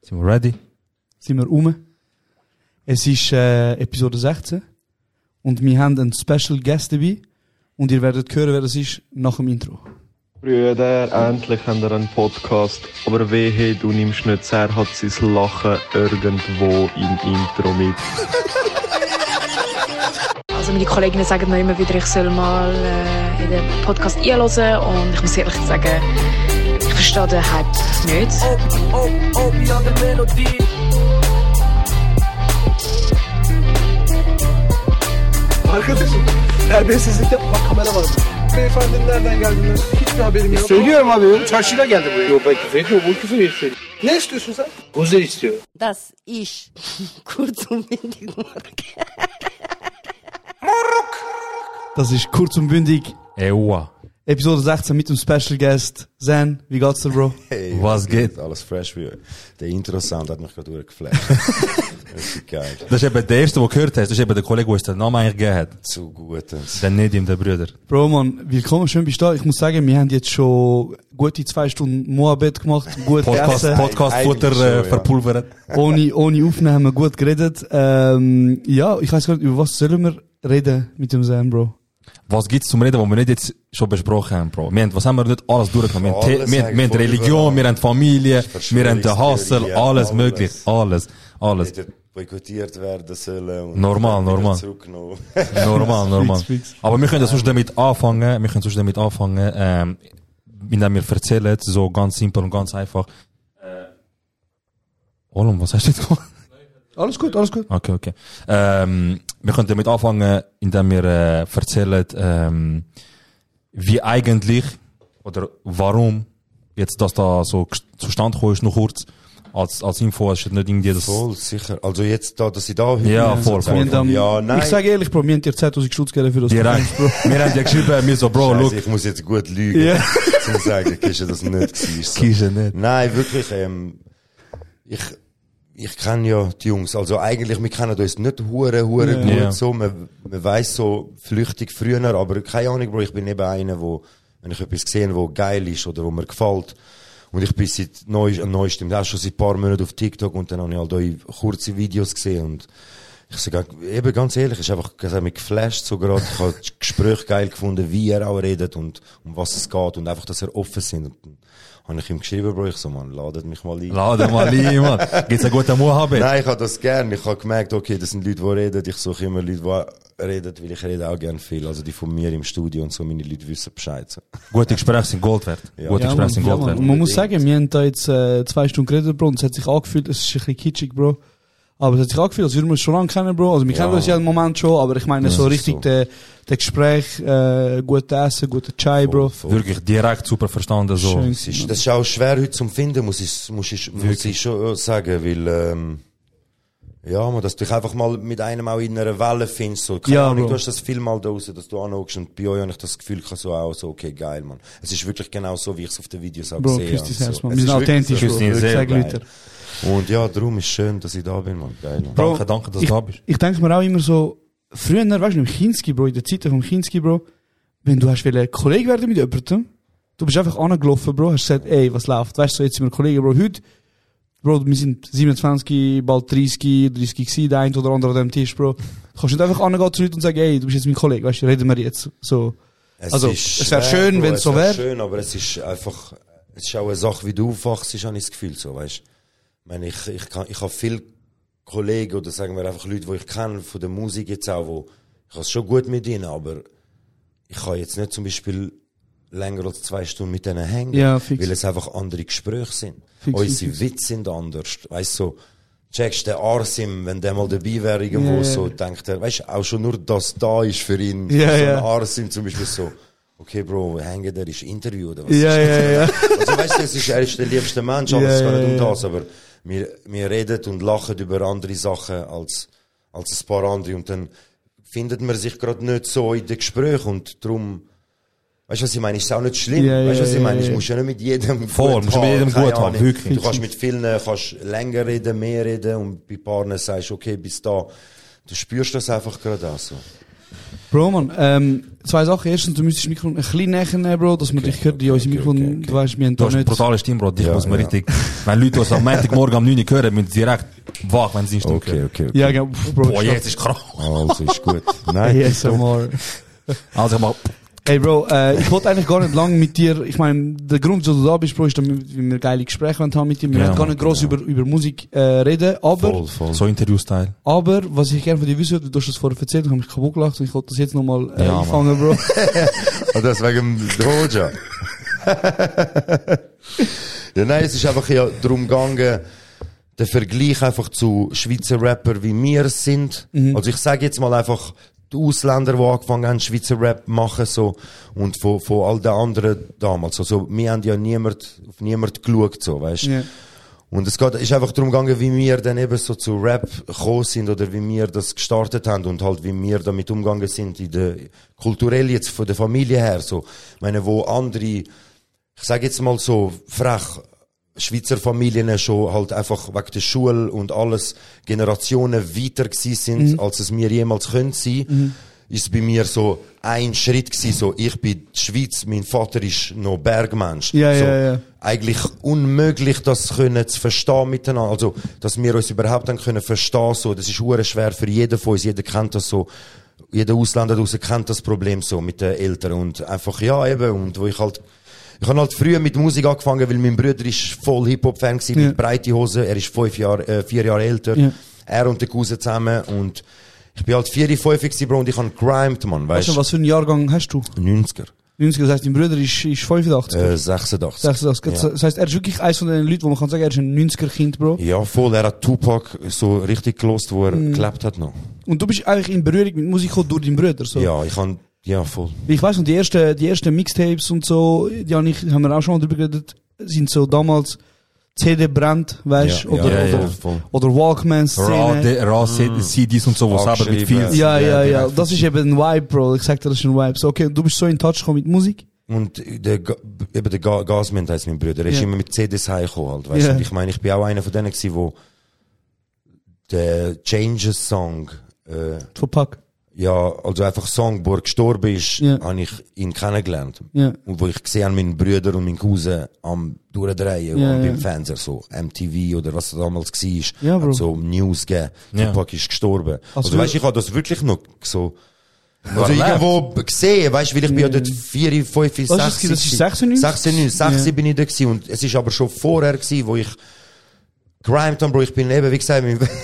Sind wir ready? Sind wir rum. Es ist Episode 16 und wir haben einen Special Guest dabei und ihr werdet hören, wer das ist, nach dem Intro. Brüder, endlich haben wir einen Podcast, aber wehe, du nimmst nicht sehr, hat sein Lachen irgendwo im Intro mit. Also meine Kolleginnen sagen mir immer wieder, ich soll mal in den Podcast einhören und ich muss ehrlich sagen, ich verstehe den Hype nicht. Ja, der Melodie. Arkadaşım, terbiyesizlik yapma, kamera var. Beyefendinin nereden geldiğinden hiçbir haberim yok. Söylüyorum abi, çarşıyla geldi buraya. Yok ben küfür etmiyorum, bu küfür ediyor. Ne istiyorsun sen? Buzer istiyor. Das ist kurz und bündig. Das ist kurz und bündig. Ewa. Episode 16 mit dem Special Guest. Zen, wie geht's dir, Bro? Hey, was geht? Alles fresh wie. Der Intro-Sound hat mich gerade durchgeflasht. Das ist geil. Das ist eben der erste, den du gehört hast. Das ist eben der Kollege, der uns den Namen eigentlich gegeben hat. Zu gut. Dann nicht ihm, der Brüder. Bro, man, willkommen, schön bist du da. Ich muss sagen, wir haben jetzt schon gute 2 Stunden Moabit gemacht, gut gegessen. Podcast-Futter ja. verpulvert. ohne Aufnehmen, gut geredet. Ja, ich weiss gar nicht, über was sollen wir reden mit dem Zen, Bro? Was gibt's zum Reden, was wir nicht jetzt schon besprochen haben, Bro? Was haben wir nicht alles durchgekommen? Wir haben Religion, wir haben Familie, wir haben den Hustle, alles möglich. Alles. Hätte boykottiert werden sollen. Und Normal. normal. Fix. Aber wir können sonst damit anfangen, indem wir erzählen, so ganz simpel und ganz einfach. Olum, was hast du jetzt gemacht? Alles gut. Okay. Wir können damit anfangen, indem wir erzählen, wie eigentlich oder warum jetzt das da so zustande gekommen ist, noch kurz als Info, es ist nicht irgendwie das... Voll, sicher. Also jetzt da, dass ich da heute... Ja, voll. Ja, nein. Ich sage ehrlich, Bro, wir haben dir 10.000 Stutz gegeben für das. Direkt, Bro. Wir haben dir geschrieben, wir so, Bro, Scheiße, look. ich muss jetzt gut lügen, Ja. zum sagen, Kische das nicht gewesen. So. Kische nicht. Nein, wirklich, ich kenne ja die Jungs, also eigentlich, wir kennen uns nicht hure gut, Ja. so, man weiss so flüchtig früher, aber keine Ahnung, Bro, ich bin eben einer, wo, wenn ich etwas gesehen, wo geil ist oder wo mir gefällt, und ich bin am neuestem, auch schon seit ein paar Monaten auf TikTok, und dann habe ich halt auch kurze Videos gesehen, und ich sage, eben ganz ehrlich, es ist einfach, es hat mich geflasht, so gerade, ich habe das Gespräch geil gefunden, wie er auch redet, und um was es geht, und einfach, dass er offen sind, und dann habe ich ihm geschrieben, Bro, ich so, man, ladet mich mal ein. Man. Gibt's einen guten Mohammed? Nein, ich habe das gern. Ich habe gemerkt, okay, das sind Leute, die reden. Ich suche immer Leute, die reden, weil ich rede auch gern viel. Also die von mir im Studio und so, meine Leute wissen Bescheid. So. Gute Gespräche sind Gold wert. Ja. Gute Gespräche sind Gold wert. Man muss sagen, wir haben da jetzt 2 Stunden geredet, Bro, und es hat sich angefühlt, es ist ein bisschen kitschig, Bro. Aber es hat sich angefühlt, als würden wir uns schon lange kennen, Bro. Also wir kennen uns ja im Moment schon, aber ich meine so richtig so. der Gespräch, gut Essen, guter Chai, Bro. Voll. Wirklich direkt super verstanden, so. Schön. Das ist auch schwer heute zum Finden, muss ich schon sagen, weil, ja, man, dass du dich einfach mal mit einem auch in einer Welle findest, so. Keine Ja, Ahnung, Bro. du hast das viel mal da raus, dass du anhockst, und bei euch habe ich das Gefühl, ich habe so auch so, okay, geil, man. Es ist wirklich genau so, wie ich es auf den Videos auch Bro, sehe. küss dein und Herz, so. man. Es Wir sind ist wirklich authentisch, so. Bro. Küss Ich sehr sag geil. Leute. Und ja, darum ist es schön, dass ich da bin, man. Geil, man. Bro, Danke, dass du da bist. Ich denke mir auch immer so, früher, weißt du, im Kinski, Bro, in der Zeit vom Kinski, Bro, wenn du hast Kollege werden mit jemandem, du bist einfach angelaufen, Bro, hast gesagt, ey, was läuft? Weißt du, so, jetzt sind wir Kollegen, Bro. Heute, Bro, wir sind 27, bald 30 gewesen, der eine oder andere an dem Tisch, Bro. Du kannst nicht einfach angehen zu Leuten und sagen, ey, du bist jetzt mein Kollege, weißt du, reden wir jetzt, so. Also, es wäre schön, wenn es so wäre. Schön, aber es ist einfach, es ist auch eine Sache, wie du aufwachst, habe ich das Gefühl, so, weißt. Ich meine, ich habe viele Kollegen, oder sagen wir einfach Leute, die ich kenne, von der Musik jetzt auch, wo, ich habe es schon gut mit ihnen, aber ich kann jetzt nicht zum Beispiel länger als 2 Stunden mit denen hängen, Ja, fix. weil es einfach andere Gespräche sind. Fix, Unsere fix. Witze sind anders. Weißt du, so, checkst der Arsim, wenn der mal dabei wäre irgendwo, Ja. so, denkt er, weißt du, auch schon nur das da ist für ihn, Ja, so ein ja. Arsim zum Beispiel so, okay, Bro, hängen der ist Interview oder was? Ja. Also weißt du, er ist der liebste Mensch, aber es Ja, geht nicht um ja. das, aber wir reden und lachen über andere Sachen als ein paar andere, und dann findet man sich gerade nicht so in den Gesprächen, und darum, weißt du, was ich meine? Ist auch nicht schlimm. Ja, weißt du, was ja, ich meine? ja. Ich muss ja nicht mit jedem Voll, musst du mit jedem keine gut haben, Ahnung. wirklich. Du kannst mit vielen länger reden, mehr reden, und bei Paaren sagst du, okay, bis da. Du spürst das einfach gerade auch so. Bro, man, zwei Sachen. Erstens, du müsstest das Mikrofon ein bisschen näher nehmen, Bro, dass man dich hört, die unser Mikrofon, du weißt, wir haben Du da hast eine nicht... brutale Stimme, Bro. Dich Ja, muss man ja. richtig, wenn Leute uns am Montagmorgen am 9 Uhr hören, müssen sie direkt wach, wenn sie nicht Okay. Ja, genau, Bro. Boah, jetzt ist krass. Also, ist gut. Nein. ASMR. Also, ich mach, Hey Bro, ich wollte eigentlich gar nicht lange mit dir, ich meine, der Grund, wieso du da bist, Bro, ist, damit wir geile Gespräche haben mit dir. Wir Ja, wollen gar nicht gross über Musik reden, aber, Voll. so Interview-Style. aber, was ich gerne von dir wissen würde, du hast das vorher erzählt, ich habe mich kaputt gelacht und ich wollte das jetzt nochmal Ja, einfangen, Bro. Und das wegen dem Hoja. Ja, nein, es ist einfach ja darum gegangen, der Vergleich einfach zu Schweizer Rapper, wie wir es sind. Also ich sage jetzt mal einfach, die Ausländer, die angefangen haben, Schweizer Rap machen, so, und von all den anderen damals. Also, wir haben ja auf niemand geschaut, so, weißt du. Ja. Und es ist einfach darum gegangen, wie wir dann eben so zu Rap gekommen sind oder wie wir das gestartet haben und halt wie wir damit umgegangen sind kulturell jetzt von der Familie her, so. Ich meine, wo andere, ich sage jetzt mal so frech, Schweizer Familien schon halt einfach wegen der Schule und alles Generationen weiter gewesen sind, als es wir jemals können sein, ist bei mir so ein Schritt gewesen, so, ich bin die Schweiz, mein Vater ist noch Bergmensch. Ja, so, ja. Eigentlich unmöglich, das können zu verstehen miteinander, also, dass wir uns überhaupt dann können verstehen, so, das ist hure schwer für jeden von uns, jeder kennt das so, jeder Ausländer draussen kennt das Problem so mit den Eltern und einfach, ja, eben, und wo ich habe halt früher mit Musik angefangen, weil mein Bruder ist voll Hip-Hop-Fan gewesen, mit breite Hose. Er ist 4 Jahre älter. Ja. Er und der Cousin zusammen. Und ich bin halt 4, 5 gewesen, Bro, und ich habe grimed, man, weißt du. Was für einen Jahrgang hast du? 90er. 90er, das heisst, dein Bruder ist 85? 86. 86. Ja. Das heisst, er ist wirklich eins von den Leuten, wo man kann sagen, er ist ein 90er-Kind, Bro. Ja, voll. Er hat Tupac so richtig gelost, wo er gelebt hat noch. Und du bist eigentlich in Berührung mit Musik gekommen durch deinen Bruder, so? Ja, voll. Ich weiss, und die ersten Mixtapes und so, haben wir auch schon mal drüber geredet, sind so damals CD brennt, weißt du, oder Walkman-Szene. CDs und so, was aber mit viel. Ja. Das ist eben ein Vibe, Bro. Ich sag dir, das ist ein Vibe. So, okay, du bist so in Touch gekommen mit Musik? Und der Gasman heisst mein Bruder. Er ist immer mit CDs heimgekommen, halt, weißt du. Und ich meine, ich bin auch einer von denen gewesen, wo der Changes-Song, von Pack. Ja, also einfach Song, wo er gestorben ist, habe ich ihn kennengelernt. Ja. Und wo ich gesehen habe, meinen Brüder und meinen Cousin am Durchdrehen, beim Fernseher, so MTV oder was damals war, ja, Bro. hat so News gegeben. Tupac ist gestorben. Also weißt du, ich habe das wirklich noch so, also irgendwo gesehen, weißt du, weil ich bin ja dort 4, 5, 6, das ist 96 bin ich da gewesen. Und es ist aber schon vorher gewesen, wo ich grimed habe, Bro. Ich bin eben, wie gesagt,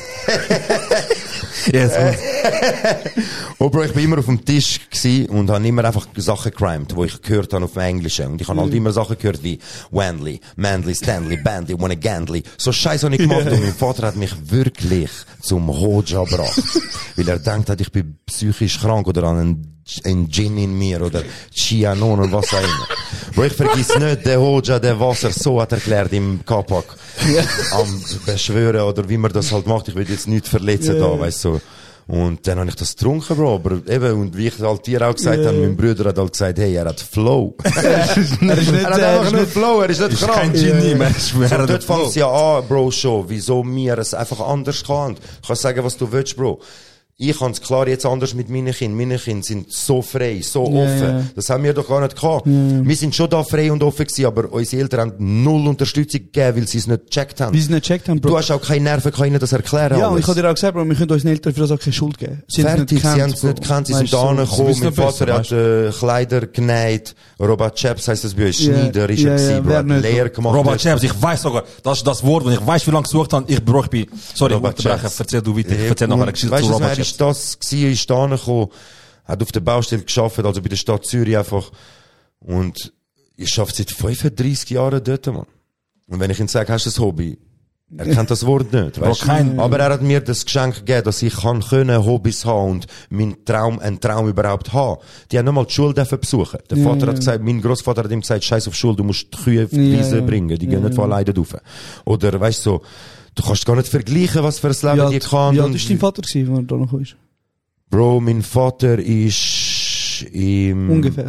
oh Bro, ich bin immer auf dem Tisch gsi und habe immer einfach Sachen grimed, wo ich gehört habe auf dem Englischen. Und ich habe halt immer Sachen gehört wie Wandley, Manley, Stanley, Bandy, Wanna Gandley. So Scheiß habe ich gemacht und mein Vater hat mich wirklich zum Hoja gebracht. Weil er denkt hat, ich bin psychisch krank oder an ein Gin in mir oder Chianon und was auch immer. Bro, ich vergiss nicht, der Hoja, der Wasser, so hat er erklärt im Kapak. Am Beschwören oder wie man das halt macht. Ich will jetzt nicht verletzen da, weißt du. Und dann habe ich das getrunken, Bro. Aber eben, und wie ich halt dir auch gesagt habe, mein Bruder hat halt gesagt, hey, er hat Flow. Er hat einfach nur Flow, er ist nicht krank. Kein Genie, Mensch. So, dort fängt es ja an, Bro, schon, wieso wir es einfach anders kann. Du kannst sagen, was du willst, Bro. Ich kann es klar jetzt anders mit meinen Kindern. Meine Kinder sind so frei, so offen. Das haben wir doch gar nicht gehabt. Wir sind schon da frei und offen gewesen, aber unsere Eltern haben null Unterstützung gegeben, weil sie es nicht gecheckt haben. Weil sie es nicht gecheckt haben, Bro. Du hast auch keine Nerven, kann ihnen das erklären. Ja, alles. und ich habe dir auch gesagt, Bro, wir können unseren Eltern für das auch keine Schuld geben. Sie haben es nicht gekannt, sie sind da angekommen. Mein Vater hat Kleider genäht. Robert Chaps heisst das bei uns. Schneider ist er gewesen, Bro. Hat Lehre gemacht. Robert Chaps, ich weiss sogar, das ist das Wort, und ich weiss, wie lange gesucht habe. Ich bin, sorry, Robert ich unterbreche, erzähl du weiter, ich erzähl noch eine Geschichte zu Robert Chaps. Das ist da angekommen, hat auf der Baustelle gearbeitet, also bei der Stadt Zürich einfach. Und ich arbeite seit 35 Jahren dort, Mann. Und wenn ich ihm sage, hast du ein Hobby? Er kennt das Wort nicht, weißt du? Aber er hat mir das Geschenk gegeben, dass ich können Hobbys haben und einen Traum überhaupt haben. Die haben nicht mal die Schule besuchen. Der Vater hat gesagt, mein Großvater hat ihm gesagt, scheiß auf Schule, du musst die Kühe auf die Wiese bringen, die gehen nicht von alleine rauf. Oder, weißt du, so, du kannst gar nicht vergleichen, was für ein Leben die kann. Wie alt ist dein Vater gewesen, wenn er da noch ist? Bro, mein Vater ist ungefähr.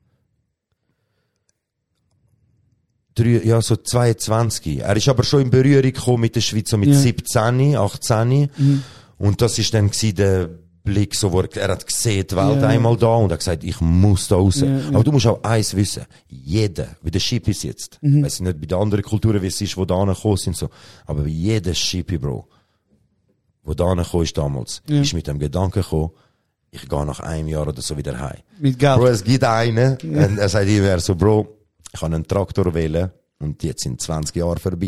So 22. Er ist aber schon in Berührung gekommen mit der Schweiz, so mit 17, 18. Und das ist dann der Blick, so, wo er hat gesehen, die Welt einmal da und hat gesagt, ich muss da raus. Aber du musst auch eins wissen. Jeder, wie der Schippi ist jetzt, weiss ich nicht bei den anderen Kulturen, wie es ist, wo da angekommen sind, so. Aber jeder Schippi, Bro, wo da angekommen ist damals, ist mit dem Gedanken gekommen, ich gehe nach einem Jahr oder so wieder heim. Mit Geld. Bro, es gibt einen, und er sagt immer so, Bro, ich kann einen Traktor wählen, und jetzt sind 20 Jahre vorbei.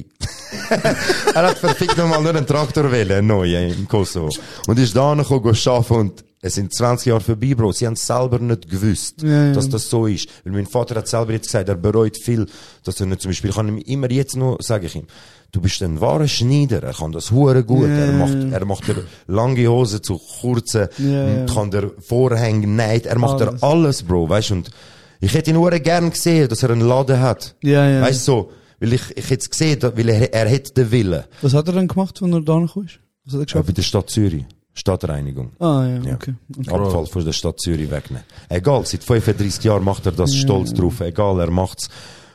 Er hat verfickt nochmal nur einen Traktor wählen, einen neuen im Kosovo. Und ist da gekommen, arbeiten und es sind 20 Jahre vorbei, Bro. Sie haben es selber nicht gewusst, dass das so ist. Weil mein Vater hat selber jetzt gesagt, er bereut viel, dass er nicht zum Beispiel, ich kann ihm immer jetzt noch, sage ich ihm, du bist ein wahrer Schneider, er kann das hure gut, er macht dir lange Hosen zu kurzen, kann dir Vorhänge nähen, er macht dir alles, Bro, weißt, und ich hätte ihn nur gern gesehen, dass er einen Laden hat. Weißt so, weil ich hätte es gesehen, weil er hätte den Willen. Was hat er dann gemacht, wenn er da gekommen ist? Was hat er geschafft? Bei der Stadt Zürich. Stadtreinigung. Okay. Abfall von der Stadt Zürich wegnehmen. Egal, seit 35 Jahren macht er das stolz drauf. Egal, er macht's.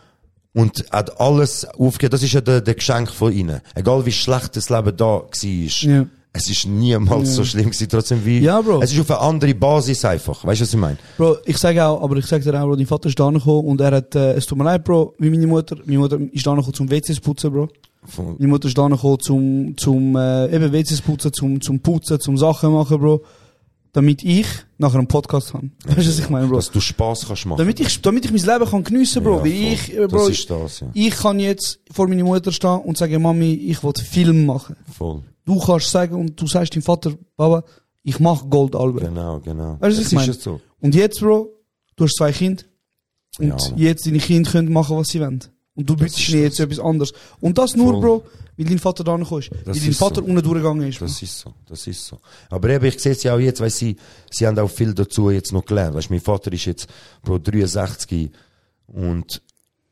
Und hat alles aufgegeben. Das ist ja der Geschenk von ihnen. Egal wie schlecht das Leben da war. Es ist niemals so schlimm gewesen, trotzdem wie, Bro. Es ist auf eine andere Basis einfach. Weißt du, was ich meine? Bro, ich sag dir auch, Bro, dein Vater ist da gekommen und er hat, es tut mir leid, Bro, wie meine Mutter ist da gekommen zum WCs putzen, Bro. Meine Mutter ist da gekommen zum eben WCs putzen, zum Putzen, zum Sachen machen, Bro. Damit ich nachher einen Podcast habe. Weißt du, was ich meine, Bro? Dass du Spass kannst machen. Damit ich mein Leben kann geniessen, Bro. Weil ich, Bro, das ist das, ich kann jetzt vor meiner Mutter stehen und sagen, Mami, ich will Film machen. Voll. Du kannst sagen und du sagst deinem Vater, Baba, ich mach Goldalben. Genau. Weißt du, was ich meine? So. Und jetzt, Bro, du hast 2 Kinder. Und jetzt deine Kinder können machen, was sie wollen. Und du bietest mir jetzt etwas anderes. Und das nur, Bro, weil dein Vater da noch ist. Weil dein Vater unten durchgegangen ist. Das ist so. Aber eben, ich sehe es ja auch jetzt, weil sie haben auch viel dazu jetzt noch gelernt. Weißt, mein Vater ist jetzt, Bro, 63 und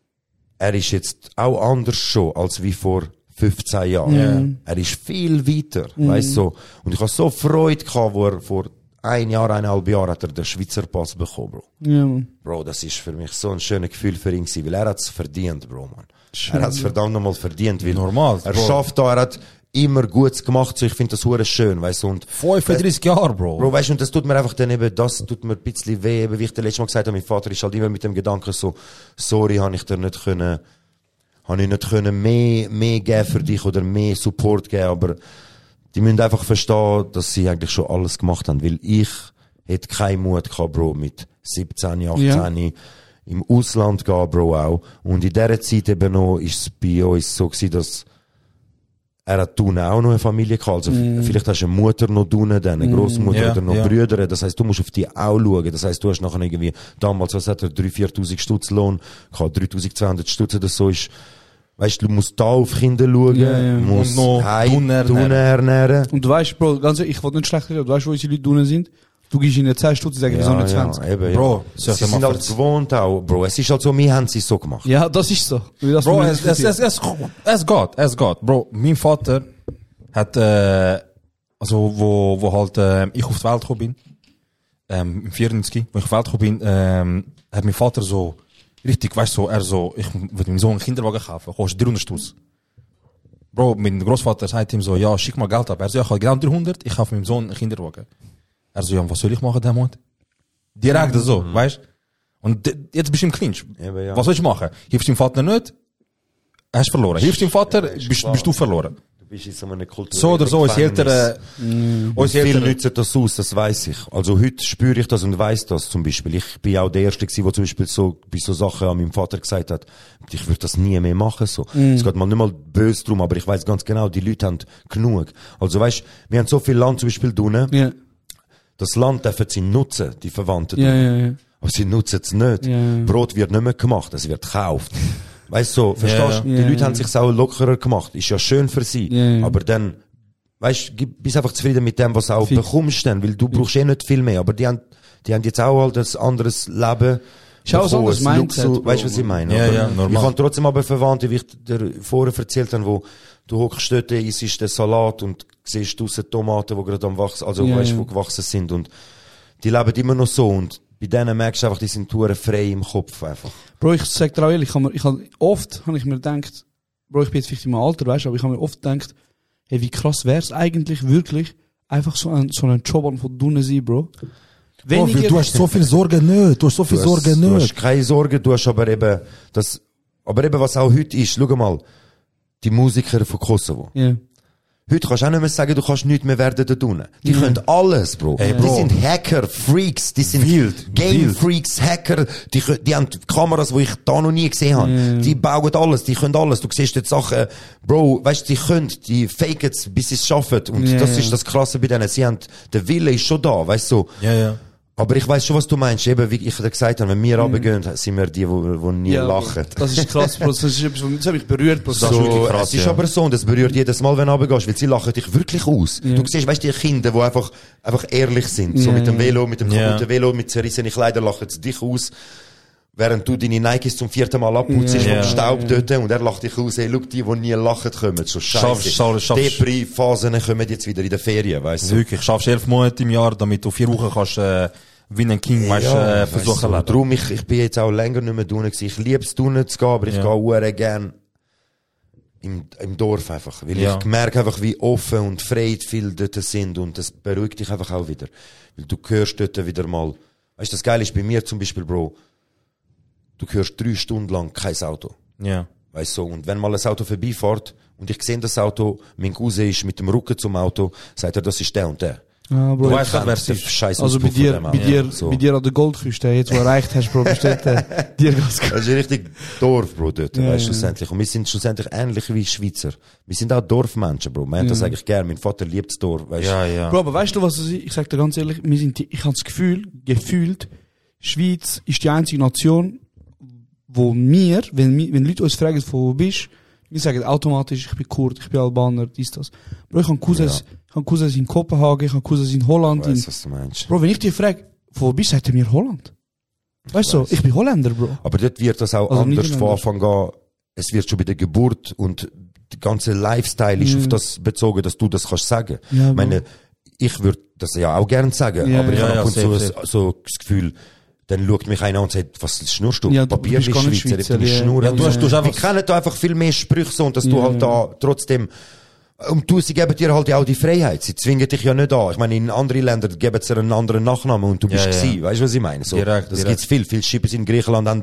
er ist jetzt auch anders schon, als wie vor 15 Jahren. Er ist viel weiter, weißt so. Und ich habe so Freude gehabt, wo er vor 1,5 Jahren hat er den Schweizer Pass bekommen, Bro. Ja, man. Bro, das ist für mich so ein schönes Gefühl für ihn gewesen, weil er hat es verdient, Bro, man. Er hat es verdammt nochmal verdient, weil normal, er schafft da, er hat immer Gutes gemacht, so ich finde das hure schön, weißt du, und 35 Jahre, Bro. Bro, weißt du, und das tut mir einfach dann eben, das tut mir ein bisschen weh, eben wie ich dir letztes Mal gesagt habe, mein Vater ist halt immer mit dem Gedanken so, sorry, habe ich nicht können mehr geben für dich oder mehr Support geben, aber die müssen einfach verstehen, dass sie eigentlich schon alles gemacht haben, weil ich hätte keinen Mut gehabt, Bro, mit 17, 18 im Ausland gehen, Bro, auch. Und in dieser Zeit eben noch ist es bei uns so gewesen, dass er hat auch noch eine Familie gehabt. Also vielleicht hast du eine Mutter noch dann eine Großmutter oder noch Brüder. Das heisst, du musst auf die auch schauen. Das heisst, du hast nachher irgendwie, damals, was hat er, 3.000-4.000 Stutz Lohn gehabt, 3.200 Stutz oder so ist. Weißt du, du musst da auf Kinder schauen, musst noch ernähren. Und du weißt, Bro, ganz ehrlich, ich wollte nicht schlecht reden, du weißt, wo unsere Leute drinnen sind? Du gibst ihnen 10 Stutz, die sagen, wir sind nicht 20. Eben, Bro, sie sind halt gewohnt auch, Bro. Es ist halt so, wir haben es so gemacht. Ja, das ist so. Das Bro, es geht. Bro, mein Vater hat, also, wo halt, ich auf die Welt gekommen bin, im 94, wo ich auf die Welt gekommen bin, hat mein Vater so, richtig, weißt du, ich will meinem Sohn einen Kinderwagen kaufen, kostet 300 Stutz. Bro, mein Großvater sagt ihm so, ja, schick mal Geld ab. Er so, ja, ich habe genau 300, ich kaufe meinem Sohn einen Kinderwagen. Er so, ja, was soll ich machen, der Monat? Direkt so, weißt? Und jetzt bist du im Clinch. Ja. Was soll ich machen? Hilfst du dem Vater nicht? Hast du verloren. Hilfst du dem Vater, bist du verloren. Du bist in so einer Kultur. So oder so, unsere Eltern, viele nutzen das aus, das weiss ich. Also heute spüre ich das und weiss das zum Beispiel. Ich bin auch der Erste gewesen, der zum Beispiel so, bei so Sachen an meinem Vater gesagt hat, ich würde das nie mehr machen, so. Es geht mal nicht mal böse drum, aber ich weiss ganz genau, die Leute haben genug. Also weißt, wir haben so viel Land zum Beispiel drinnen. Das Land dürfen sie nutzen, die Verwandten. Ja. Aber sie nutzen es nicht. Brot wird nicht mehr gemacht, es wird gekauft. Weißt du, so, verstehst du? Die Leute haben sich's auch lockerer gemacht. Ist ja schön für sie. Aber dann, weißt du, bist einfach zufrieden mit dem, was du auch bekommst dann, weil du brauchst nicht viel mehr. Aber die haben jetzt auch halt ein anderes Leben. Ist auch so ein anderes Mindset. Weißt du, was ich meine? Normal. Ich habe trotzdem aber Verwandte, wie ich dir vorher erzählt habe, wo du hockst dort, isst den Salat und siehst draussen Tomaten, die gerade am wachsen, also weißt du, die gewachsen sind. Und die leben immer noch so. Und bei denen merkst du einfach, die sind frei im Kopf einfach. Bro, ich sag dir auch ehrlich, oft habe ich mir gedacht, Bro, ich bin jetzt vielleicht in meinem Alter, weißt du, aber ich habe mir oft gedacht, hey, wie krass wär's eigentlich wirklich, einfach so ein Job von Dunne sein, Bro. Weil du hast so viel Sorgen nicht. Du hast keine Sorgen, du hast aber eben, was auch heute ist, schau mal, die Musiker von Kosovo. Yeah. Heute kannst du auch nicht mehr sagen, du kannst nichts mehr werden da unten. Die können alles, Bro. Ey, Bro. Die sind Hacker, Freaks, die sind Game-Freaks, Hacker, die haben Kameras, die ich da noch nie gesehen habe. Die bauen alles, die können alles. Du siehst jetzt Sachen, Bro, weißt du, die faken es, bis sie es schaffen. Und das ist das Krasse bei denen. Der Wille ist schon da, weißt du. Ja. Aber ich weiss schon, was du meinst. Eben, wie ich dir gesagt habe, wenn wir runtergehen, sind wir die nie lachen. Das ist krass, Bro. Das ist etwas, das hat mich berührt, Bro. Das ist wirklich krass, es ist aber so, und das berührt jedes Mal, wenn du runtergehst, weil sie lachen dich wirklich aus. Du siehst, weißt du, die Kinder, die einfach ehrlich sind. So mit dem Velo, mit dem kaputten Velo, mit zerrissenen Kleidern lachen sie dich aus. Während du deine Nikes zum 4. Mal abputzt vom Staub dort, und er lacht dich aus, hey, schau, die nie lachen, kommen. So scheisse. Depri-Phasen kommen jetzt wieder in der Ferien, weißt du. Wirklich, schaffst 11 Monate im Jahr, damit du 4 Wochen kannst, wie ein King, versuchen zu leben. Darum, ich bin jetzt auch länger nicht mehr drinnen gewesen. Ich liebe es drinnen zu gehen, aber ich gehe auch gern im Dorf einfach. Weil ich merke einfach, wie offen und frei viele dort sind, und das beruhigt dich einfach auch wieder. Weil du hörst dort wieder mal, weißt du, das Geile ist bei mir zum Beispiel, Bro, du hörst 3 Stunden lang kein Auto. Ja. Weißt du, und wenn mal ein Auto vorbeifährt, und ich sehe das Auto, mein Cousin ist mit dem Rücken zum Auto, sagt er, das ist der und der. Ah, Bro, du weißt doch, wer es ist. Scheiß also bei dir an der Goldküste, jetzt wo du erreicht hast, Bro, bestellt dir Gas. Das ist richtig Dorf, Bro, dort, weißt du, schlussendlich. Und wir sind schlussendlich ähnlich wie Schweizer. Wir sind auch Dorfmenschen, Bro. Wir haben das eigentlich gern. Mein Vater liebt das Dorf, weißt du. Ja. Bro, aber weißt du, was ich sag dir ganz ehrlich, ich habe das gefühlt, Schweiz ist die einzige Nation, wo wenn Leute uns fragen, von wo bist, wir sagen automatisch, ich bin Kurd, ich bin Albaner, dies, das. Bro, ich habe Cousins in Kopenhagen, ich habe Cousins in Holland. Ich weiss, was du meinst. Bro, wenn ich dich frage, von wo bist du, sagt er mir Holland. Weißt du, ich bin Holländer, Bro. Aber dort wird das auch also anders von Anfang an. Es wird schon bei der Geburt, und der ganze Lifestyle ist auf das bezogen, dass du das kannst sagen. Ja, ich meine, ich würde das ja auch gerne sagen, aber ich habe so das Gefühl, dann schaut mich einer und sagt, was schnurst du? Ja, Papier ist Schweizer, ich bin Schnurren. Ja, du hast einfach... Wir kennen da einfach viel mehr Sprüche so, und dass du halt da trotzdem... Und sie geben dir halt auch die Freiheit. Sie zwingen dich ja nicht an. Ich meine, in anderen Ländern geben sie einen anderen Nachnamen und du bist gewesen. Weißt du, was ich meine? So, das gibt's viel. Viele Schippers in Griechenland haben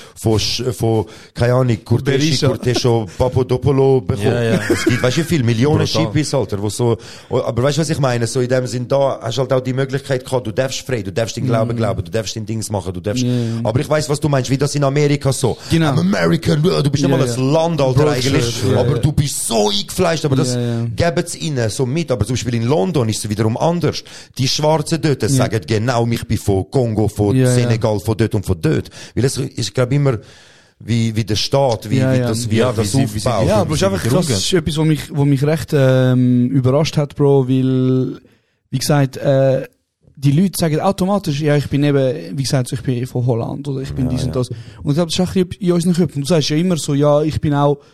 von keine Ahnung, Cortesio Papadopoulos bekommen. Es gibt, weißt du, viele Millionen Schippers, Alter, wo so, aber weißt du, was ich meine? So in dem Sinn, da hast du halt auch die Möglichkeit gehabt, du darfst frei, du darfst den Glauben glauben, du darfst den Dings machen, du darfst, aber ich weiss, was du meinst, wie das in Amerika so. Genau. I'm American, du bist nicht mal ein Land, Alter, eigentlich, aber du bist so eingefleischt, aber das, geben es ihnen so mit, aber zum Beispiel in London ist es wiederum anders. Die Schwarzen dort sagen genau, ich bin von Kongo, von Senegal, von dort und von dort. Weil es ist, glaube ich, immer wie der Staat, wie das aufbaut. Ja, aber es ist einfach krass, das ist etwas, was mich recht überrascht hat, Bro, weil, wie gesagt, die Leute sagen automatisch, ja, ich bin eben, wie gesagt, ich bin von Holland oder ich bin dies und das. Und ich glaube, das ist auch in unseren Köpfen. Du sagst ja immer so, ja, ich bin auch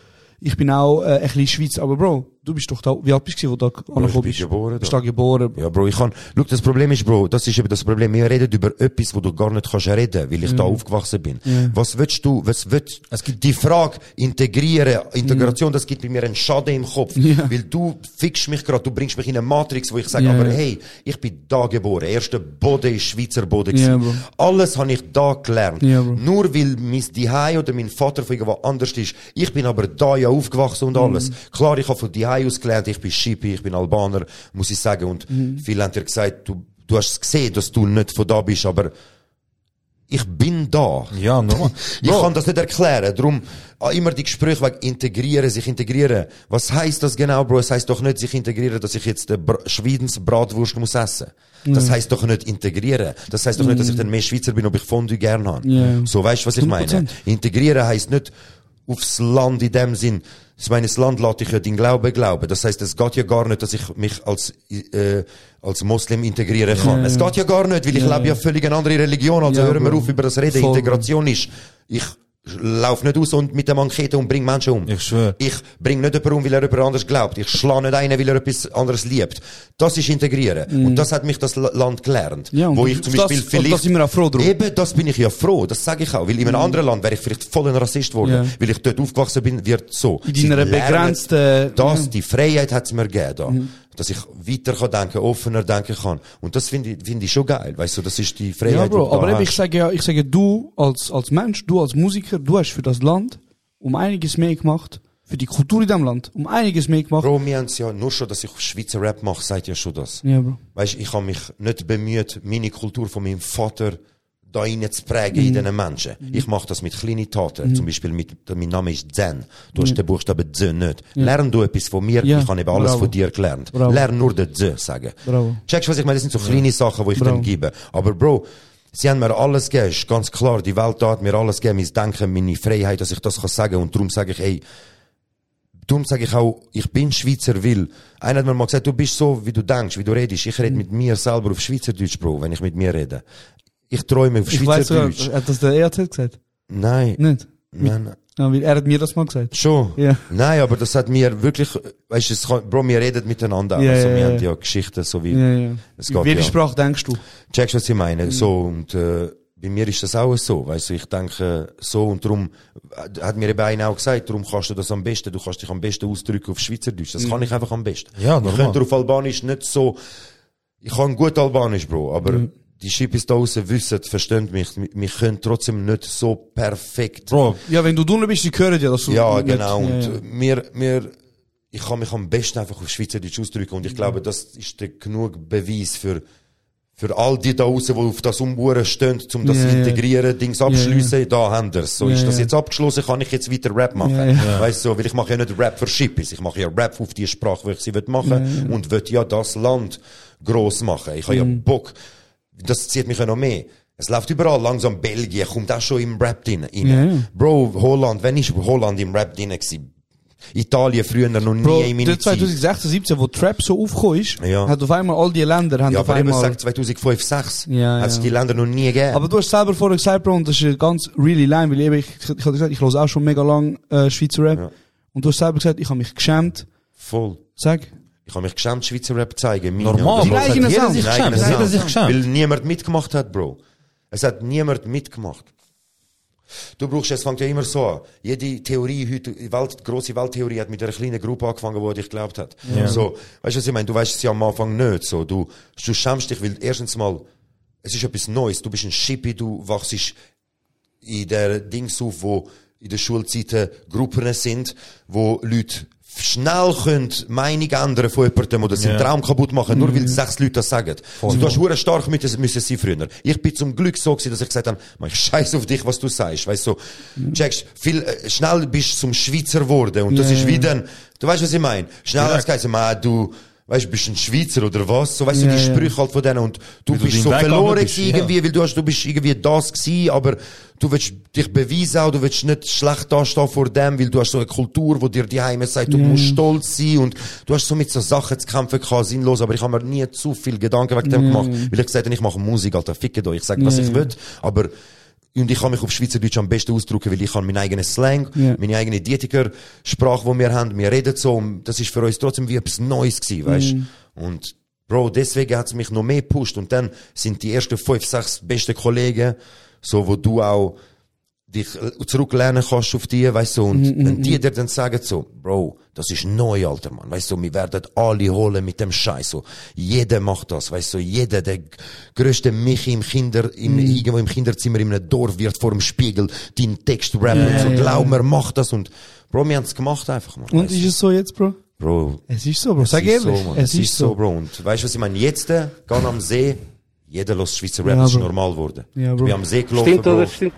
ein bisschen Schweiz, aber Bro, du bist doch da, wie alt bist du, wo du angekommen bist? Bist du geboren, Bro. Ja, Bro, schau, das Problem ist, Bro, das ist eben das Problem, wir reden über etwas, wo du gar nicht kannst reden, weil ich da aufgewachsen bin. Was willst du, es gibt die Frage, Integration, das gibt bei mir einen Schaden im Kopf, weil du fixst mich gerade, du bringst mich in eine Matrix, wo ich sage, aber hey, ich bin da geboren, erster Boden ist Schweizer Boden gewesen. Alles habe ich da gelernt. Nur weil mein Zuhause oder mein Vater von irgendwo anders ist, ich bin aber da ja aufgewachsen und alles. Klar, ich habe von Zuhause aus gelernt, ich bin Schippi, ich bin Albaner, muss ich sagen, und viele haben dir gesagt, du hast es gesehen, dass du nicht von da bist, aber ich bin da. Ja, normal. Ich kann das nicht erklären, darum immer die Gespräche wegen sich integrieren. Was heisst das genau, Bro? Es heisst doch nicht sich integrieren, dass ich jetzt Schweinsbratwurst muss essen. Das heisst doch nicht integrieren. Das heisst doch nicht, dass ich dann mehr Schweizer bin, ob ich Fondue gern habe. So, weißt du, was ich meine? Integrieren heisst nicht aufs Land in dem Sinn. Ich meine, das Land lässt dich ja den Glauben glauben. Das heisst, es geht ja gar nicht, dass ich mich als Muslim integrieren kann. Es geht ja gar nicht, weil ich lebe ja völlig eine andere Religion. Also hören wir auf über das Reden. Integration ist, ich lauf nicht aus und mit der Machete und bring Menschen um. Ich schwöre. Ich bring nicht jemanden um, weil er jemand anders glaubt. Ich schlage nicht einen, weil er etwas anderes liebt. Das ist integrieren. Und das hat mich das Land gelernt. Ja, wo ich zum Beispiel vielleicht... Das sind wir auch froh drum. Eben, das bin ich ja froh. Das sage ich auch. Weil in einem anderen Land wäre ich vielleicht voll ein Rassist geworden. Weil ich dort aufgewachsen bin, wird so. In deiner begrenzten... Die Freiheit hat es mir gegeben da. dass ich weiter kann denken, offener denken kann. Und das finde ich schon geil. Weißt du, das ist die Freiheit, Ja, Bro, die du aber da eben, hast. ich sage, du als Mensch, du als Musiker, du hast für das Land um einiges mehr gemacht, für die Kultur in diesem Land, um einiges mehr gemacht. Bro, wir haben es ja, nur schon, dass ich Schweizer Rap mache, sagt ja schon das. Ja, Bro. Weißt du, ich habe mich nicht bemüht, meine Kultur von meinem Vater da rein zu prägen in diesen Menschen. Ich mache das mit kleinen Taten. Zum Beispiel mein Name ist Zen. Du hast den Buchstaben Z nicht. Lern du etwas von mir, Ja. ich habe eben alles Bravo. von dir gelernt. Bravo. Lern nur den Z sagen. Bravo. Checkst du, was ich meine? Das sind so kleine Sachen, die ich Bravo. dann gebe. Aber Bro, sie haben mir alles gegeben, ist ganz klar. Die Welt da hat mir alles gegeben, mein Denken, meine Freiheit, dass ich das kann sagen. Und darum sage ich, ey, darum sage ich auch, ich bin Schweizer, weil einer hat mir mal gesagt, du bist so, wie du denkst, wie du redest. Ich rede mit mir selber auf Schweizerdeutsch, Bro, wenn ich mit mir rede. Ich träume auf Ich weiß sogar, Schweizerdeutsch. hat das der EAZ gesagt? Nein. Nicht? Nein. Ja, weil er hat mir das mal gesagt. Schon? Ja. Nein, aber das hat mir wirklich, weißt du, Bro, wir reden miteinander. Ja, also, ja, wir ja. haben ja Geschichten, so wie, Ja. es geht Welche ja. Sprache denkst du? Checkst du, was ich meine? So, und, bei mir ist das auch so, weißt du, ich denke so, und darum hat mir eben einer auch gesagt, darum kannst du das am besten, du kannst dich am besten ausdrücken auf Schweizerdeutsch, das kann ich einfach am besten. Ja, Ich normal. könnte auf Albanisch nicht so, ich kann gut Albanisch, Bro, aber die Schippis da draussen wissen, verstehen mich, wir können trotzdem nicht so perfekt. Bro, Ja, wenn du drinnen bist, die hören ja, dass du... Ja, nicht- genau, und ja. ich kann mich am besten einfach auf Schweizerdeutsch ausdrücken, und ich glaube, das ist der genug Beweis für all die da draussen, die auf das Umbuhren stehen, um das Ja, ja. integrieren, Dings abschliessen, da haben wir's. So, Ja, ist das ja. jetzt abgeschlossen, kann ich jetzt weiter Rap machen. Ja, ja. Weißt du, so, weil ich mache ja nicht Rap für Schippis, ich mache ja Rap auf die Sprache, die ich sie machen will, und will ja das Land gross machen. Ich habe ja Bock, das zieht mich ja noch mehr. Es läuft überall, langsam Belgien, kommt auch schon im Rap rein. Ja, ja. Bro, Holland, wenn ist Holland im Rap drin gewesen? Italien früher noch nie Bro, in meiner der Zeit. 2016, 17, wo Trap so aufgekommen ist, Ja. hat auf einmal all die Länder, haben Ja, auf aber eben einmal... sagt 2005, 2006, Ja, hat es ja. die Länder noch nie gegeben. Aber du hast selber vorher gesagt, Bro, und das ist ganz really line, weil eben, ich hatte gesagt, ich höre auch schon mega lang Schweizer Rap. Ja. Und du hast selber gesagt, ich habe mich geschämt. Voll. Sag. Ich habe mich geschämt, Schweizer Rap zu zeigen. normal, Dein Bro. Es hat eigener jeder Sound. sich Dein geschämt. eigener Jeder Sound. sich geschämt. Weil niemand mitgemacht hat, Bro. Es hat niemand mitgemacht. Du brauchst, es fängt ja immer so an. Jede Theorie heute, grosse Welttheorie hat mit einer kleinen Gruppe angefangen, die an dich geglaubt hat. Ja. So, weißt du, was ich meine? Du weißt es ja am Anfang nicht, so. Du schämst dich, weil erstens mal, es ist etwas Neues. Du bist ein Schippi, du wachst in der Dings auf, wo in der Schulzeiten Gruppen sind, wo Leute schnell können Meinung ändern von jemandem oder seinen Ja. Traum kaputt machen, nur weil 6 Leute das sagen. Also, du hast hure stark müssen sein früher. Ich bin zum Glück so gewesen, dass ich gesagt habe, ich scheiß auf dich, was du sagst. Weißt du, checkst, schnell bist du zum Schweizer geworden, und das ist wie dann, du weißt, was ich meine? Schnell hast du gesagt, du, weißt du, bist ein Schweizer oder was? So, weißt du, die Sprüche halt von denen, und du Weil du bist deinen so Weg verloren gegangen bist, gewesen, irgendwie, weil du bist irgendwie das gewesen, aber du willst dich beweisen auch, du willst nicht schlecht dastehen vor dem, weil du hast so eine Kultur, wo dir die Heime sagt, du musst stolz sein, und du hast so mit so Sachen zu kämpfen gehabt, sinnlos, aber ich habe mir nie zu viel Gedanken wegen dem gemacht, weil ich gesagt habe, ich mache Musik, Alter, ficke euch, ich sage, was ich will, aber und ich kann mich auf Schweizerdeutsch am besten ausdrücken, weil ich habe meinen eigenen Slang, meine eigene Dietiker-Sprache, die wir haben, wir reden so, und das ist für uns trotzdem wie etwas Neues gewesen, weißt? Und Bro, deswegen hat es mich noch mehr gepusht, und dann sind die ersten 5, 6 besten Kollegen, so, wo du auch dich zurücklernen kannst auf die, weißt du, und wenn die dir dann sagen so, Bro, das ist neu, Alter, Mann, weißt du, wir werden alle holen mit dem Scheiß, so, jeder macht das, weißt du, jeder, der grösste Michi irgendwo im Kinderzimmer in einem Dorf wird vor dem Spiegel deinen Text rappen, und so, glaub mir, mach das, und Bro, wir haben es gemacht einfach, Mann. Und weißt ist du. es so jetzt, Bro? Bro, Es ist so, Bro. Sag es ist ehrlich. so, Mann. Es ist so. Bro, und weißt du, was ich meine? Jetzt, gehen am See, jeder lässt Schweizer Rap, Ja, das ist Bro. normal geworden. Ja, Bro. Wir haben am See gelaufen, Stimmt Bro. oder stimmt?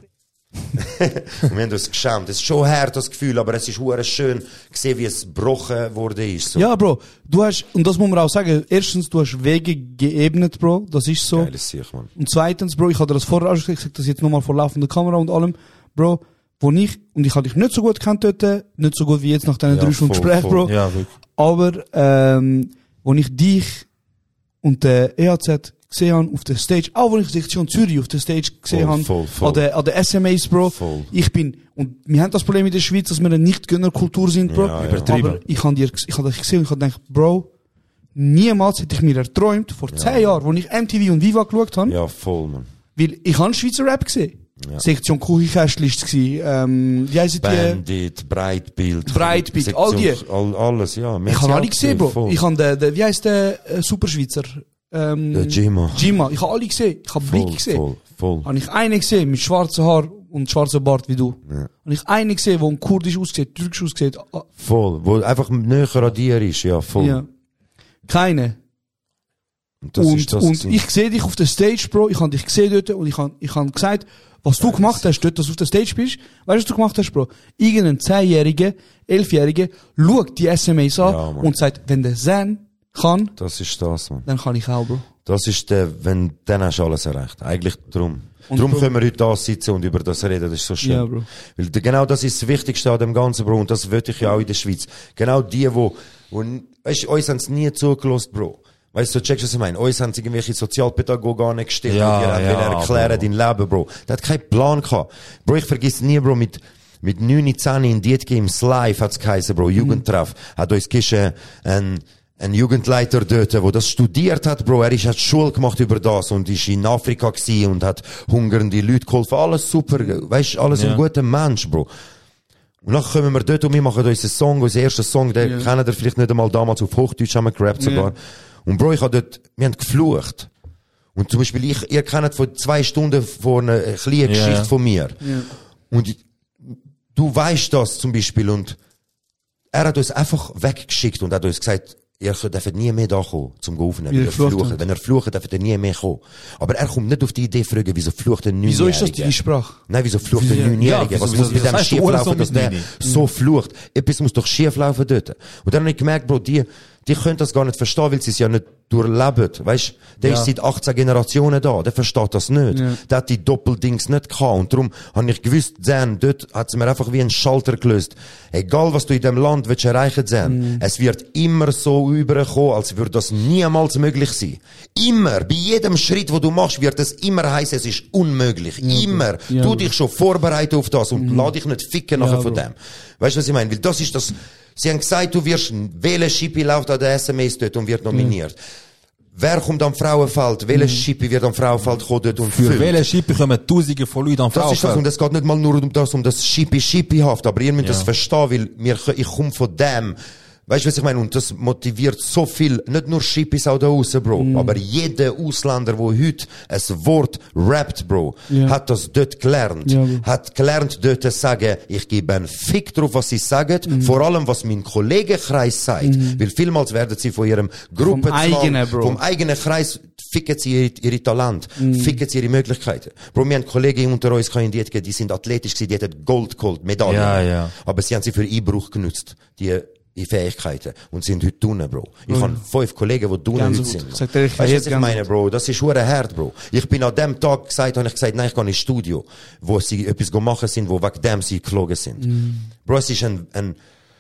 Und wir haben uns geschämt. Es ist schon hart, das Gefühl, aber es ist hure schön gesehen, wie es gebrochen wurde ist. So. Ja, Bro. Du hast, und das muss man auch sagen, erstens, du hast Wege geebnet, Bro. Das ist so. Geiles Sieg, Mann. Und zweitens, Bro, ich hatte das vorher auch schon gesagt, ich sag das jetzt nochmal vor laufender Kamera und allem, Bro, und ich habe dich nicht so gut kennt dort, nicht so gut wie jetzt nach deinen Ja, 3 Stunden voll, Gespräch, voll. Bro. Ja, wirklich. Aber, wo ich dich und der EAZ gesehen habe auf der Stage, auch wo ich Sektion Zürich auf der Stage gesehen habe, voll. an der SMAs, Bro. Voll. Ich bin, und wir haben das Problem in der Schweiz, dass wir eine Nicht-Gönner-Kultur sind, Bro. Ja, ja. Übertrieben. Aber ich habe dich gesehen und ich habe gedacht, Bro, niemals hätte ich mir erträumt, vor 10 Jahren, wo ich MTV und Viva geschaut habe, Ja, voll, Mann. weil ich habe Schweizer Rap gesehen. Sektion Kuchikästchen ist es gewesen. Wie heisst die? Bandit, Breitbild, all die. Alles, ja. Ich habe alle gesehen, Bro. Ich habe wie heisst der Superschweizer? Der Gima. Ich habe alle gesehen. Ich habe Blick gesehen. Voll. Habe ich einen gesehen mit schwarzen Haar und schwarzem Bart wie du. Ja. Habe ich einen gesehen, der kurdisch aussieht, türkisch aussieht. Voll. Wo einfach näher an dir ist, ja, voll. Ja. Keine. Und ich sehe dich auf der Stage, Bro. Ich habe dich gesehen dort und ich habe gesagt, was du gemacht hast dort, dass du auf der Stage bist. Weißt du, was du gemacht hast, Bro? Irgendein 10-Jähriger, 11-Jähriger schaut die SMAs an und sagt, wenn der Zen kann, das ist das, man. Dann kann ich auch, Bro. Das ist dann hast du alles erreicht. Eigentlich drum. Darum können wir heute da sitzen und über das reden, das ist so schön. Ja, Bro. Weil genau das ist das Wichtigste an dem Ganzen, Bro, und das wollte ich ja auch in der Schweiz. Genau die, wo weißt du, uns haben es nie zugelassen, Bro. Weißt du, checkst du, was ich meine? Uns haben irgendwelche Sozialpädagogen gestellt, die erklären dein Leben, Bro. Der hat keinen Plan gehabt. Bro, ich vergiss nie, Bro, mit 9, 10 in Diet Games live hat's geheißen, Bro, Jugendtreff. Hat uns ein Jugendleiter dort, der das studiert hat, Bro. Er hat Schule gemacht über das und ist in Afrika gewesen und hat hungernde Leute geholfen. Alles super, weißt du, alles ein guter Mensch, Bro. Und dann kommen wir dort und wir machen unseren Song, unseren ersten Song, den kennen ihr vielleicht nicht einmal damals auf Hochdeutsch, haben wir gerappt sogar. Und Bro, wir haben geflucht. Und zum Beispiel ihr kennt vor 2 Stunden vor einer kleinen Geschichte von mir. Und du weißt das zum Beispiel und er hat uns einfach weggeschickt und hat uns gesagt, ihr dürft nie mehr da kommen, zum aufnehmen. Wenn er flucht, dürft ihr nie mehr kommen. Aber er kommt nicht auf die Idee fragen, wieso flucht ein 9-Jähriger? Wieso ist das die Sprache? Nein, wieso flucht ein 9-Jähriger? Was muss mit dem schieflaufen, dass der so flucht? Etwas muss doch schieflaufen dort. Und dann habe ich gemerkt, Bro, die können das gar nicht verstehen, weil sie es ja nicht durchleben. Weißt, der ist seit 18 Generationen da, der versteht das nicht. Der hat die Doppeldings nicht gehabt. Und darum habe ich gewusst, Zen, dort hat es mir einfach wie ein Schalter gelöst. Egal, was du in dem Land willst erreichen, Zen, es wird immer so überkommen, als würde das niemals möglich sein. Immer, bei jedem Schritt, wo du machst, wird es immer heißen, es ist unmöglich. Immer. Du dich schon vorbereiten auf das und lass dich nicht ficken nachher von dem. Weißt du, was ich meine? Weil das ist das. Sie haben gesagt, du wirst, welcher Schippi läuft an der SMS dort und wird nominiert. Wer kommt am Frauenfeld? Welcher Schippi wird am Frauenfeld kommen dort und für welche Schippi kommen Tausende von Leuten am Frauenfeld? Das ist das, und es geht nicht mal nur um das Schippi-Schippi-Haft, aber ihr müsst das verstehen, weil ich komme von dem. Weißt du, was ich meine? Und das motiviert so viel, nicht nur Schippis auch da draussen, Bro, aber jeder Ausländer, der heute ein Wort rappt, Bro, hat das dort gelernt. Hat gelernt, dort zu sagen, ich gebe einen Fick drauf, was sie sagen, vor allem, was mein Kollegenkreis sagt. Weil vielmals werden sie von ihrem Gruppenzwang, vom eigenen Kreis, ficken sie ihre Talente, ficken sie ihre Möglichkeiten. Bro, wir haben Kollegen unter uns gehabt, die sind athletisch gewesen, die hätten Gold geholt, Medaillen. Aber sie haben sie für Einbruch genutzt, die Fähigkeiten. Und sind heute drinnen, Bro. Ich habe 5 Kollegen, die drinnen heute sind. Weißt du, was ich meine, Bro? Das ist hure hart, Bro. Ich bin an dem Tag habe ich gesagt, nein, ich gehe ins Studio, wo sie etwas machen sind, wo wegen dem sie geflogen sind. Bro, es ist eine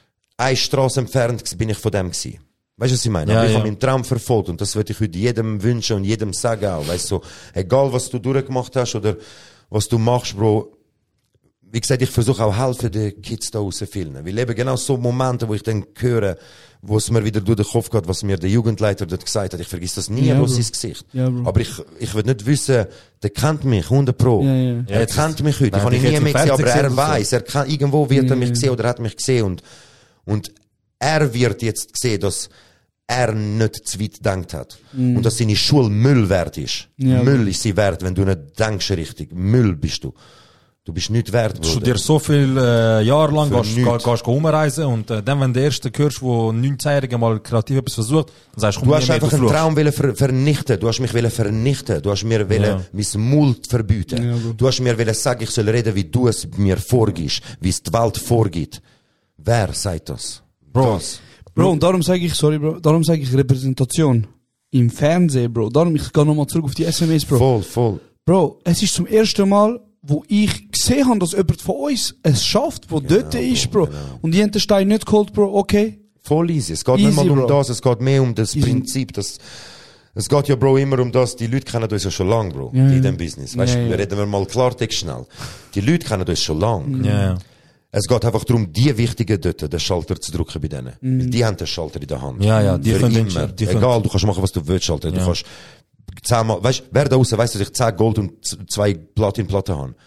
Straße entfernt, bin ich von dem gewesen. Weißt du, was ich meine? Aber ich habe meinen Traum verfolgt und das würde ich heute jedem wünschen und jedem sagen auch. Weißt du, so, egal was du durchgemacht hast oder was du machst, Bro, wie gesagt, ich versuche auch helfen den Kids da draussen filmen. Wir leben genau so Momente, wo ich dann höre, wo es mir wieder durch den Kopf geht, was mir der Jugendleiter dort gesagt hat. Ich vergiss das nie, bloß sein Gesicht. Aber ich will nicht wissen, der kennt mich, 100 Pro. Er kennt mich heute. Ich habe ihn nie mehr gesehen, aber er weiss, er kann, irgendwo wird er mich gesehen oder hat mich gesehen und er wird jetzt sehen, dass er nicht zu weit gedacht hat. Und dass seine Schule Müll wert ist. Müll ist sie wert, wenn du nicht denkst richtig. Müll bist du. Du bist nicht wert, Bruder. Du studierst so viel Jahre lang, gehst umreisen und dann, wenn der Erste hörst, wo ein 19-Jähriger mal kreativ etwas versucht, dann sagst du, du hast einfach einen Traum vernichten. Du hast mich vernichten. Du hast mir mein Maul verbieten. Du hast mir sagen, ich soll reden, wie du es mir vorgibst, wie es die Welt vorgibt. Wer sagt das? Bro, und darum sage ich, darum sage ich Repräsentation. Im Fernsehen, Bro. Darum, ich gehe nochmal zurück auf die SMS, Bro. Voll. Bro, es ist zum ersten Mal, wo ich gesehen habe, dass jemand von uns es schafft, wo dort ist, Bro. Genau. Und die haben den Stein nicht geholt, Bro, okay. Voll easy. Es geht nicht mal um das, es geht mehr um das Prinzip, es geht ja, Bro, immer um das, die Leute kennen uns ja schon lang, Bro, in dem Business. Weißt du, reden wir mal Klartext schnell. Die Leute kennen uns schon lang. Es geht einfach darum, die Wichtigen dort, den Schalter zu drücken bei denen. Weil die haben den Schalter in der Hand. Die können immer. Egal, du kannst machen, was du willst, Schalter. Du kannst 10-mal, weißt, wer da draussen weiss, dass ich 10 Gold und 2 Platin-Platten habe?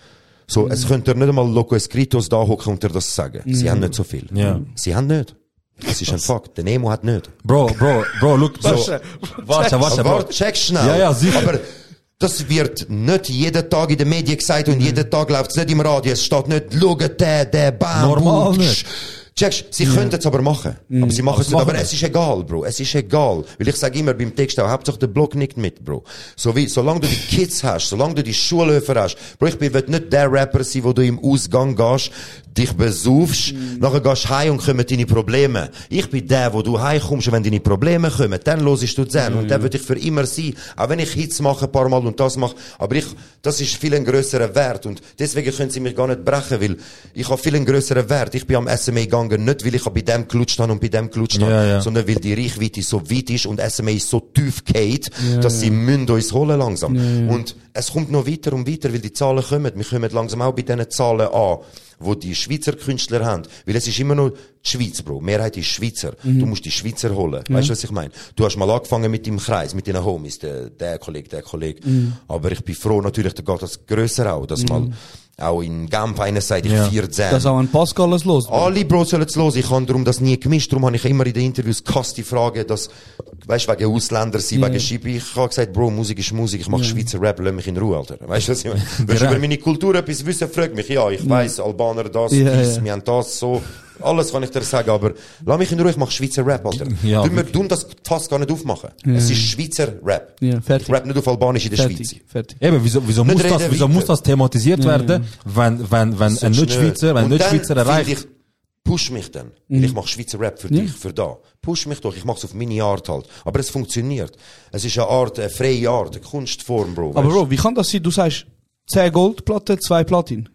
So, es könnte nicht einmal Loco Escritos da hocken und dir das sagen. Sie haben nicht so viel. Ja. Sie haben nicht. Das ist ein Fakt. Der Nemo hat nicht. Bro, look, so. Warte, Bro. Check schnell. Ja, sicher. Aber das wird nicht jeden Tag in den Medien gesagt und jeden Tag läuft es nicht im Radio. Es steht nicht, schau, der Bam. Normal nicht. Checkst, sie könnten es aber machen. Aber sie machen es nicht. Aber es ist egal, Bro. Es ist egal. Weil ich sage immer beim Text auch, Hauptsache der Blog nickt mit, Bro. Solange du die Kids hast, solange du die Schulhöfer hast. Bro, ich will nicht der Rapper sein, wo du im Ausgang gehst, dich besaufst, nachher gehst heim und kommen deine Probleme. Ich bin der, wo du heimkommst und wenn deine Probleme kommen, dann hörst du den. Und der wird ich für immer sein. Auch wenn ich Hits mache, ein paar Mal und das mache. Aber das ist viel ein grösserer Wert. Und deswegen können sie mich gar nicht brechen, weil ich habe viel einen grösseren Wert. Ich bin am SMA gegangen, nicht weil ich bei dem gelutscht habe und bei dem gelutscht habe, sondern weil die Reichweite so weit ist und SMA ist so tief geht, dass sie müssen uns holen langsam. Und es kommt noch weiter und weiter, weil die Zahlen kommen. Wir kommen langsam auch bei diesen Zahlen an, wo die Schweizer Künstler haben. Weil es ist immer noch die Schweiz, Bro. Mehrheit ist Schweizer. Du musst die Schweizer holen. Weißt du, was ich meine? Du hast mal angefangen mit dem Kreis, mit deinen Homies, der Kollege. Aber ich bin froh natürlich, da geht das grösser auch, dass mal auch in Genf einer sagt, ich 14. Dass auch ein Pascal es los. Alle Bro sollen es los. Ich habe darum das nie gemischt. Darum habe ich immer in den Interviews die Frage, dass, weißt du, wegen Ausländer sein, wegen Schipi. Ich habe gesagt, Bro, Musik ist Musik. Ich mache Schweizer Rap, lass mich in Ruhe, Alter. Weißt du, was ich meine? Wenn du über meine Kultur etwas wissen, frag mich. Ja, ich weiss, Albaner das, dies, wir haben das, so. Alles kann ich dir sagen, aber lass mich in Ruhe, ich mache Schweizer Rap, Alter. Ja, wir tun das fast gar nicht aufmachen. Es ist Schweizer Rap. Ja, fertig. Ich rap nicht auf Albanisch in der Schweiz. Fertig. Eben, wieso muss das thematisiert werden, wenn ein Nicht-Schweizer erreicht? Push mich dann. Ich mache Schweizer Rap für dich, für da. Push mich doch, ich mach's auf meine Art halt. Aber es funktioniert. Es ist eine freie Art, eine Kunstform, Bro. Aber Bro, wie kann das sein? Du sagst 10 Goldplatten, 2 Platin.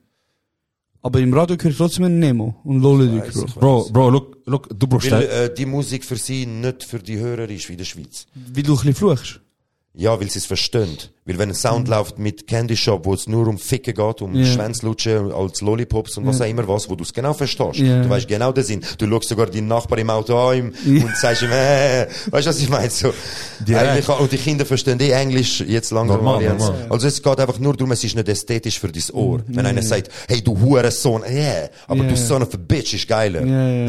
Aber im Radio höre ich trotzdem einen Nemo und Lollydick, Bro. Bro, look, du brauchst weil die Musik für sie nicht für die Hörer ist, wie in der Schweiz. Wie du ein bisschen fluchst. Ja, weil sie es verstehen. Weil wenn ein Sound läuft mit Candy Shop, wo es nur um Ficken geht, um Schwänzlutschen als Lollipops und was auch immer was, wo du es genau verstehst. Du weißt genau den Sinn. Du schaust sogar deinen Nachbar im Auto an und sagst ihm, weißt du, was ich meine? So, eigentlich, und die Kinder verstehen Englisch jetzt langsam. Normal. Also es geht einfach nur darum, es ist nicht ästhetisch für dein Ohr. Wenn einer sagt, hey, du Hurensohn, aber du Son of a Bitch ist geiler.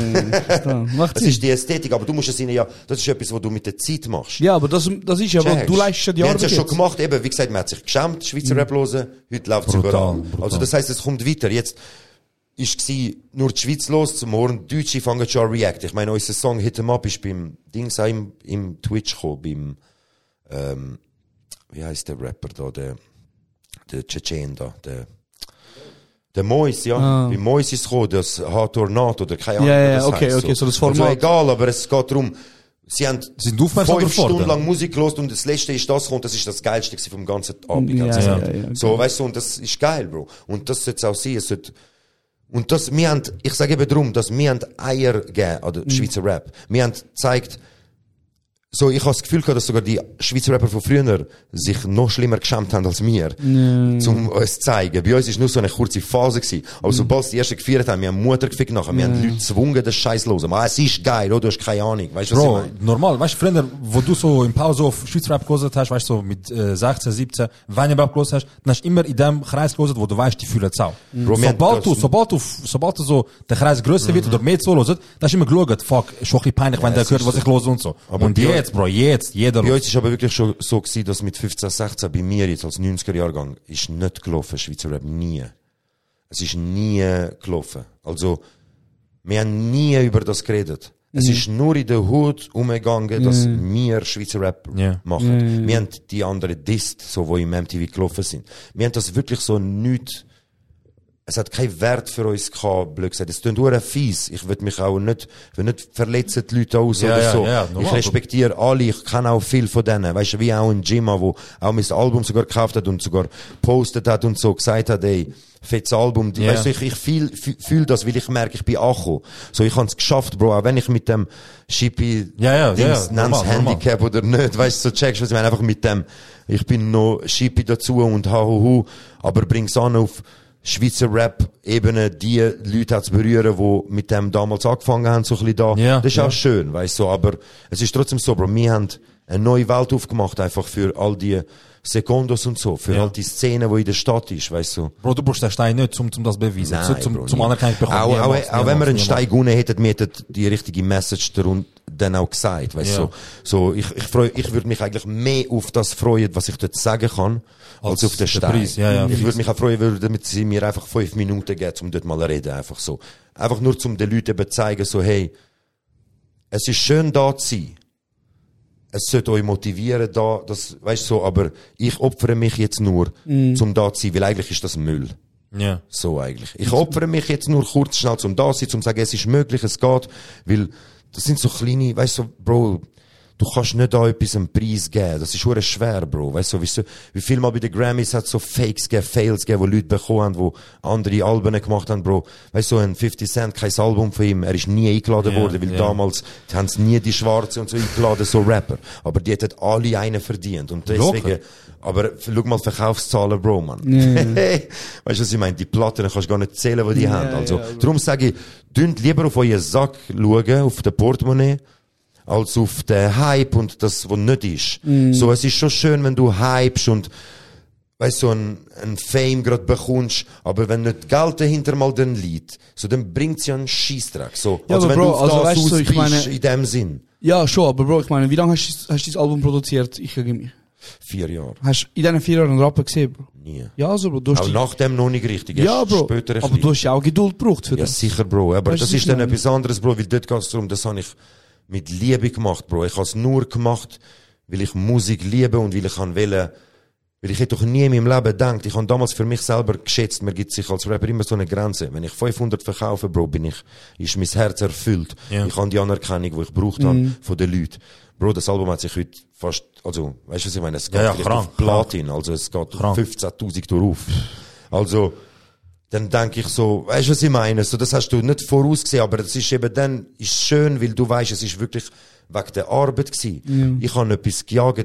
Das ist die Ästhetik, aber du musst es ihnen das ist etwas, was du mit der Zeit machst. Ja, aber das ist ja, du leistest ja die Arbeit. Wir haben es ja schon gemacht, eben, wie gesagt, man hat sich geschämt, Schweizer Rap hören, heute läuft es überall. Also das heisst, es kommt weiter. Jetzt ist nur die Schweiz los, zum Morgen Deutsche fangen schon an react. Ich meine, unser Song Hit 'em Up ist beim Dings auch im Twitch gekommen, beim, wie heisst der Rapper da, der Tschetschen da, der Mois, Bei Mois ist es gekommen, das H-Tornado oder keine Ahnung, das okay, so das Format. Also egal, aber es geht darum, sie haben 5 Stunden lang Musik gehört und das letzte ist das und das ist das Geilste vom ganzen Abend. So, weißt du, und das ist geil, Bro. Und das sollte es auch sein. Und das, ich sage eben darum, dass wir Eier gegeben, oder Schweizer Rap. Wir haben gezeigt, so, ich habe das Gefühl gehabt, dass sogar die Schweizer Rapper von früher sich noch schlimmer geschämt haben als wir, um uns zu zeigen. Bei uns war nur so eine kurze Phase gewesen. Aber sobald sie die ersten gefeiert haben, wir haben Mutter gefickt nachher, wir haben Leute gezwungen, das Scheiß zu hören. Es ist geil, oder? Du hast keine Ahnung. Weißt du, was ich meine? Normal. Weißt du, früher, wo du so in Pause auf Schweizer Rap gehört hast, weißt du, so mit 16, 17, wenn du Rap gehört hast, dann hast du immer in dem Kreis gehört, wo du weißt, die fühlen es auch. Sobald du so, der Kreis grösser wird oder mehr zu hören, dann hast du immer geschaut, fuck, ist schon ein bisschen peinlich, wenn der hört, was ich höre und so. Aber und jetzt, Bro, jeder. Bei uns ist aber wirklich schon so gewesen, dass mit 15, 16, bei mir jetzt als 90er-Jahrgang, ist nicht gelaufen, Schweizer Rap, nie. Es ist nie gelaufen. Also, wir haben nie über das geredet. Es ist nur in der Hut umgegangen, dass wir Schweizer Rap machen. Wir haben die anderen Dist, so, wo im MTV gelaufen sind. Wir haben das wirklich so nicht. Es hat keinen Wert für uns gehabt, blöd gesagt. Es klingt nur fies. Ich will mich auch nicht verletzen die Leute aus oder so. Ich respektiere alle. Ich kenne auch viel von denen. Weißt du, wie auch ein Jimma, wo auch mein Album sogar gekauft hat und sogar postet hat und so gesagt hat, ey, fettes Album. Weißt du, ich fühl das, weil ich merke, ich bin angekommen. So, ich hab's geschafft, Bro, auch wenn ich mit dem Shippy, nenn's Handicap oder nicht, weißt du, so checkst, was ich meine, einfach mit dem, ich bin noch Shippy dazu und aber bring's an auf Schweizer Rap-Ebene, die Leute zu berühren, die mit dem damals angefangen haben, so ein bisschen da. Das ist auch schön, weißt du, aber es ist trotzdem so, Bro, wir haben eine neue Welt aufgemacht, einfach für all die Secondos und so, für halt die Szene, die in der Stadt ist, weißt du. Bro, du brauchst den Stein nicht, um das zu beweisen. Nein, Zum Anerkennung bekommen. Auch wenn wir einen Stein gewonnen hätten, wir hätten die richtige Message dann auch gesagt, weißt du. So, ich würde mich eigentlich mehr auf das freuen, was ich dort sagen kann, als auf den Stein. Preis. Ja, ich würde mich auch freuen, damit sie mir einfach 5 Minuten geben, um dort mal zu reden, einfach so. Einfach nur, um den Leuten eben zeigen, so, hey, es ist schön da zu sein. Es sollte euch motivieren, da, das, weißt du, so, aber ich opfere mich jetzt nur, zum da zu sein, weil eigentlich ist das Müll. Ja. So eigentlich. Ich opfere mich jetzt nur kurz schnell zum da sein, zum sagen, es ist möglich, es geht, weil, das sind so kleine, weißt du, so, Bro, du kannst nicht da etwas einen Preis geben. Das ist schon schwer, Bro. Weißt du, wie viel mal bei den Grammys hat so Fakes gegeben, Fails gegeben, wo Leute bekommen haben, wo andere Alben gemacht haben, Bro. Weißt du, ein 50 Cent, kein Album von ihm. Er ist nie eingeladen worden, weil damals, die haben nie die Schwarze und so eingeladen, so Rapper. Aber die hätten alle einen verdient. Und deswegen, aber schau mal Verkaufszahlen, Bro, man. Weißt du, was ich meine? Die Platten kannst du gar nicht zählen, die die haben. Also, darum sage ich, dünnt lieber auf euren Sack schauen, auf den Portemonnaie, als auf den Hype und das, was nicht ist. So, es ist schon schön, wenn du hypst und, weißt du, ein Fame grad bekommst, aber wenn nicht Geld dahinter mal dann liegt, so, dann bringt's ja einen Scheissdreck. So, ja, also aber wenn Bro, du auf also, das weißt du, ich meine, in dem Sinn. Ja, schon, aber Bro, ich meine, wie lange hast du das Album produziert? Ich gebe mich. 4 Jahre. Hast du in diesen 4 Jahren einen Rapper gesehen, Bro? Nie. Ja, also, Bro, du hast auch nach dem noch nicht richtig. Ja, Bro. Später aber du hast ja auch Geduld gebraucht für das. Ja, sicher, Bro. Aber weißt das ist dann etwas anderes, Bro, weil dort geht's darum, das habe ich mit Liebe gemacht, Bro. Ich habe es nur gemacht, weil ich Musik liebe und weil ich weil ich hätte doch nie in meinem Leben gedacht, ich habe damals für mich selber geschätzt, mir gibt sich als Rapper immer so eine Grenze. Wenn ich 500 verkaufe, Bro, ist mein Herz erfüllt. Ja. Ich habe die Anerkennung, die ich gebraucht habe, von den Leuten. Bro, das Album hat sich heute fast, also, weißt du, was ich meine? Es geht vielleicht auf Platin, also es geht 15.000 durch. Also, dann denke ich so, weißt du, was ich meine? So, das hast du nicht vorausgesehen, aber das ist eben dann, ist schön, weil du weißt, es ist wirklich wegen der Arbeit gewesen. Ja. Ich habe etwas gejagt,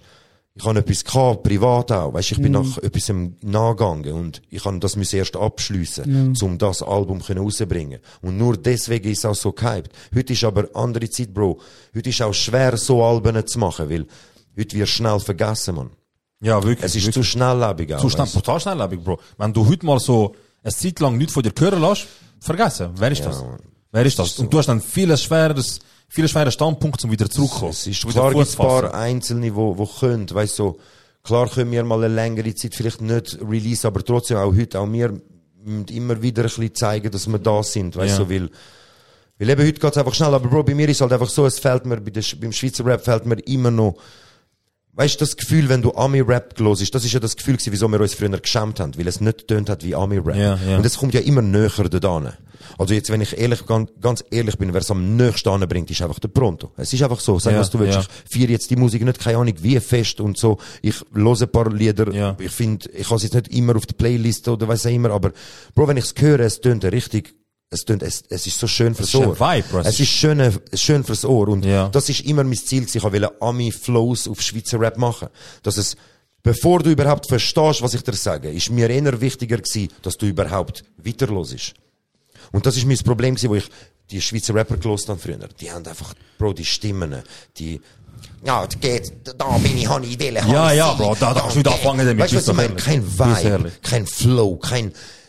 ich habe etwas gehabt, privat auch, weißt du, ich bin nach etwas nachgegangen und ich habe das erst abschliessen, um das Album rauszubringen. Und nur deswegen ist es auch so gehypt. Heute ist aber andere Zeit, Bro. Heute ist auch schwer, so Alben zu machen, weil heute wird schnell vergessen, man. Ja, wirklich. Es ist zu schnelllebig auch. Total schnelllebig, Bro. Wenn du heute mal so eine Zeit lang nichts von dir hören lässt, vergessen. Wer ist das? Wer ist das? Und du hast dann viele schwere Standpunkte, um wieder zurückzukommen. Es ist klar, gibt ein paar Einzelne, die können, weißt du, klar können wir mal eine längere Zeit vielleicht nicht release, aber trotzdem auch heute, auch wir müssen immer wieder ein bisschen zeigen, dass wir da sind, weißt du, weil eben heute geht's einfach schnell, aber Bro, bei mir ist halt einfach so, es fällt mir, beim Schweizer Rap fällt mir immer noch, weißt du, das Gefühl, wenn du Ami-Rap hörst, das ist ja das Gefühl gewesen, wieso wir uns früher geschämt haben, weil es nicht tönt hat wie Ami-Rap. Ja. Und es kommt ja immer näher dorthin. Also jetzt, wenn ich ganz ehrlich bin, wer es am nächsten anbringt, ist einfach der Pronto. Es ist einfach so, sag was du willst. Ich feiere jetzt die Musik nicht, keine Ahnung, wie fest und so. Ich höre ein paar Lieder, ich finde, ich habe es jetzt nicht immer auf der Playlist oder weiss auch immer, aber Bro, wenn ich es höre, es tönt richtig, es ist so schön fürs Ohr. Es ist schön fürs Ohr. Und das ist immer mein Ziel gewesen. Ich wollte Ami-Flows auf Schweizer Rap machen. Dass es, bevor du überhaupt verstehst, was ich dir sage, ist mir eher wichtiger gewesen, dass du überhaupt weiterhörst. Und das ist mein Problem gewesen, wo ich die Schweizer Rapper gehört habe früher. Die haben einfach, Bro, die Stimmen, ja, da bin ich, habe ich Ideen. Ja, Bro, da kannst du wieder anfangen damit. Weißt du, was ich meine? Kein Vibe, kein Flow, kein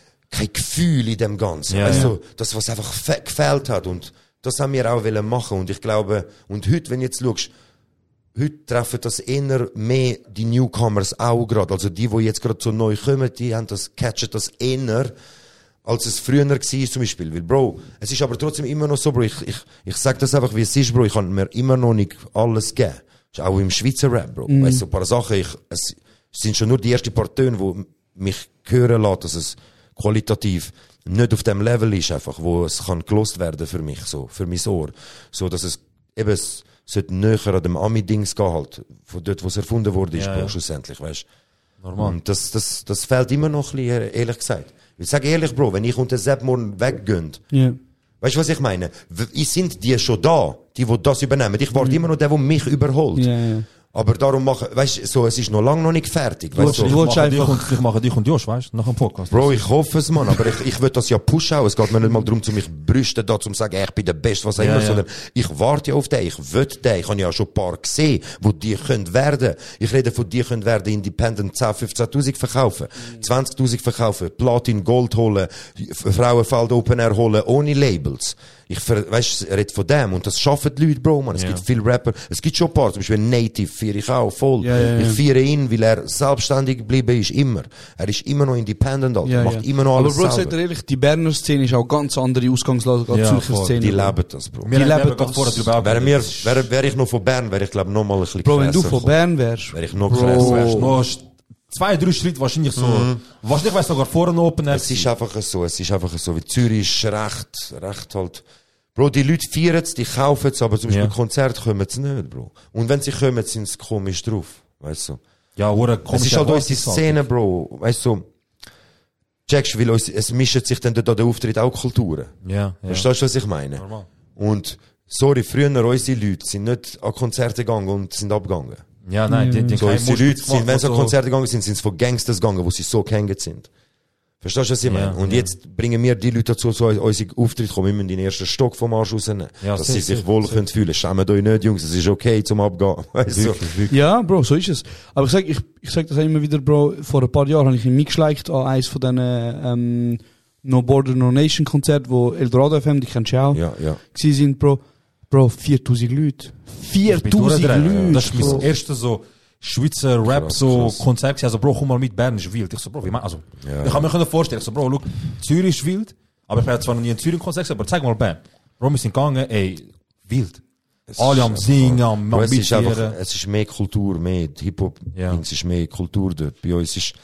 Gefühl in dem Ganzen. Weißt du, das, was einfach gefehlt hat. Und das haben wir auch machen. Und ich glaube, und heute, wenn du jetzt schaust, heute treffen das eher mehr die Newcomers auch gerade. Also die jetzt gerade so neu kommen, die haben catchen das eher, als es früher war, zum Beispiel. Weil, Bro, es ist aber trotzdem immer noch so, Bro, ich sag das einfach, wie es ist, Bro, ich kann mir immer noch nicht alles geben. Das ist auch im Schweizer Rap, Bro. Weißt du, ein paar Sachen, es sind schon nur die ersten paar Töne, die mich hören lassen, dass es qualitativ nicht auf dem Level ist, einfach, wo es kann gelost werden für mich, so, für mein Ohr. So, dass es eben, es sollte näher an dem Ami-Dings gehen, halt, von dort, wo es erfunden wurde, ist, Bro, schlussendlich, weißt du. Normal. Und das fehlt immer noch ein bisschen, ehrlich gesagt. Ich sage ehrlich, Bro, wenn ich und der Sepp morgen weggehen, weißt du, was ich meine? Sind die schon da, die das übernehmen? Ich warte immer noch der mich überholt. Aber darum weißt du, so, es ist noch lange noch nicht fertig. Weißt du, Ich mache dich und Josh, weißt du, nach dem Podcast. Bro, ich hoffe es, Mann, aber ich will das ja pushen auch. Es geht mir nicht mal darum, zu mich brüsten, da, zum sagen, ich bin der Beste, was auch immer, sondern ich warte ja auf den, ich will den. Ich habe ja schon ein paar gesehen, wo die können werden. Ich rede von die können werden, Independent 10, 15.000 verkaufen, 20.000 verkaufen, Platin, Gold holen, Frauenfeld Open Air holen, ohne Labels. Ich rede von dem. Und das schaffen die Leute, Bro, man. Es gibt viele Rapper. Es gibt schon ein paar. Zum Beispiel Native feiere ich auch voll. Ich feiere ihn, weil er selbstständig geblieben ist. Immer. Er ist immer noch independent, Alter. Macht immer noch alles selber. Aber Bro, sagt ehrlich, die Berner Szene ist auch ganz andere Ausgangslage als die Zürcher Szene. Die leben das, Bro. Die leben das. Wäre ich noch von Bern, wäre ich glaube noch mal ein bisschen Bro, wenn du von Bern wärst. Wäre ich noch krasser. 2-3 Schritte wahrscheinlich so. Wahrscheinlich weißt du sogar vor einem Open Air. Es ist einfach so, wie Zürich ist recht halt. Bro, die Leute feiern es, die kaufen es, aber zum Beispiel Konzert kommen sie nicht, Bro. Und wenn sie kommen, sind sie komisch drauf, weißt du. Ja, oder komisch. Es ist halt unsere Szene, Bro, weißt du. Checkst, weil es mischen sich dann dort an den Auftritt auch Kulturen. Ja. Verstehst du, was ich meine? Normal. Und, sorry, früher unsere Leute sind nicht an Konzerte gegangen und sind abgegangen. Ja, nein, die so unsere Leute sind, wenn sie an Konzerte gegangen sind, sind sie von Gangsters gegangen, wo sie so gehängt sind. Verstehst du, was ich meine? Und jetzt bringen wir die Leute dazu, so unsere Auftritte kommen, wir müssen den ersten Stock vom Arsch rausnehmen. Dass sie sich wohl können fühlen. Schämt euch nicht, Jungs, es ist okay zum Abgehen. Weißt du? Wirklich. Ja, Bro, so ist es. Aber ich sag das auch immer wieder, Bro, vor ein paar Jahren habe ich ihn mitgeschleicht an eins von diesen, No Border, No Nation Konzert, wo Eldorado FM, die kennst du auch. Ja. Sie sind, Bro, 4000 Leute. 4000 Leute. Das ist mein erstes so Schweizer Rap, so Konzert. Also, Bro, komm mal mit, Bern ist wild. Ich so, Bro, wie meinst du? Ich kann mir vorstellen, ich so, Bro, look, Zürich ist wild, aber ich habe zwar noch nie in Zürich ein Konzert, aber zeig mal Bern. Bro, wir sind gegangen, ey, wild. Alle am Singen, am Mitzieren. Es ist mehr Kultur, mehr Hip-Hop, es ist mehr Kultur dort. Bei uns ist,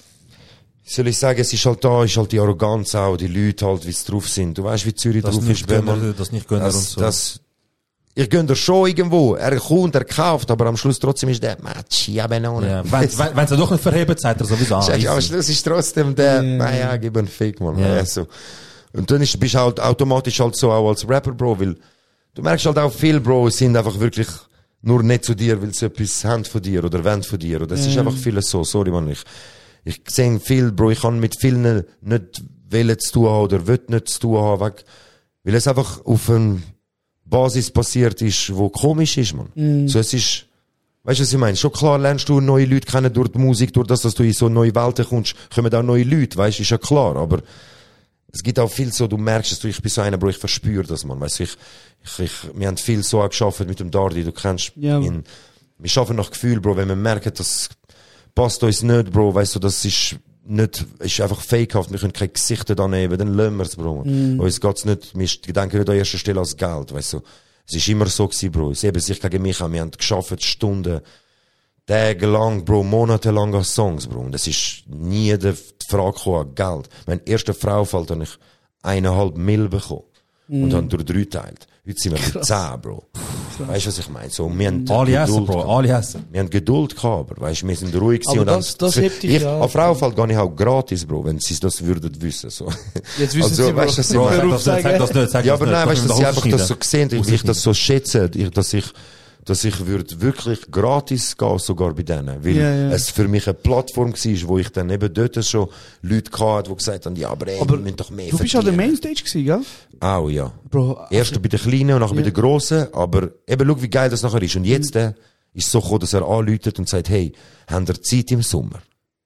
soll ich sagen, es ist halt da, ist halt die Arroganz auch, die Leute halt, wie sie drauf sind. Du weißt, wie Zürich das drauf ist, wenn man, das nicht gönnen und so. Ich gönne dir schon irgendwo. Er kommt, er kauft, aber am Schluss trotzdem ist der Matsch, ja, Benone. Ja, wenn sie doch nicht verhebt, sagt er sowieso an. Am Schluss ist trotzdem der, naja, gib einen Fick, man. Ja. Also. Und dann bist du halt automatisch halt so auch als Rapper, Bro, weil du merkst halt auch viel, Bro, sind einfach wirklich nur nicht zu dir, weil sie etwas haben von dir oder wollen von dir. Oder es ist einfach vieles so, sorry, man. Ich sehe viel, Bro, ich kann mit vielen nicht wollen zu tun haben oder will nicht zu tun haben, weil es einfach auf ein Basis passiert ist, wo komisch ist, man. So, es ist, weißt du, was ich meine? Schon klar lernst du neue Leute kennen durch die Musik, durch das, dass du in so neue Welten kommst, kommen auch neue Leute, weißt du, ist ja klar, aber es gibt auch viel so, du merkst es, ich bin so einer, Bro, ich verspüre das, man, weißt du, wir haben viel so geschafft mit dem Dardi, du kennst ihn, wir schaffen nach Gefühl, Bro, wenn wir merken, das passt uns nicht, Bro, weißt du, das ist einfach fakehaft, wir können keine Gesichter da nehmen, dann lassen wir's, Bro. Uns geht's nicht, wir denken nicht an erster Stelle als Geld, weißt du. Es ist immer so gewesen, Bro. Sie haben sich gegen mich an, wir haben geschafft, Stunden, tagelang, Bro, monatelang an Songs, Bro. Und es ist nie die Frage gekommen, Geld. Mein erster Frauenfall habe ich 1,5 Mil bekommen. Und dann durch 3 teilt. Heute sind wir bei 10, Bro. Weißt du, was ich meine? So, wir haben alle essen, Bro, alle essen. Wir haben Geduld gehabt, aber weißt du, wir sind ruhig gewesen. Aber das hebt dich ja. Auf Frauenfall gehe ich auch gratis, Bro, wenn sie das würden wissen, so. Jetzt wissen sie, weißt du, was ich Bro, meine? sag das nicht. Ja, aber nein, weißt du, dass sie einfach das so gesehen, ich das so schätze, dass ich würde wirklich gratis gehen, sogar bei denen. Weil es für mich eine Plattform war, wo ich dann eben dort schon Leute hatte, die gesagt haben, ja, aber wir müssen doch mehr du bist ja der Mainstage gewesen, gell? Auch, ja. Bro, erst bei den Kleinen und nachher bei den Grossen, aber eben, schau, wie geil das nachher ist. Und jetzt, ist es so gekommen, dass er anläutet und sagt, hey, habt ihr Zeit im Sommer?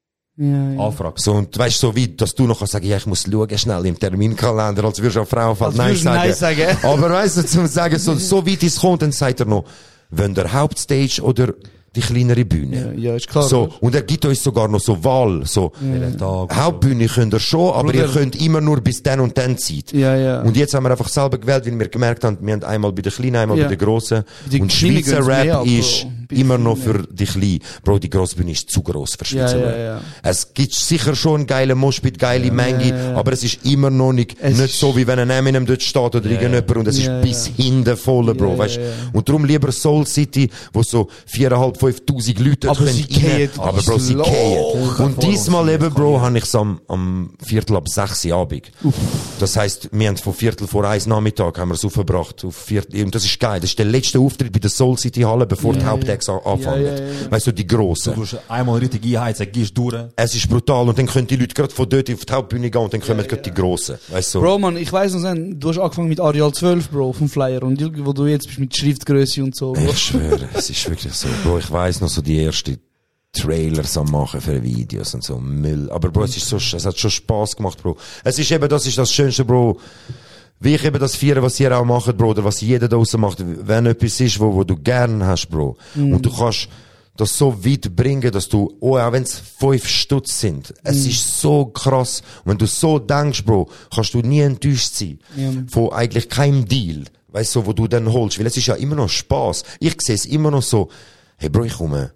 Ja. Anfrage. So, und weißt so weit, dass du noch sagen, ja, ich muss schauen, schnell im Terminkalender, als würdest du auf Frauenfall Nein sagen. Aber weißt du, zum sagen, so weit es kommt, dann sagt er noch, wenn der Hauptstage oder die kleinere Bühne. Ja, ist klar. So, und er gibt uns sogar noch so Wahl, so, Hauptbühne könnt ihr schon, aber ihr könnt immer nur bis dann und dann Zeit. Ja. Und jetzt haben wir einfach selber gewählt, weil wir gemerkt haben, wir haben einmal bei den Kleinen, einmal bei den Grossen. Und Schweizer Rap ist immer noch für die Kleinen. Bro, die Grossbühne ist zu gross für Schweizer Rap. Es gibt sicher schon einen geilen Moshpit, geile Menge, aber es ist immer noch nicht so, wie wenn ein Eminem dort steht oder irgendjemand und es ist bis hinten voll, Bro, weißt. Und darum lieber Soul City, wo so 4,5, 5000 Leute Aber können sie gehen aber Bro, sie gehen. Und diesmal eben, Bro, habe ich es am 5:45 Abend. Das heisst, wir haben von 5:45 Nachmittag haben wir es aufgebracht, auf 4, und das ist geil. Das ist der letzte Auftritt bei der Soul City Halle, bevor die Hauptacts anfangen. Weißt du, die grossen. Du musst einmal richtig einheizen, gehst durch. Es ist brutal, und dann können die Leute gerade von dort auf die Hauptbühne gehen, und dann kommen gerade die grossen. Weißt du? Bro, Mann, ich weiss noch, du hast angefangen mit Areal 12, Bro, vom Flyer, und wo du jetzt bist mit Schriftgröße und so, Bro. Ich schwöre, es ist wirklich so. Bro, ich weiss noch so die ersten Trailers am machen für Videos und so Müll. Aber Bro, es hat schon Spass gemacht, Bro. Es ist eben, das ist das Schönste, Bro. Wie ich eben das feiere, was ihr auch macht, Bro, oder was jeder da draussen macht. Wenn etwas ist, wo du gern hast, Bro. Und du kannst das so weit bringen, dass du, auch wenn es 5 Stutz sind, es ist so krass. Und wenn du so denkst, Bro, kannst du nie enttäuscht sein. Von eigentlich keinem Deal. Weißt du, wo du dann holst. Weil es ist ja immer noch Spaß. Ich sehe es immer noch so, hey Bro, ich komme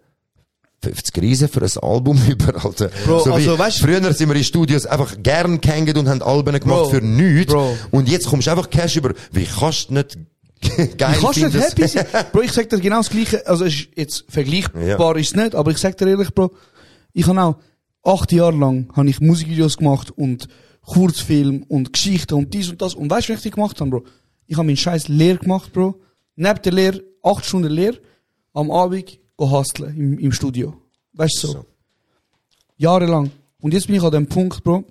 50 Riesen für ein Album über, Alter. Bro, so also, wie, weißt, früher sind wir in Studios einfach gern gehängt und haben Alben gemacht für nichts. Und jetzt kommst du einfach Cash über. Wie kannst du nicht geil kannst nicht happy sein. Bro, ich sag dir genau das Gleiche. Also, es ist jetzt vergleichbar ist es nicht, aber ich sag dir ehrlich, Bro, ich habe auch 8 Jahre lang habe ich Musikvideos gemacht und Kurzfilm und Geschichten und dies und das. Und weißt du, was ich gemacht habe, Bro? Ich habe meinen scheiß Lehre gemacht, Bro. Neben der Lehre, 8 Stunden Lehre, am Abend hustlen im Studio. Weißt du so? Jahrelang. Und jetzt bin ich an dem Punkt, Bro,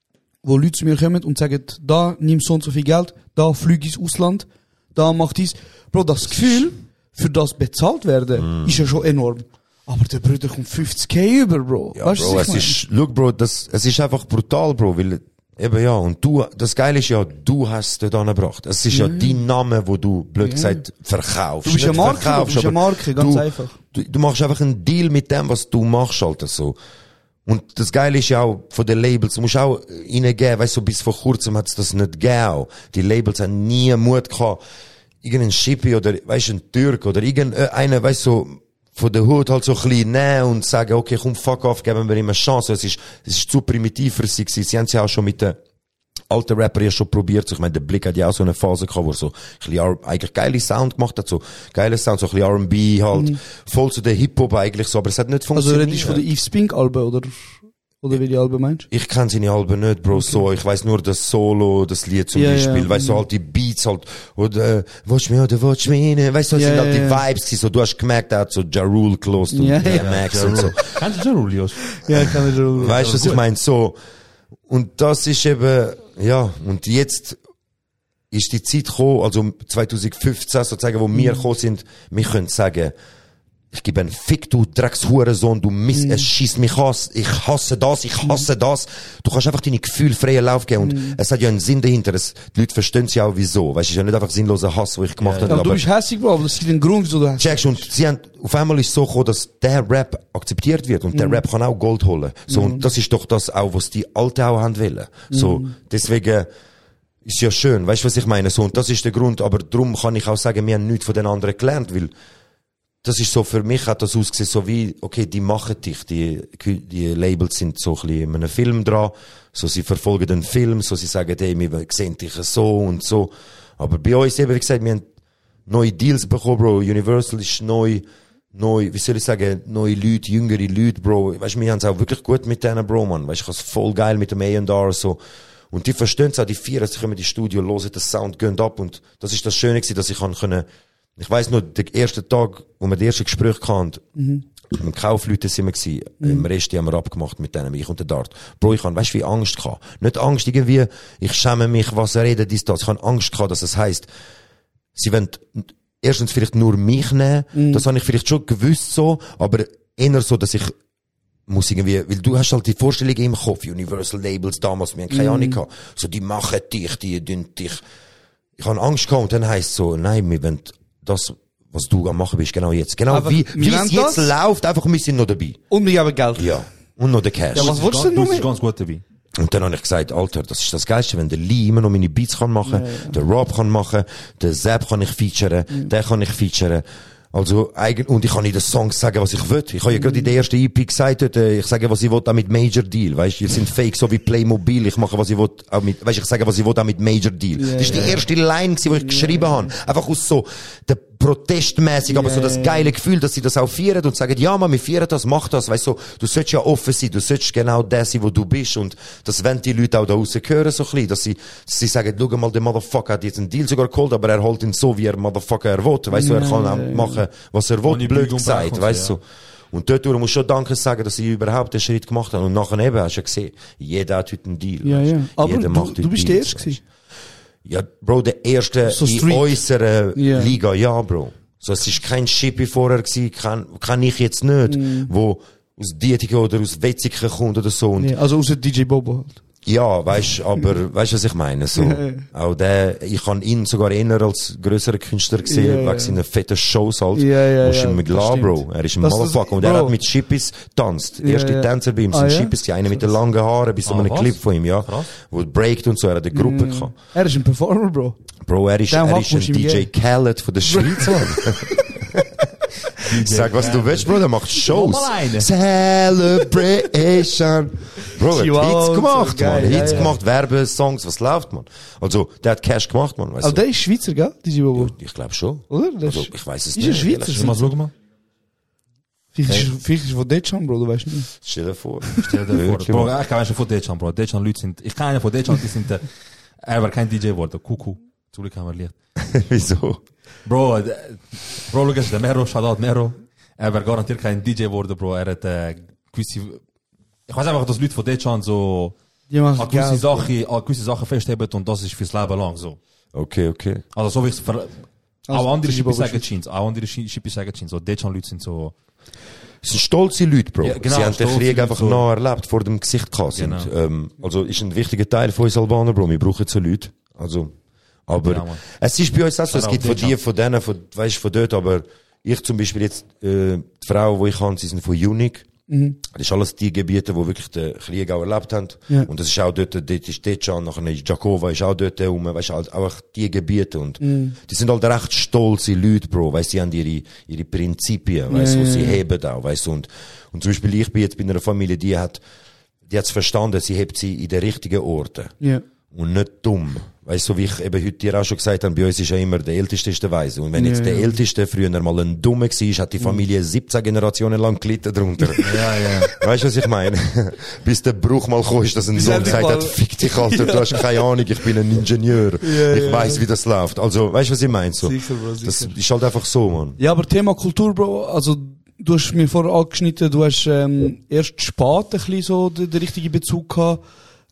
wo Leute zu mir kommen und sagen, da nimm so und so viel Geld, da flieg ins Ausland, da mach dies. Bro, das Gefühl, für das bezahlt werden, ist ja schon enorm. Aber der Bruder kommt 50k über, Bro. Ja, weißt Bro, es ist, look, Bro, es ist einfach brutal, Bro, weil, eben ja, und du, das Geile ist ja, du hast es dort angebracht. Es ist ja dein Name, wo du, blöd gesagt, verkaufst. Du bist eine Marke, verkaufst, du bist eine Marke, ganz einfach. Du machst einfach einen Deal mit dem, was du machst, Alter, so. Und das Geile ist ja auch, von den Labels, du musst auch reingeben, weißt du, bis vor kurzem hat's das nicht gegeben. Die Labels haben nie Mut gehabt, irgendeinen Schippi oder, weißt du, einen Türk oder irgendeinen, weißt du, von der Hut halt so ein bisschen nehmen und sagen, okay, komm, fuck off, geben wir ihm eine Chance. Es ist zu primitiv für sie gewesen. Sie haben es ja auch schon mit den alten Rapper ja schon probiert. Ich meine, der Blick hat ja auch so eine Phase gehabt, wo er so ein bisschen eigentlich geile Sound gemacht hat, so geile Sound, so ein bisschen R&B halt, voll zu der Hip-Hop eigentlich so, aber es hat nicht funktioniert. Also redest du von den Yves Spink-Alben, oder wie die Alben meinst? Ich kenn seine Alben nicht, Bro, so. Ich weiss nur das Solo, das Lied zum Beispiel. Weißt du, so halt die Beats halt, oder, watch me, weißt du, das sind halt die Vibes gewesen, so. Du hast gemerkt, er hat so Ja Rule gelost und Max und so. Kennst du Ja Rule, Jos? Ja, ich kann Ja Rule. Weißt du, was ich meine? So. Und das ist eben, ja, und jetzt ist die Zeit gekommen, also 2015 sozusagen, wo wir gekommen sind, wir können sagen, ich gebe einen Fick, du Dreckshurensohn, du es schießt mich aus, ich hasse das. Du kannst einfach deine Gefühle freien Lauf geben und es hat ja einen Sinn dahinter, die Leute verstehen ja auch wieso, weißt du, es ist ja nicht einfach sinnloser Hass, den ich gemacht habe. Aber du bist hässig, Bro, aber das ist ein Grund, wieso du hässig checkst, und sie haben, auf einmal ist es so gekommen, dass der Rap akzeptiert wird und der Rap kann auch Gold holen. So, und das ist doch das auch, was die Alten auch haben wollen. So, deswegen ist ja schön, weißt du, was ich meine? So, und das ist der Grund, aber darum kann ich auch sagen, wir haben nichts von den anderen gelernt, weil das ist so, für mich hat das ausgesehen, so wie, okay, die machen dich, die Labels sind so ein bisschen in einem Film dran, so, sie verfolgen den Film, so, sie sagen, hey, wir sehen dich so und so. Aber bei uns eben, wie gesagt, wir haben neue Deals bekommen, Bro, Universal ist neu, wie soll ich sagen, neue Leute, jüngere Leute, Bro, weißt du, wir haben es auch wirklich gut mit denen, Bro, man, weißt du, ich habe es voll geil mit dem A&R, so. Und die verstehen es auch, die feiern, sie kommen ins Studio, hören den Sound, gehen ab, und das ist das Schöne gewesen, dass ich können. Ich weiss nur, der erste Tag, wo wir das erste Gespräch hatten, im Kaufleute sind wir gewesen, im Rest haben wir abgemacht mit denen, ich und der Dart. Bro, ich weißt du, wie Angst gehabt. Nicht Angst irgendwie, ich schäme mich, was reden, dies, das. Ich habe Angst gehabt, dass es heisst, sie wollen erstens vielleicht nur mich nehmen, das habe ich vielleicht schon gewusst so, aber eher so, dass ich muss irgendwie, weil du hast halt die Vorstellung im Kopf, Universal Labels damals, wir haben keine Ahnung gehabt, so, die machen dich, die dünn dich. Ich habe Angst gehabt und dann heisst so, nein, wir wollen das, was du am machen bist, genau jetzt. Genau aber wie es jetzt läuft, einfach wir sind noch dabei. Und wir geben Geld. Ja. Und noch der Cash. Ja, was willst du denn noch mehr? Ganz gut dabei. Und dann habe ich gesagt, Alter, das ist das Geilste, wenn der Lee immer noch meine Beats kann machen, der Rob kann machen, der Zeb kann ich featuren, der kann ich featuren. Also, und ich kann in den Songs sagen, was ich will. Ich habe ja gerade in der ersten EP gesagt, ich sage, was ich will, auch mit Major Deal. Weißt du, ihr sind fake, so wie Playmobil. Ich mache, was ich will, auch ich sage, was ich will, auch mit Major Deal. Das ist die erste Line, die ich geschrieben habe. Einfach aus so, der protestmäßig, aber so das geile Gefühl, dass sie das auch feiern und sagen, ja, man, wir feiern das, mach das, weißt du, du sollst ja offen sein, du sollst genau das sein, wo du bist und das wollen die Leute auch da raus hören, so ein bisschen, dass sie sagen, schau mal, der Motherfucker hat jetzt einen Deal sogar geholt, aber er holt ihn so, wie er Motherfucker er will, weißt du, er kann auch machen, was er will, blöd gesagt, weißt du. Und dort muss ich schon Danke sagen, dass ich überhaupt den Schritt gemacht habe. Und nachher eben, hast du ja gesehen, jeder hat heute einen Deal. Ja, ja. Aber jeder macht du bist der Erste gewesen. Ja, Bro, der Erste So in Street. unserer Liga, ja, Bro. So, es ist kein Shippy vorher gewesen, kann ich jetzt nicht, wo aus Dietike oder aus Wetzikon kommt oder so. Und Also außer DJ Bobo halt. ja, weißt, aber, weißt du, was ich meine? So, auch ich habe ihn sogar eher als grösseren Künstler gesehen, wegen seinen fetten Shows halt. Musst ihm klar, Bro. Er ist ein Motherfucker. Und er hat mit Shippys tanzt. Erste Tänzer bei ihm sind Shippys, einer mit den langen Haaren, bis so einem Clip von ihm, ja. Wo breakt und so, er hat eine Gruppe gehabt. Er ist ein Performer, Bro. Bro, er ist ein DJ Khaled von der Schweiz, Mann. Sag, was du willst, Bro, der macht Shows. Celebration. Bro, er hat Hits gemacht, Mann. Hits gemacht, Werbesongs, was läuft, Mann? Also, der hat Cash gemacht, Mann, weißt du. Aber der ist Schweizer, gell? DJ Bobo. Ich glaube schon. Oder? Also, ich weiß es ist nicht. Ist er Schweizer? Mal schau mal. Vielleicht ist von dort schon, Bro, du weißt nicht. Stell dir vor. Stell dir vor. Bro, ich kann schon von Dejan, Bro. Dejan Leute sind, ich kann einen von Dejan, die sind, er war kein DJ geworden. Kuku. Zum Glück haben wir Licht. Wieso? Bro, schau jetzt, der Mero, Shoutout Mero. Er war garantiert kein DJ geworden, Bro. Er hat, gewisse, ich weiß einfach, dass Leute von Dejan so, an gewisse Sachen festheben und das ist fürs Leben lang, so. Okay. Also, so wie ich es auch andere Shippy sagen Jeans, so Dejan Leute sind so, es sind stolze Leute, Bro. Ja, genau, sie haben den Krieg einfach so nah erlebt, vor dem Gesicht gehabt sind. Genau. Also, ist ein wichtiger Teil von uns Albaner, Bro. Wir brauchen so Leute. Also, aber, ja, es ist bei uns auch so, es gibt von Dejan. dir, von denen, weißt, von dort, aber ich zum Beispiel jetzt, die Frauen, die ich habe, sie sind von Unique. Das ist alles die Gebiete, wo wirklich den Krieg auch erlebt haben. Ja. Und das ist auch dort ist Dejan, nachher ist Jakova, ist auch dort weißt du, halt auch die Gebiete. Und die sind halt recht stolze Leute, Bro, weißt du, sie haben ihre Prinzipien, weißt du, wo sie heben auch, weißt du. Und zum Beispiel ich bin jetzt bei einer Familie, die hat's verstanden, sie hebt sie in den richtigen Orten. Ja. Und nicht dumm. Weißt du, so wie ich eben heute dir auch schon gesagt habe, bei uns ist ja immer der Älteste ist der Weise. Und wenn jetzt der Älteste früher mal ein Dummer war, hat die Familie 17 Generationen lang gelitten drunter. Weißt du, was ich meine? Bis der Bruch mal kam, ist, dass ein Sohn gesagt hat, fick dich, Alter, du hast keine Ahnung, ich bin ein Ingenieur. Ich weiss, wie das läuft. Also, weißt du, was ich meine? So, Sicher, Bro, sicher. das ist halt einfach so, Mann. Ja, aber Thema Kultur, Bro, also, du hast mir vorher angeschnitten, du hast erst spät ein bisschen so den richtigen Bezug gehabt.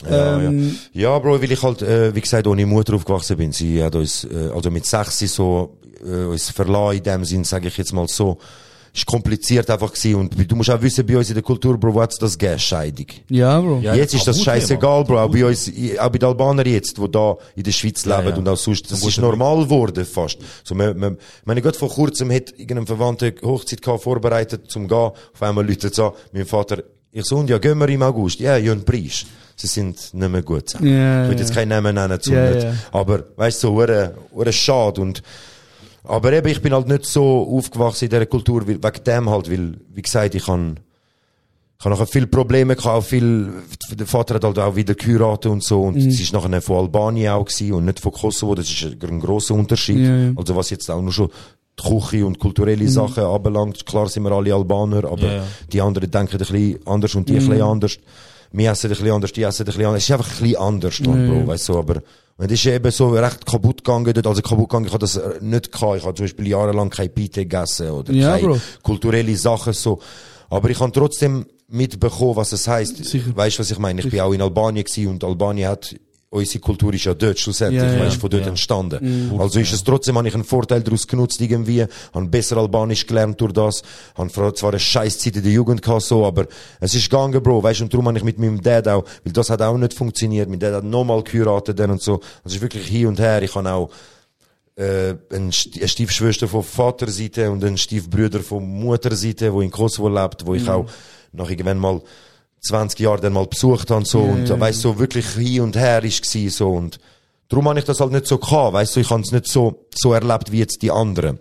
Ja, Bro, weil ich halt, wie gesagt, ohne Mutter aufgewachsen bin. Sie hat uns, also mit 6 so, uns verlassen in dem Sinn, sage ich jetzt mal so. Ist kompliziert einfach gewesen. Und du musst auch wissen, bei uns in der Kultur, Bro, wo hat's das gegeben? Scheidung. Ja, Bro. Ja, Jetzt ist das scheißegal, Bro. Auch bei uns, auch bei den Albanern jetzt, die da in der Schweiz leben und auch sonst, das ist normal geworden, fast. So, meine Gott, vor kurzem hat irgendein Verwandter Hochzeit gehabt, vorbereitet, zum gehen. Auf einmal läutet es an, mein Vater, ich so, und ja, gehen wir im August. Ja, einen Preis. Sie sind nicht mehr gut zusammen. Ja, ich würde jetzt keinen Namen nennen, nicht. Ja. Aber, weißt du, so, schade. Und, aber eben, ich bin halt nicht so aufgewachsen in dieser Kultur, wegen dem halt, weil, wie gesagt, ich habe nachher viele Probleme gehabt, auch der Vater hat halt auch wieder geheiratet und so, und sie ist nachher von Albanien auch gewesen und nicht von Kosovo, das ist ein grosser Unterschied. Ja. Also was jetzt auch nur schon die Küche und kulturelle Sachen anbelangt, klar sind wir alle Albaner, aber die anderen denken ein bisschen anders und die ein bisschen anders. Wir essen ein bisschen anders, die essen ein bisschen anders. Es ist einfach ein bisschen anders, Bro, weißt du, aber, und es ist eben so recht kaputt gegangen dort, also kaputt gegangen, ich habe das nicht gehabt, ich habe zum Beispiel jahrelang kein Pite gegessen, oder keine kulturelle Sachen, so. Aber ich habe trotzdem mitbekommen, was es heisst. Sicher. Weißt du, was ich meine? Ich bin auch in Albanien gewesen und Albanien hat, unsere Kultur ist ja dort schlussendlich, weißt du, von dort entstanden. Also ist es trotzdem, habe ich einen Vorteil daraus genutzt irgendwie, habe besser Albanisch gelernt durch das, habe zwar eine scheiß Zeit in der Jugend gehabt, so, aber es ist gegangen, Bro, weißt du, und darum habe ich mit meinem Dad auch, weil das hat auch nicht funktioniert, mein Dad hat nochmal geheiratet dann und so, also es ist wirklich hin und her, ich habe auch eine Stiefschwester von Vaterseite und einen Stiefbrüder von Mutterseite, wo in Kosovo lebt, wo ich auch nach irgendwann mal 20 Jahre dann mal besucht habe, so, und, weißt du, so wirklich hin und her ist gewesen, so, und darum habe ich das halt nicht so gehabt, weißt du, ich habe es nicht so erlebt wie jetzt die anderen.